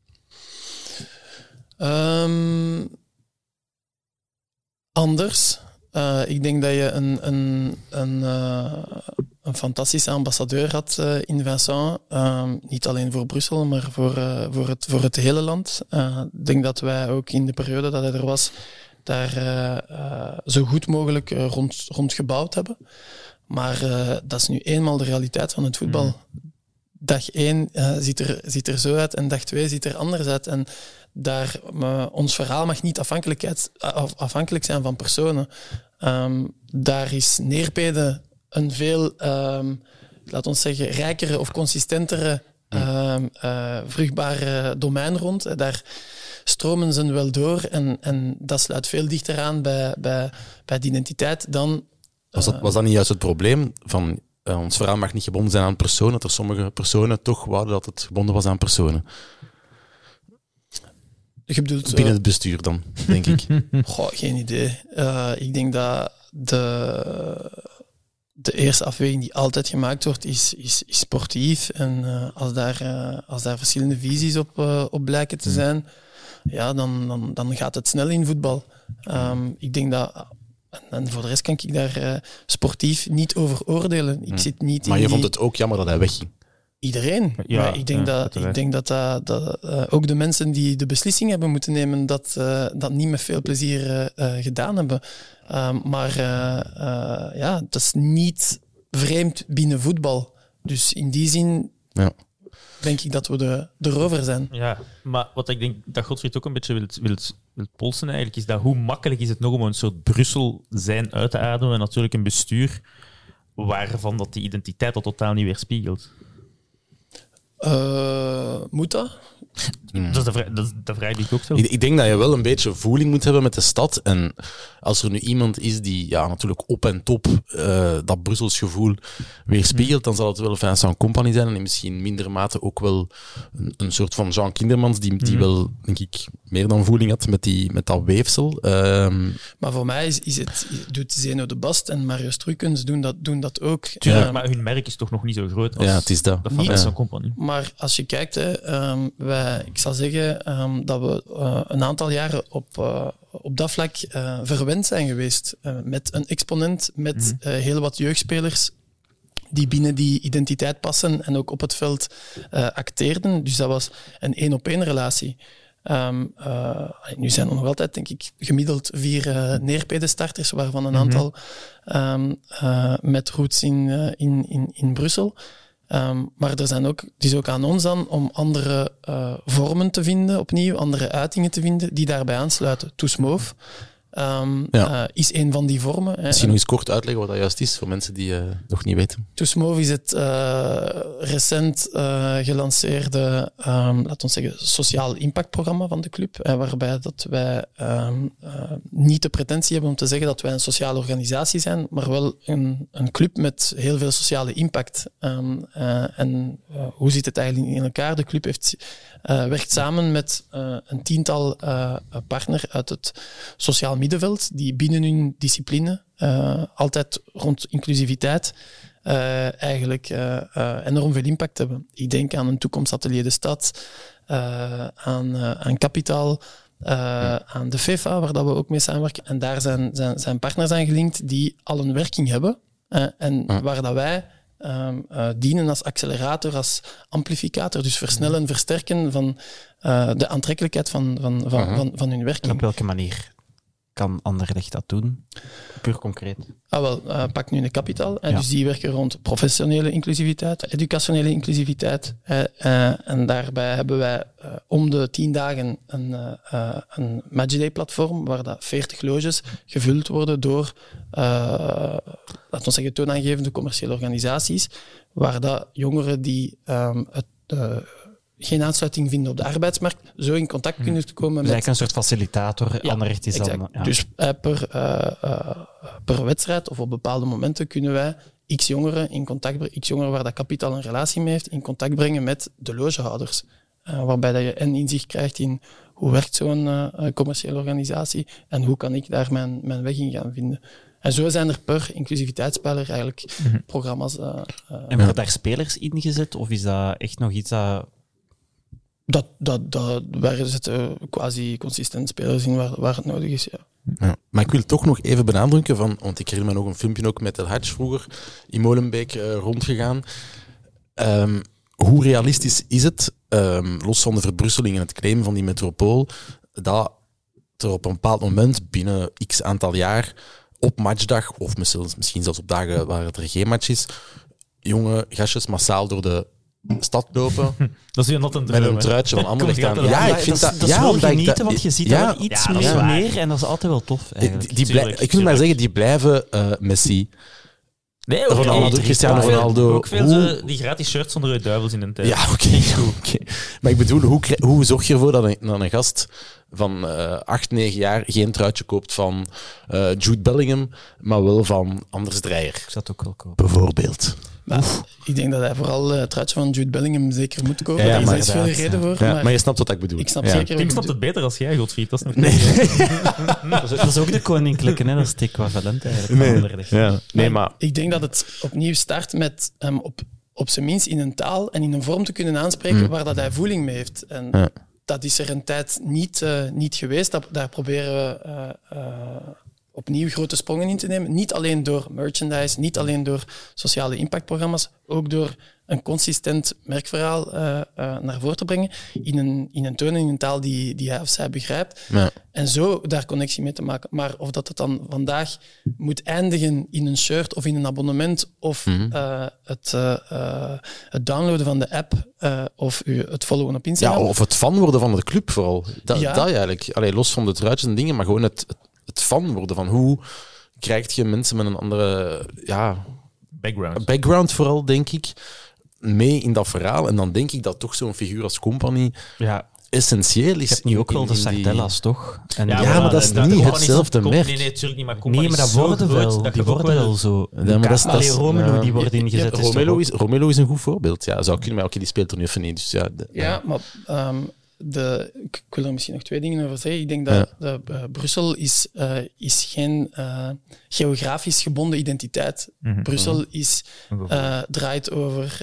Anders. Ik denk dat je een fantastische ambassadeur had in Vincent. Niet alleen voor Brussel, maar voor het hele land. Ik denk dat wij ook in de periode dat hij er was, daar zo goed mogelijk rond gebouwd hebben. Maar dat is nu eenmaal de realiteit van het voetbal. Dag 1 ziet er zo uit en dag 2 ziet er anders uit. En ons verhaal mag niet afhankelijk zijn van personen. Daar is Neerpede een veel, laten we zeggen, rijkere of consistentere, vruchtbare domein rond. Daar stromen ze wel door en dat sluit veel dichter aan bij de identiteit dan... Was dat niet juist het probleem van... ons verhaal mag niet gebonden zijn aan personen, dat er sommige personen toch wouden dat het gebonden was aan personen? Je bedoelt... Binnen het bestuur dan, denk ik. Goh, geen idee. Ik denk dat de eerste afweging die altijd gemaakt wordt, is sportief. En als daar verschillende visies op blijken te zijn, ja, dan gaat het snel in voetbal. Ik denk dat... En voor de rest kan ik daar sportief niet over oordelen. Ik zit niet maar in je vond het ook jammer dat hij wegging? Iedereen. Ja, maar ik denk dat ook de mensen die de beslissing hebben moeten nemen, dat niet met veel plezier gedaan hebben. Maar dat is niet vreemd binnen voetbal. Dus in die zin denk ik dat we erover zijn. Ja, maar wat ik denk dat Godfried ook een beetje wilt polsen eigenlijk, is dat hoe makkelijk is het nog om een soort Brussel zijn uit te ademen en natuurlijk een bestuur waarvan dat die identiteit dat totaal niet weerspiegelt. Moet dat? Dat is de vraag die ik ook stel. Ik denk dat je wel een beetje voeling moet hebben met de stad. En als er nu iemand is die natuurlijk op en top dat Brussels gevoel weerspiegelt, dan zal het wel Vincent Kompany zijn en in misschien mindere mate ook wel een soort van Jean Kindermans die wel, denk ik, meer dan voeling had met dat weefsel. Maar voor mij doet Zeno de Bast en Mario Struikens doen dat ook. Tuurlijk, maar hun merk is toch nog niet zo groot als het is dat. Van Vincent Kompany. Maar als je kijkt, ik zal zeggen dat we een aantal jaren op dat vlak verwend zijn geweest. Met een exponent, met heel wat jeugdspelers die binnen die identiteit passen en ook op het veld acteerden. Dus dat was een 1-op-1 relatie. Nu zijn er nog altijd, denk ik, gemiddeld 4 neerpede-starters, waarvan een aantal met roots in Brussel. Maar het is ook aan ons dan om andere vormen te vinden, opnieuw, andere uitingen te vinden die daarbij aansluiten. Toesmoof is een van die vormen. Misschien nog eens kort uitleggen wat dat juist is, voor mensen die nog niet weten. Toesmoof is het recent gelanceerde, laten we zeggen, sociaal impactprogramma van de club, waarbij dat wij niet de pretentie hebben om te zeggen dat wij een sociale organisatie zijn, maar wel een club met heel veel sociale impact. Hoe zit het eigenlijk in elkaar? De club werkt samen met een 10-tal partners uit het sociaal middenveld, die binnen hun discipline, altijd rond inclusiviteit, eigenlijk enorm veel impact hebben. Ik denk aan een toekomstatelier de stad, aan Kapitaal, aan de FIFA, waar dat we ook mee samenwerken. En daar zijn partners aan gelinkt die al een werking hebben en waar dat wij dienen als accelerator, als amplificator, dus versnellen en versterken van de aantrekkelijkheid van hun werking. En op welke manier kan Anderlecht dat doen? Puur concreet. Pak nu een Kapitaal. Dus die werken rond professionele inclusiviteit, educationele inclusiviteit. En daarbij hebben wij om de 10 dagen een matchday-platform waar dat 40 loges gevuld worden door, laten we zeggen, toonaangevende commerciële organisaties, waar dat jongeren die geen aansluiting vinden op de arbeidsmarkt, zo in contact kunnen komen met... Eigenlijk een soort facilitator. Ja, Anderlecht is exact. dan... Ja. Dus per wedstrijd of op bepaalde momenten kunnen wij x jongeren in contact brengen, x jongeren waar dat Kapitaal een relatie mee heeft, in contact brengen met de logehouders. Waarbij dat je inzicht krijgt in hoe werkt zo'n commerciële organisatie en hoe kan ik daar mijn weg in gaan vinden. En zo zijn er per inclusiviteitspijler eigenlijk programma's. En worden daar spelers in gezet? Of is dat echt nog iets dat... Wij zetten quasi consistent spelers in waar het nodig is, ja. Ja, maar ik wil toch nog even benadrukken, want ik herinner me nog een filmpje ook met El Hadj vroeger in Molenbeek rondgegaan. Hoe realistisch is het, los van de verbrusseling en het claimen van die metropool, dat er op een bepaald moment binnen x aantal jaar op matchdag, of misschien zelfs op dagen waar het er geen match is, jonge gastjes massaal door de stad lopen. Dat is weer not een droom, met een truitje van Anderlecht aan. Ja, ik vind dat is wel genieten, want je ziet er wel iets meer en dat is altijd wel tof. Ik wil maar zeggen, die blijven Messi. Nee, Ronaldo, Cristiano Ronaldo. Ook veel die gratis shirts onder de duivels in een tijd. Ja, oké. Maar ik bedoel, hoe zorg je ervoor dat een gast van 8, 9 jaar geen truitje koopt van Jude Bellingham, maar wel van Anders Dreyer. Ik zou het ook wel kopen. Bijvoorbeeld. Maar ik denk dat hij vooral het truitje van Jude Bellingham zeker moet kopen. Ja, Daar is veel reden voor. Ja, maar je snapt wat ik bedoel. Ik snap Ja. zeker. Ik snap het beter als jij, Godfried. Dat is nog Dat is ook de koninklijke, hè? Dat is het equivalent eigenlijk. van Anderlecht. Ja. Nee, maar... Ik denk dat het opnieuw start met hem op zijn minst in een taal en in een vorm te kunnen aanspreken waar dat hij voeling mee heeft. En dat is er een tijd niet geweest. Daar proberen we opnieuw grote sprongen in te nemen. Niet alleen door merchandise, niet alleen door sociale impactprogramma's, ook door een consistent merkverhaal naar voren te brengen in een toon en in een taal die hij of zij begrijpt. Ja. En zo daar connectie mee te maken. Maar of dat het dan vandaag moet eindigen in een shirt of in een abonnement of het downloaden van de app of het followen op Instagram. Ja, of het fan worden van de club vooral. Dat eigenlijk. Allee, los van de truitjes en dingen, maar gewoon het fan worden van hoe krijg je mensen met een andere background vooral, denk ik, mee in dat verhaal. En dan denk ik dat toch zo'n figuur als Company essentieel is. Je hebt nu ook wel de Sardellas, toch? En maar dat is niet hetzelfde merk. Nee, natuurlijk niet, maar nee, maar dat worden wel. Die worden wel zo. Romelu, die wordt ingezet. Romelu is een goed voorbeeld. Ja, zou kunnen, maar die speelt er nu even niet. Dus maar... ik wil er misschien nog 2 dingen over zeggen. Ik denk dat Brussel is geen geografisch gebonden identiteit. Brussel draait over,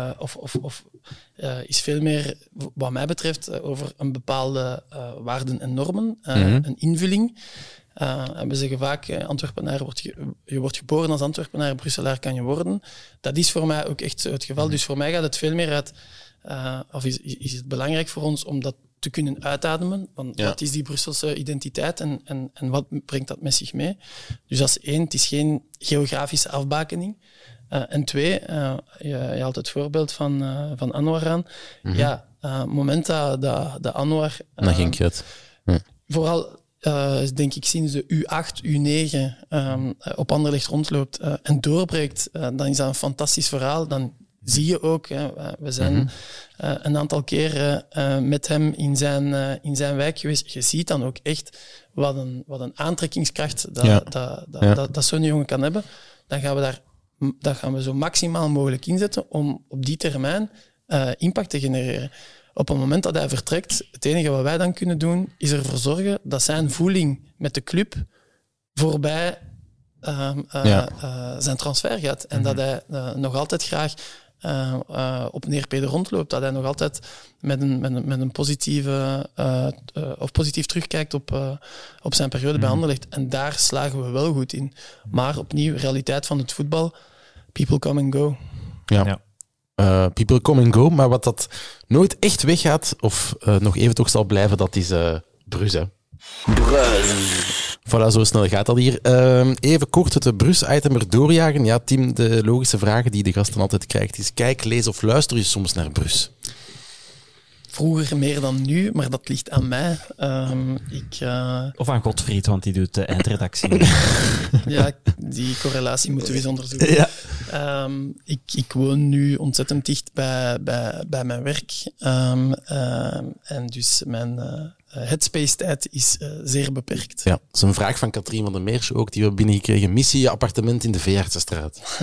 is veel meer, wat mij betreft, over een bepaalde waarden en normen, een invulling. We zeggen vaak, Antwerpenaar je wordt geboren als Antwerpenaar, Brusselaar kan je worden. Dat is voor mij ook echt het geval. Dus voor mij gaat het veel meer uit... of is het belangrijk voor ons om dat te kunnen uitademen? Want wat is die Brusselse identiteit en wat brengt dat met zich mee? Dus dat is 1, het is geen geografische afbakening. En 2, je haalt het voorbeeld van Anwar aan. Moment dat Anwar... Dan ging ik het. Vooral... denk ik, sinds de U8, U9 op Anderlecht rondloopt en doorbreekt, dan is dat een fantastisch verhaal. Dan zie je ook, we zijn een aantal keren met hem in zijn wijk geweest. Je ziet dan ook echt wat een aantrekkingskracht dat zo'n jongen kan hebben. Dan gaan we zo maximaal mogelijk inzetten om op die termijn impact te genereren. Op het moment dat hij vertrekt, het enige wat wij dan kunnen doen, is ervoor zorgen dat zijn voeling met de club voorbij zijn transfer gaat. En dat hij nog altijd graag op Neerpede rondloopt. Dat hij nog altijd met een positieve of positief terugkijkt op zijn periode bij Anderlecht. En daar slagen we wel goed in. Maar opnieuw, realiteit van het voetbal, people come and go. Ja. People come and go, maar wat dat nooit echt weggaat, of nog even toch zal blijven, dat is Brus. Voilà, zo snel gaat dat hier. Even kort het Brus-item er doorjagen. Ja, Tim, de logische vragen die de gasten altijd krijgt is: kijk, lees of luister je soms naar Brus? Vroeger meer dan nu, maar dat ligt aan mij. Of aan Godfried, want die doet de eindredactie. Ja, die correlatie moeten we eens onderzoeken. Ja. Ik woon nu ontzettend dicht bij mijn werk. En dus mijn headspace-tijd is zeer beperkt. Ja, dat is een vraag van Katrien van der Meers ook, die we binnengekregen. Missie je appartement in de Veeartsenstraat?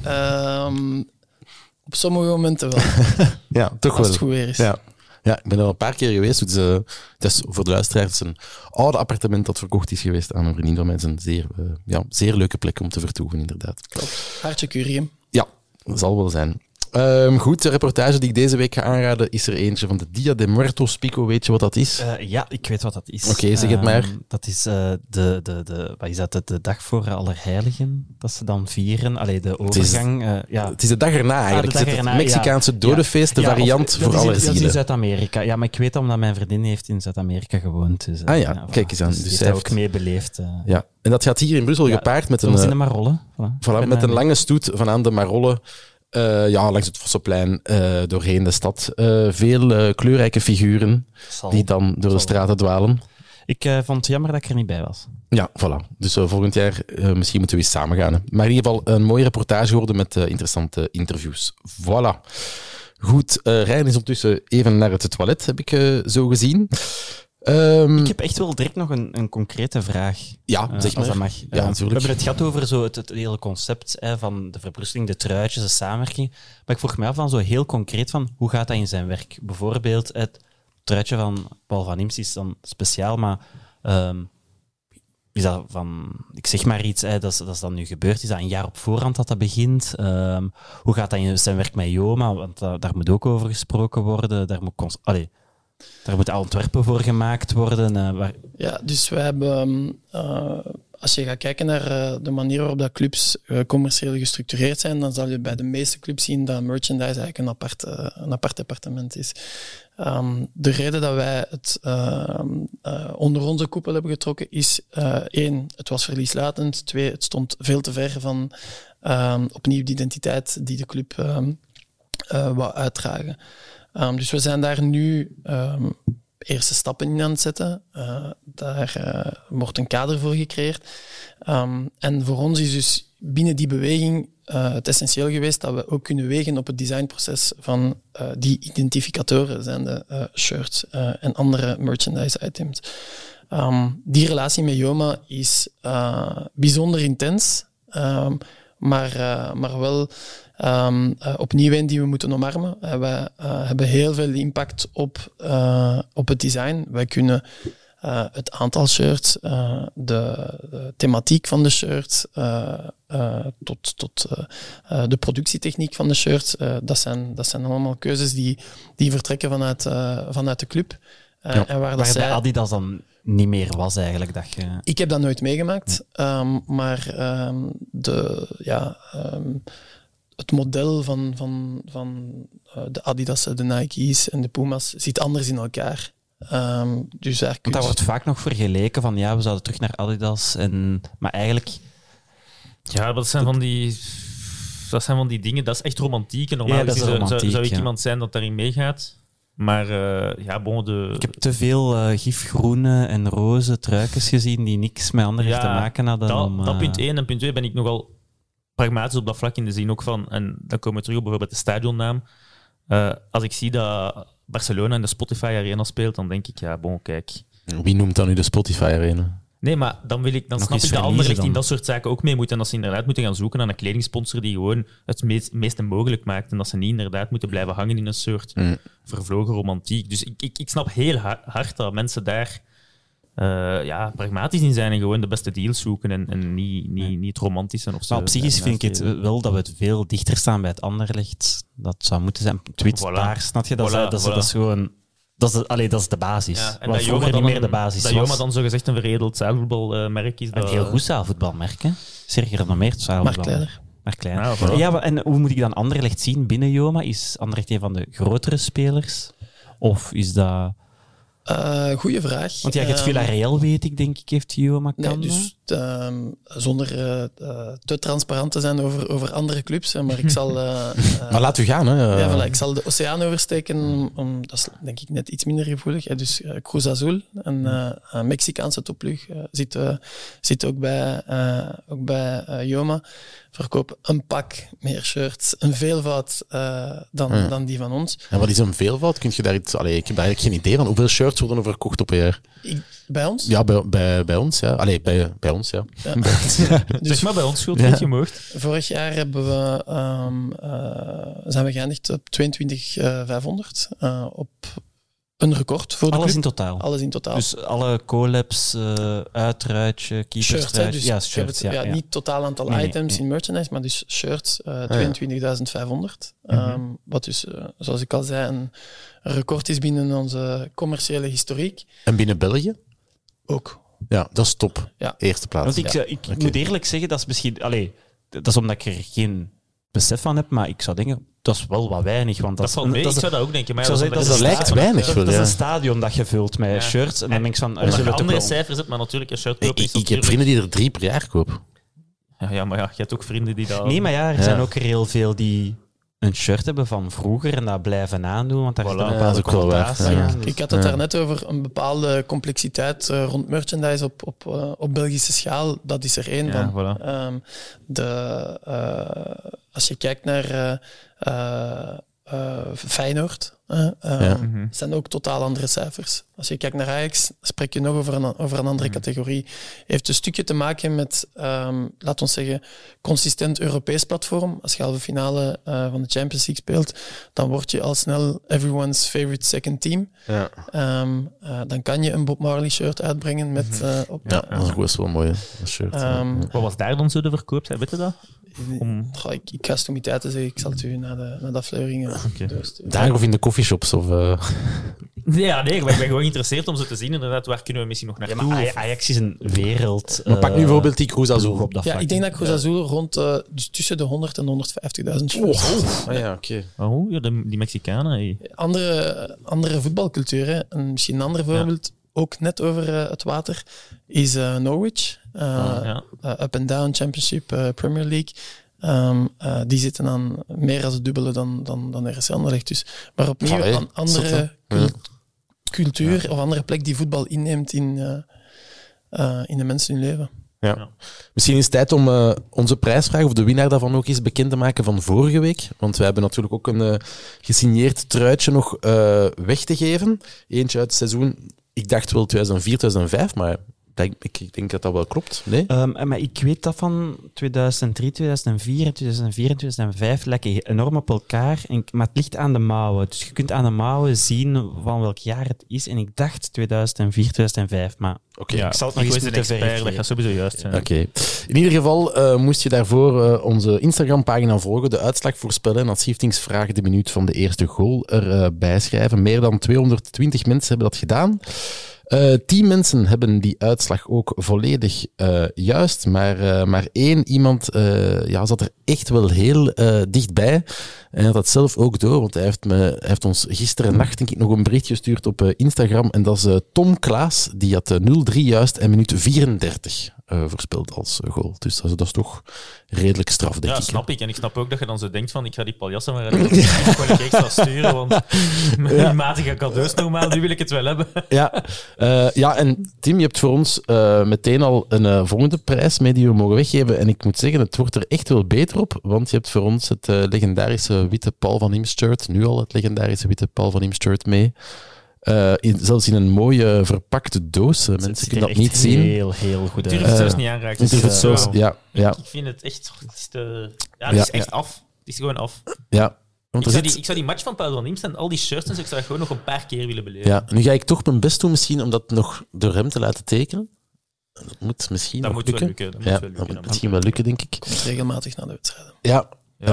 Op sommige momenten wel. Ja, toch wel. Als het goed weer is. Ja, ik ben er al een paar keer geweest. Het is voor de luisteraars, het is een oude appartement dat verkocht is geweest aan een vriendin van mij. Het is een zeer leuke plek om te vertoeven, inderdaad. Klopt. Hartje Curium. Ja, dat zal wel zijn. Goed, de reportage die ik deze week ga aanraden is er eentje van de Dia de Muertos Pico. Weet je wat dat is? Ja, ik weet wat dat is. Oké, zeg het maar. Dat is wat is dat, de dag voor Allerheiligen, dat ze dan vieren. Allee, de overgang. Het is de dag erna eigenlijk. Het Mexicaanse dodenfeest, de variant voor Allerzielen. Dat is in Zuid-Amerika. Ja, maar ik weet dat omdat mijn vriendin heeft in Zuid-Amerika gewoond. Dus, kijk eens aan. Dus zij heeft ook meebeleefd. Ja, en dat gaat hier in Brussel gepaard met in de Marolle. Met een lange stoet van aan de Marolle. Langs het Vossenplein, doorheen de stad. Veel kleurrijke figuren die dan door de straten dwalen. Ik vond het jammer dat ik er niet bij was. Ja, voilà. Dus volgend jaar misschien moeten we eens samen gaan. Hè. Maar in ieder geval een mooie reportage geworden met interessante interviews. Voilà. Goed, Rijn is ondertussen even naar het toilet, heb ik zo gezien. Ik heb echt wel direct nog een concrete vraag. Ja, zeg maar. Als dat mag. Ja, We natuurlijk. hebben het gehad over zo het hele concept van de verbrusteling, de truitjes, de samenwerking. Maar ik vroeg me af van zo heel concreet van hoe gaat dat in zijn werk? Bijvoorbeeld het truitje van Paul van Imst is dan speciaal, maar is dat van, ik zeg maar iets, dat is dan nu gebeurd, is dat een jaar op voorhand dat begint? Hoe gaat dat in zijn werk met Joma? Want daar moet ook over gesproken worden. Daar moet al ontwerpen voor gemaakt worden. Ja, dus wij hebben, als je gaat kijken naar de manier waarop dat clubs commercieel gestructureerd zijn, dan zal je bij de meeste clubs zien dat merchandise eigenlijk een apart departement is. De reden dat wij het onder onze koepel hebben getrokken is, 1, het was verlieslatend, 2, het stond veel te ver van opnieuw de identiteit die de club wou uitdragen. Dus we zijn daar nu eerste stappen in aan het zetten. Daar wordt een kader voor gecreëerd. En voor ons is dus binnen die beweging het essentieel geweest dat we ook kunnen wegen op het designproces van die identificatoren, zijn de shirts en andere merchandise items. Die relatie met Joma is bijzonder intens, maar wel opnieuw een die we moeten omarmen. Wij hebben heel veel impact op het design. Wij kunnen het aantal shirts, de thematiek van de shirts, tot de productietechniek van de shirts. Dat zijn allemaal keuzes die vertrekken vanuit de club. En waar dat bij Adidas dan niet meer was eigenlijk. Ik heb dat nooit meegemaakt, maar het model van de Adidas, de Nike's en de Puma's zit anders in elkaar. Dus Want daar wordt vaak nog vergeleken van we zouden terug naar Adidas. Maar eigenlijk... Ja, dat zijn van die dingen, dat is echt romantiek. En normaal zou ik iemand zijn dat daarin meegaat. Maar Ik heb te veel gifgroene en roze truikens gezien die niks met anderen te maken hadden. Dat punt 1. En punt 2 ben ik nogal pragmatisch op dat vlak in de zin ook van, en dan komen we terug op bijvoorbeeld de stadionnaam. Als ik zie dat Barcelona in de Spotify Arena speelt, dan denk ik, kijk. Wie noemt dan nu de Spotify Arena? Nee, maar dan snap ik dat Anderlecht in dat soort zaken ook mee moet. En dat ze inderdaad moeten gaan zoeken naar een kledingsponsor die gewoon het meeste mogelijk maakt. En dat ze niet inderdaad moeten blijven hangen in een soort vervlogen romantiek. Dus ik snap heel hard dat mensen daar pragmatisch in zijn en gewoon de beste deals zoeken en niet het romantische of zo. Maar op zich vind ik het wel dat we het veel dichter staan bij het Anderlecht. Dat zou moeten zijn. Wit, paars, snap je? Dat is gewoon... Dat is de basis. Ja, en wat dat vroeger niet meer de basis dat was. Joma dan zogezegd een veredeld zaalvoetbalmerk is. Een heel goed zaalvoetbalmerk, hè? Zeer gerenommeerd zaalvoetbalmerk. Maar kleiner. Voilà. En hoe moet ik dan Anderlecht zien binnen Joma? Is Anderlecht een van de grotere spelers? Of is dat... Goeie vraag. Want het Villarreal, weet ik, denk ik, heeft Joma kan. Nee, dus zonder te transparant te zijn over andere clubs, maar ik zal... maar laat u gaan, hè. Voilà, ik zal de oceaan oversteken, dat is denk ik net iets minder gevoelig. Dus Cruz Azul, een Mexicaanse topploeg, zit ook bij Joma. Verkoop een pak meer shirts, een veelvoud dan die van ons. En wat is een veelvoud? Kun je daar iets... ik heb eigenlijk geen idee van hoeveel shirts worden er verkocht op een jaar. Bij ons? Ja, bij ons, ja. Bij ons, ja. Dus maar bij ons schuld, weet je mocht. Vorig jaar zijn we geëindigd op 22.500 op een record voor de Alles club. in totaal? Alles in totaal. Dus alle collabs, uitruitje, keeperstruitje... Dus shirts, niet totaal aantal items in merchandise, maar dus shirts, 22.500. Wat dus, zoals ik al zei, een record is binnen onze commerciële historiek. En binnen België? Ook. Ja, dat is top. Ja. Eerste plaats. Want ik moet eerlijk zeggen, dat is misschien... dat is omdat ik er geen besef van heb, maar ik zou denken, dat is wel wat weinig. Want dat valt mee, ik zou dat ook denken. Maar dat lijkt weinig. Dat is een stadion dat je vult met shirts. En dan denk ik van... Er zullen andere cijfers hebt, maar natuurlijk een shirt kopen is Ik heb vrienden die er 3 per jaar kopen. Ja, maar je hebt ook vrienden die dat... Nee, maar er zijn ook heel veel die een shirt hebben van vroeger en dat blijven aandoen, want daar is een bepaalde connotatie aan. Ik had het daarnet over een bepaalde complexiteit rond merchandise op Belgische schaal. Dat is er één van. Voilà. Als je kijkt naar Feyenoord, Het zijn ook totaal andere cijfers. Als je kijkt naar Ajax, spreek je nog over een andere categorie. Heeft een stukje te maken met, laten we zeggen, consistent Europees platform. Als je halve finale van de Champions League speelt, dan word je al snel everyone's favorite second team. Ja. Dan kan je een Bob Marley shirt uitbrengen met... Dat is ook wel een mooie shirt. Wat was daar dan zo de verkoop? Weet je dat? Ik ga stommiteiten zeggen, ik zal het u na de afleveringen doorsturen. Daar of in de coffeeshops? Of, Ja, nee, ik ben gewoon geïnteresseerd om zo te zien. Inderdaad, waar kunnen we misschien nog naartoe? Maar Ajax is een wereld. Maar pak nu bijvoorbeeld die Cruz Azul. Ik denk dat Cruz Azul rond dus tussen de 100 en 150.000 shirts. Die Mexicanen. Hey. Andere voetbalculturen, en misschien een ander voorbeeld, ook net over het water, is Norwich. Up and Down Championship, Premier League. Die zitten aan meer dan het dubbele dan RC Anderlecht. Dus. Maar opnieuw een andere cultuur of andere plek die voetbal inneemt in de mensen hun leven. Ja. Misschien is het tijd om onze prijsvraag of de winnaar daarvan ook eens bekend te maken van vorige week. Want wij hebben natuurlijk ook een gesigneerd truitje nog weg te geven. Eentje uit het seizoen, ik dacht wel 2004, 2005, maar ik denk dat dat wel klopt. Nee? Maar ik weet dat van 2003, 2004, 2004 en 2005 lijken enorm op elkaar. Maar het ligt aan de mouwen. Dus je kunt aan de mouwen zien van welk jaar het is. En ik dacht 2004, 2005. Maar ik zal het nog eens moeten verifiëren. Dat gaat sowieso juist zijn. Oké. In ieder geval moest je daarvoor onze Instagram-pagina volgen, de uitslag voorspellen en als Schiftingsvraag de minuut van de eerste goal erbij schrijven. Meer dan 220 mensen hebben dat gedaan. 10 mensen hebben die uitslag ook volledig juist, maar 1 iemand zat er echt wel heel dichtbij. En hij had dat zelf ook door, want hij heeft ons gisteren nacht denk ik, nog een bericht gestuurd op Instagram. En dat is Tom Klaas, die had 0-3 juist en minuut 34 voorspeld als goal. Dus dat is toch redelijk straf, denk ik. Ja, snap ik. En ik snap ook dat je dan zo denkt van, ik ga die paljassen maar gewoon een extra sturen, want met die matige cadeaus normaal, nu wil ik het wel hebben. Ja, en Tim, je hebt voor ons meteen al een volgende prijs mee die we mogen weggeven. En ik moet zeggen, het wordt er echt wel beter op, want je hebt voor ons het legendarische witte Paul van Imst shirt, nu al het legendarische witte Paul van Imst shirt mee. Zelfs in een mooie verpakte doos. Mensen kunnen dat niet zien. Heel goed. Ik durf het zelfs niet aanraken. Ja. Ik vind het echt... Het is echt af. Het is gewoon af. Ja. Ik zou die match van Paul van Imst en al die shirts en zo, ik zou dat gewoon nog een paar keer willen beleven. Ja, nu ga ik toch mijn best doen misschien om dat nog door hem te laten tekenen. Dat moet misschien nog lukken. Dat moet misschien wel lukken, denk ik. Komt regelmatig naar de wedstrijden. Ja.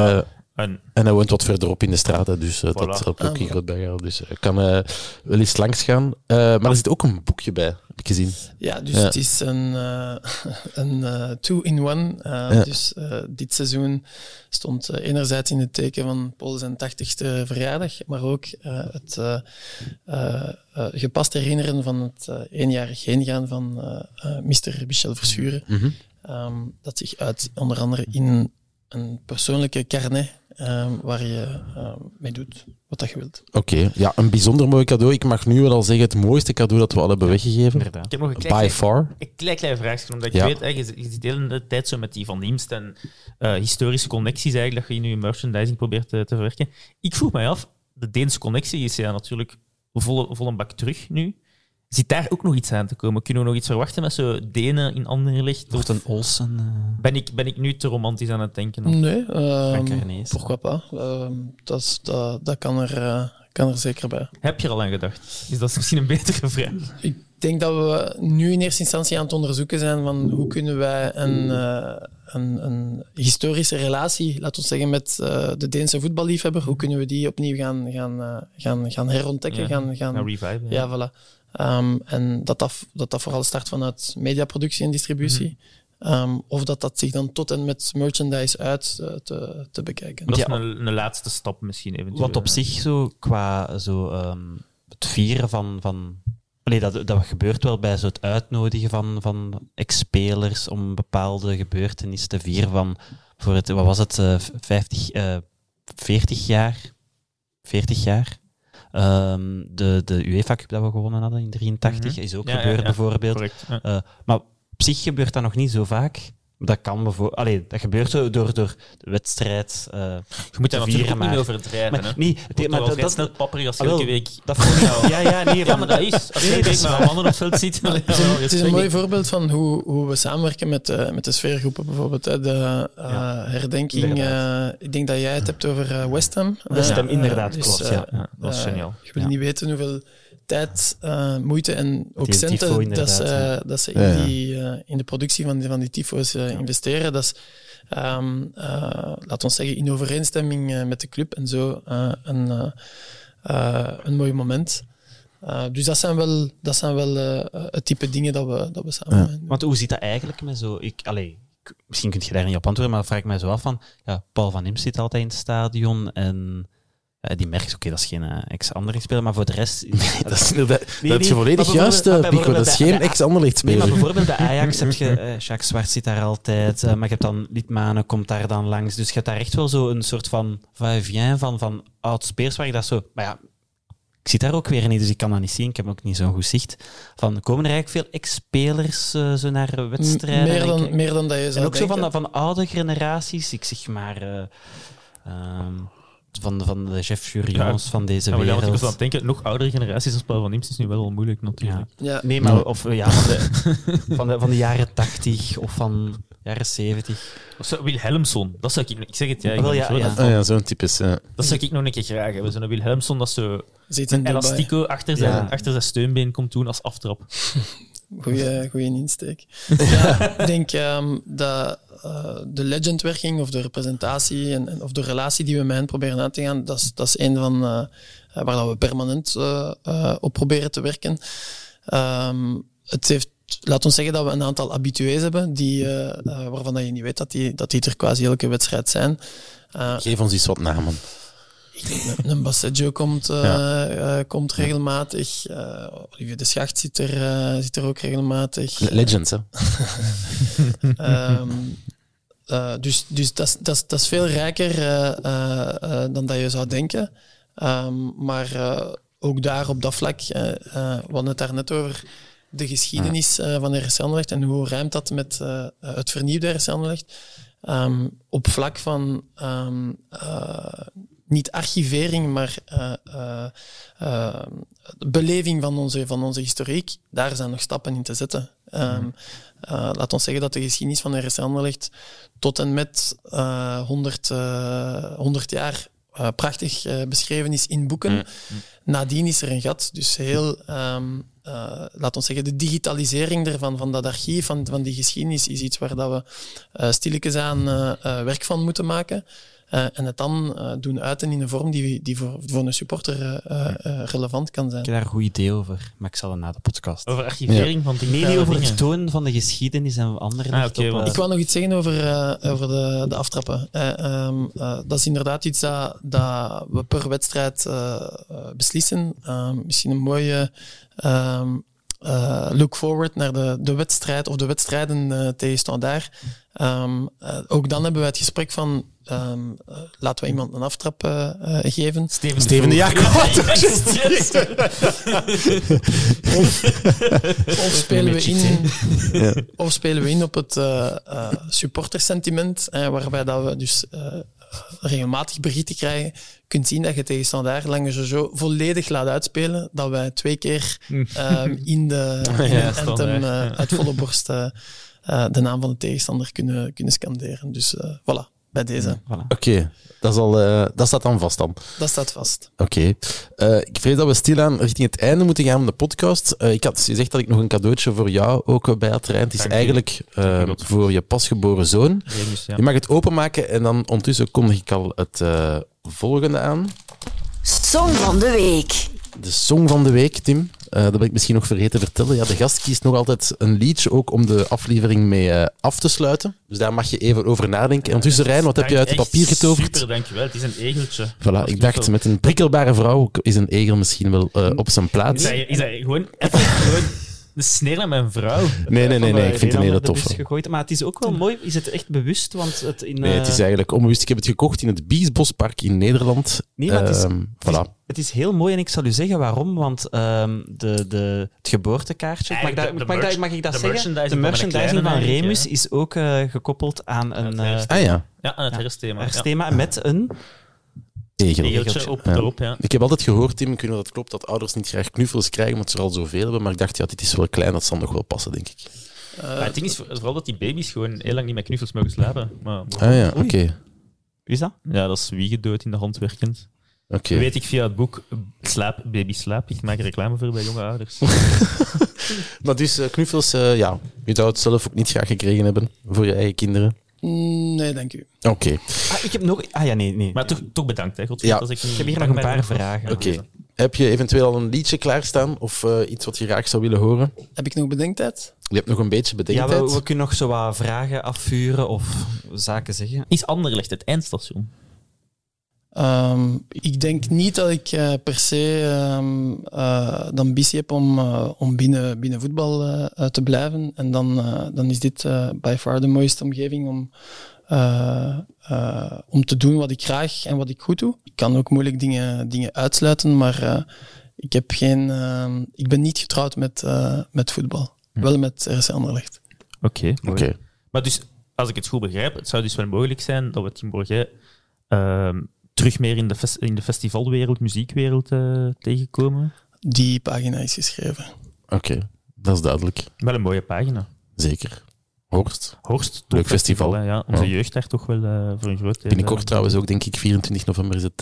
En hij woont wat verderop in de straat, dus dat helpt ook hier bij jou. Dus ik kan wel eens langs gaan. Maar er zit ook een boekje bij, heb ik gezien. Ja, dus het is een two-in-one. Dus dit seizoen stond enerzijds in het teken van Paul zijn 80ste verjaardag, maar ook het gepast herinneren van het eenjarig heengaan van Mr. Michel Verschuren. Dat zich uit onder andere in een persoonlijke carnet waar je mee doet wat dat je wilt. Oké, ja, een bijzonder mooi cadeau. Ik mag nu wel al zeggen, het mooiste cadeau dat we al hebben weggegeven. Ik heb nog een klein vraagje, omdat ik weet, je zit de hele tijd zo met die Van Imst en historische connecties eigenlijk, dat je nu merchandising probeert te verwerken. Ik vroeg mij af, de Deense connectie is ja natuurlijk vol een bak terug nu. Zit daar ook nog iets aan te komen? Kunnen we nog iets verwachten met zo Denen in Anderlecht? Wordt een Olsen? Ben ik nu te romantisch aan het denken? Of? Nee, pourquoi pas. Dat kan er zeker bij. Heb je er al aan gedacht? Is dat misschien een betere vraag? Ik denk dat we nu in eerste instantie aan het onderzoeken zijn van hoe kunnen wij een historische relatie, laten we zeggen, met de Deense voetballiefhebber, hoe kunnen we die opnieuw gaan herontdekken? Gaan reviven. Ja, voilà. En dat vooral start vanuit mediaproductie en distributie. Of dat zich dan tot en met merchandise uit te bekijken. Dat is een laatste stap misschien eventueel. Wat op zich zo qua het vieren van dat gebeurt wel bij zo het uitnodigen van ex-spelers om bepaalde gebeurtenissen te vieren van voor het, wat was het, 40 jaar? 40 jaar? De UEFA Cup dat we gewonnen hadden in 1983 is ook gebeurd bijvoorbeeld. Correct, maar op zich gebeurt dat nog niet zo vaak. Dat kan bijvoorbeeld... dat gebeurt zo door de wedstrijd Je moet daar natuurlijk ook niet mee overdrijven. Maar, nee, dat is net papperig als je elke week... Dat vond ik... Ja, maar dat is... Als je elke week met mannen op het veld ziet... Het is een mooi voorbeeld van hoe we samenwerken met de sfeergroepen bijvoorbeeld. De herdenking... ik denk dat jij het hebt over West Ham. West Ham, inderdaad, klopt. Dat is geniaal. Je wil niet weten hoeveel tijd, moeite en ook Die centen tifo, dat ze in de productie van die tifo's investeren. Dat is, laat ons zeggen, in overeenstemming met de club en zo een mooi moment. Dus dat zijn wel het type dingen dat we samen doen. Want hoe zit dat eigenlijk met zo... Misschien kun je daar niet op antwoorden, maar dan vraag ik mij zo af van... Ja, Paul van Imst zit altijd in het stadion en... die merkt, oké, dat is geen ex-Anderlecht-speler, maar voor de rest... dat heb je volledig juist, Pico. Dat is geen ex-Anderlecht-speler. Nee, maar bijvoorbeeld bij Ajax heb je... Jacques Zwart zit daar altijd, maar je hebt dan Liedmanen, komt daar dan langs. Dus je hebt daar echt wel zo een soort van va-et-vient van oud-spelers waar je dat zo... Maar ja, ik zit daar ook weer niet, dus ik kan dat niet zien. Ik heb ook niet zo'n goed zicht. Komen er eigenlijk veel ex-spelers zo naar wedstrijden? Meer dan dat je zou en ook denken. zo van oude generaties. Ik zeg maar... Van de Jeff Furions van deze wereld. Ja, ik was aan het denken, nog oudere generaties als Paul van Imst is nu wel moeilijk natuurlijk. Ja. Nee, maar van de jaren 80 of van jaren 70. Of zo, Wilhelmsson, dat zou ik zeg het, zo'n type is... Dat zou ik nog een keer graag hebben. Zo'n Wilhelmsson dat zo Zit in een Dubai. elastico achter zijn steunbeen komt doen als aftrap. Goeie insteek. Ja, ik denk dat de legendwerking of de representatie of de relatie die we met hen proberen aan te gaan, dat is een van waar dat we permanent op proberen te werken. Het heeft, laat ons zeggen dat we een aantal habitués hebben waarvan dat je niet weet dat die er quasi elke wedstrijd zijn. Geef ons eens wat namen. Ik denk, een Basseggio komt regelmatig. Olivier de Schacht zit er ook regelmatig. Legends, hè? Dus dat is veel rijker dan dat je zou denken. Maar ook daar op dat vlak, we hadden het daar net over de geschiedenis van RC Anderlecht en hoe rijmt dat met het vernieuwde RC Anderlecht. Op vlak van niet archivering, maar beleving van onze historiek, daar zijn nog stappen in te zetten. Laat ons zeggen dat de geschiedenis van RC Anderlecht tot en met 100 jaar prachtig beschreven is in boeken. Nadien is er een gat. Dus heel, laat ons zeggen, de digitalisering ervan, van dat archief, van die geschiedenis, is iets waar dat we stilletjes aan werk van moeten maken. En het dan doen uiten in een vorm die voor een supporter relevant kan zijn. Ik heb daar een goed idee over, maar ik zal het na de podcast. Over archivering van digitale Nee, over dingen. het tonen van de geschiedenis en andere Ik wou nog iets zeggen over de aftrappen. Dat is inderdaad iets dat we per wedstrijd beslissen. Misschien een mooie look forward naar de wedstrijd of de wedstrijden tegen Standaard. Ook dan hebben we het gesprek van laten we iemand een aftrap geven. Steven de Jager. Of spelen we in op het supportersentiment, waarbij dat we dus regelmatig berichten krijgen. Je kunt zien dat je tegen Standaard Lange zo volledig laat uitspelen, dat wij 2 keer in de anthem uit volle borst de naam van de tegenstander kunnen scanderen. Dus voilà, bij deze. Voilà. Oké, dat staat dan vast dan. Dat staat vast. Oké. Ik vrees dat we stilaan richting het einde moeten gaan van de podcast. Ik had gezegd dat ik nog een cadeautje voor jou ook bij had, Rijn. Het is eigenlijk voor je pasgeboren zoon. Je mag het openmaken en dan ondertussen kondig ik al het volgende aan. Song van de week. De song van de week, Tim. Dat ben ik misschien nog vergeten te vertellen. Ja, de gast kiest nog altijd een liedje ook om de aflevering mee af te sluiten. Dus daar mag je even over nadenken. En ondertussen, Rijn, wat heb je uit het papier getoverd? Super, dankjewel. Het is een egeltje. Voilà, ik dacht, met een prikkelbare vrouw is een egel misschien wel op zijn plaats. Is dat gewoon even De sneer naar mijn vrouw. Nee, ik vind het een hele toffe. Gegooid. Maar het is ook wel mooi. Is het echt bewust? Want Nee, het is eigenlijk onbewust. Ik heb het gekocht in het Biesbospark in Nederland. Nee, maar voilà. Het is heel mooi en ik zal u zeggen waarom. Want het geboortekaartje, mag ik dat zeggen? De merchandising van Remus is ook gekoppeld aan een... Ja, aan het herfstthema. Herfstthema met een... Egeltje erop, ja. Ik heb altijd gehoord, Tim, ik weet niet of dat klopt, dat ouders niet graag knuffels krijgen, omdat ze er al zoveel hebben. Maar ik dacht, ja, dit is wel klein, dat zal nog wel passen, denk ik. Maar het ding is vooral dat die baby's gewoon heel lang niet met knuffels mogen slapen. Maar... Oké. Wie is dat? Ja, dat is wiegedood in de hand werkend. Okay. Weet ik via het boek Baby Slaap. Ik maak er reclame voor bij jonge ouders. Maar dus knuffels, je zou het zelf ook niet graag gekregen hebben voor je eigen kinderen? Nee, dank u. Oké. Ik heb nog... nee. Maar toch bedankt, hè. Ja. Als ik heb hier nog een paar vragen. Oké. Heb je eventueel al een liedje klaarstaan of iets wat je graag zou willen horen? Heb ik nog bedenktijd? Je hebt nog een beetje bedenktijd. Ja, we kunnen nog zo wat vragen afvuren of zaken zeggen. Is Anderlecht het eindstation? Ik denk niet dat ik per se de ambitie heb om binnen voetbal te blijven. En dan is dit by far de mooiste omgeving om te doen wat ik graag en wat ik goed doe. Ik kan ook moeilijk dingen uitsluiten, maar ik ben niet getrouwd met voetbal. Wel met RC Anderlecht. Oké. Maar dus, als ik het goed begrijp, het zou dus wel mogelijk zijn dat we Tim Bourget terug meer in de festivalwereld, muziekwereld tegenkomen. Die pagina is geschreven. Oké, dat is duidelijk. Wel een mooie pagina. Zeker. Horst, leuk festival. Hè, ja. Onze jeugd daar toch wel voor een groot deel. Binnenkort trouwens ook, denk ik, 24 november is het...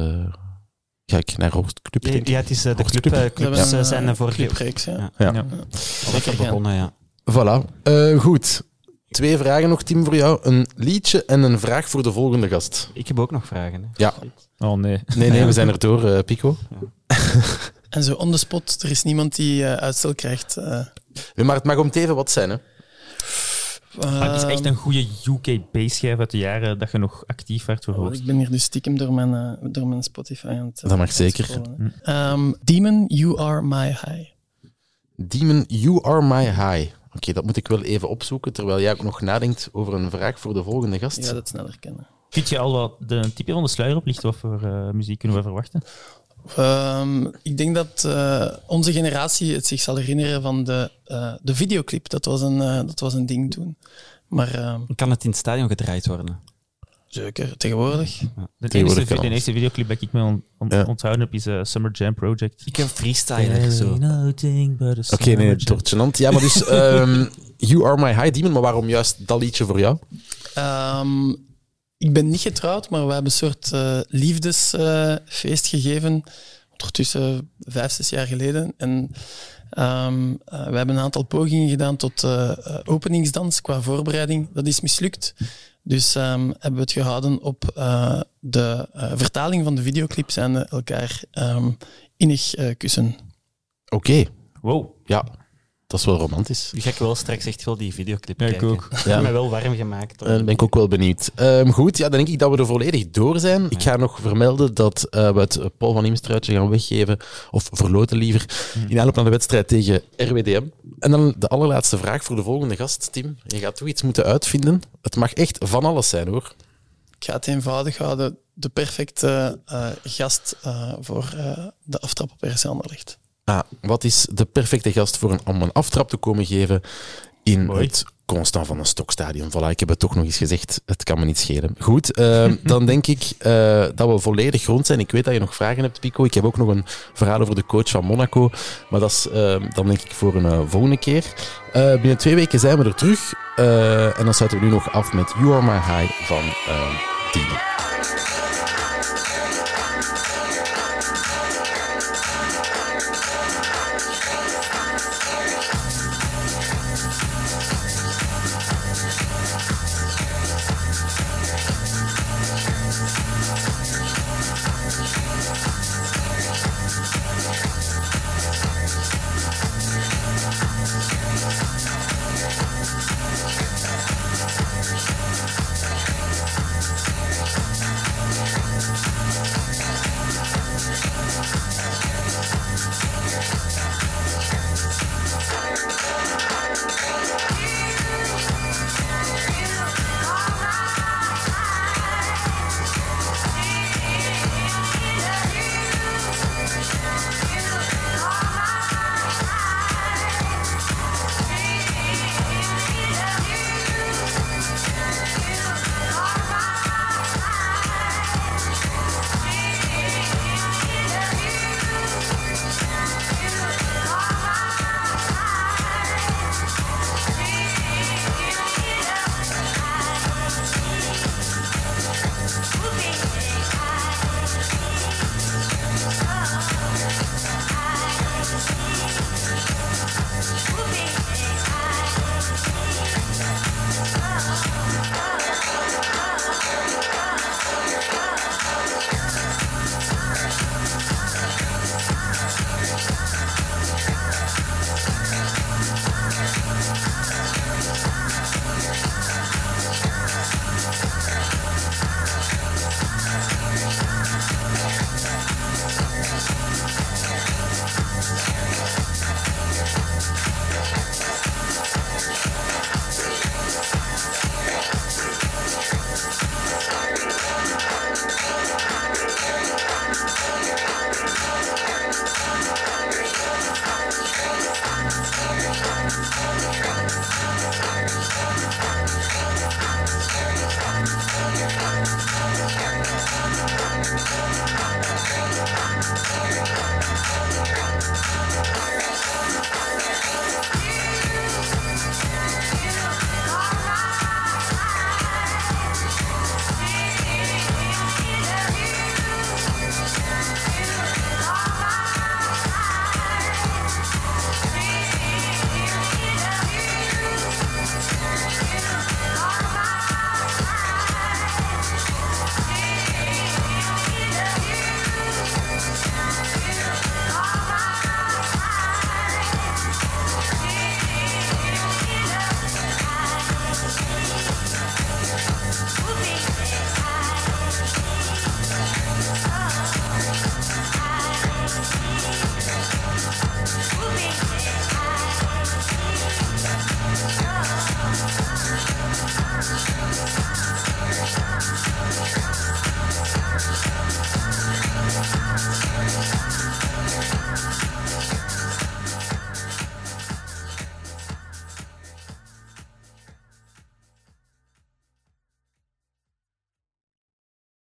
Ga ik naar Horst Club? Ja, het is de clubs zijn vorige clubreeks. Ja. Lekker begonnen, ja. Voilà. Goed. 2 vragen nog, Tim, voor jou. Een liedje en een vraag voor de volgende gast. Ik heb ook nog vragen. Hè. Ja. Oh, nee. Nee, we zijn er door, Pico. Ja. En zo on the spot, er is niemand die uitstel krijgt. Maar het mag om het even wat zijn, hè. Maar het is echt een goede UK-bassschijf uit de jaren dat je nog actief werd voor Horst. Ik ben hier dus stiekem door mijn Spotify aan het... Dat mag zeker. Demon, You Are My High. Demon, You Are My High. Oké, dat moet ik wel even opzoeken, terwijl jij ook nog nadenkt over een vraag voor de volgende gast. Ja, dat sneller kennen. Kun je al wat een tipje van de sluier oplichten? Wat voor muziek kunnen we verwachten? Ik denk dat onze generatie het zich zal herinneren van de videoclip. Dat was een ding toen. Maar, kan het in het stadion gedraaid worden? Zeker, tegenwoordig. Ja. De enige videoclip dat ik me onthouden heb is Summer Jam Project. Ik heb freestyler zo. Oké, nee, het wordt gênant. Ja, maar dus You Are My High, Demon, maar waarom juist dat liedje voor jou? Ik ben niet getrouwd, maar we hebben een soort liefdesfeest gegeven. Ondertussen 5-6 jaar geleden. En we hebben een aantal pogingen gedaan tot openingsdans qua voorbereiding. Dat is mislukt. Dus hebben we het gehouden op de vertaling van de videoclip en elkaar innig kussen. Oké. Wow. Ja. Dat is wel romantisch. Die ga ik wel straks echt wel die videoclip kijken. Ik ook. Ja. Ik heb me wel warm gemaakt. Ben ik ook wel benieuwd. Goed, ja, dan denk ik dat we er volledig door zijn. Ik ga nog vermelden dat we het Paul van Imstruitje gaan weggeven, of verloten liever, in aanloop naar de wedstrijd tegen RWDM. En dan de allerlaatste vraag voor de volgende gast, Tim. Je gaat toch iets moeten uitvinden. Het mag echt van alles zijn, hoor. Ik ga het eenvoudig houden. De perfecte gast voor de aftrap op RC Anderlecht. Wat is de perfecte gast om een aftrap te komen geven in het Constant van een Stokstadion? Voilà, ik heb het toch nog eens gezegd. Het kan me niet schelen. Goed, dan denk ik dat we volledig rond zijn. Ik weet dat je nog vragen hebt, Pico. Ik heb ook nog een verhaal over de coach van Monaco. Maar dat is dan denk ik voor een volgende keer. Binnen 2 weken zijn we er terug. En dan sluiten we nu nog af met You Are My High van Demon.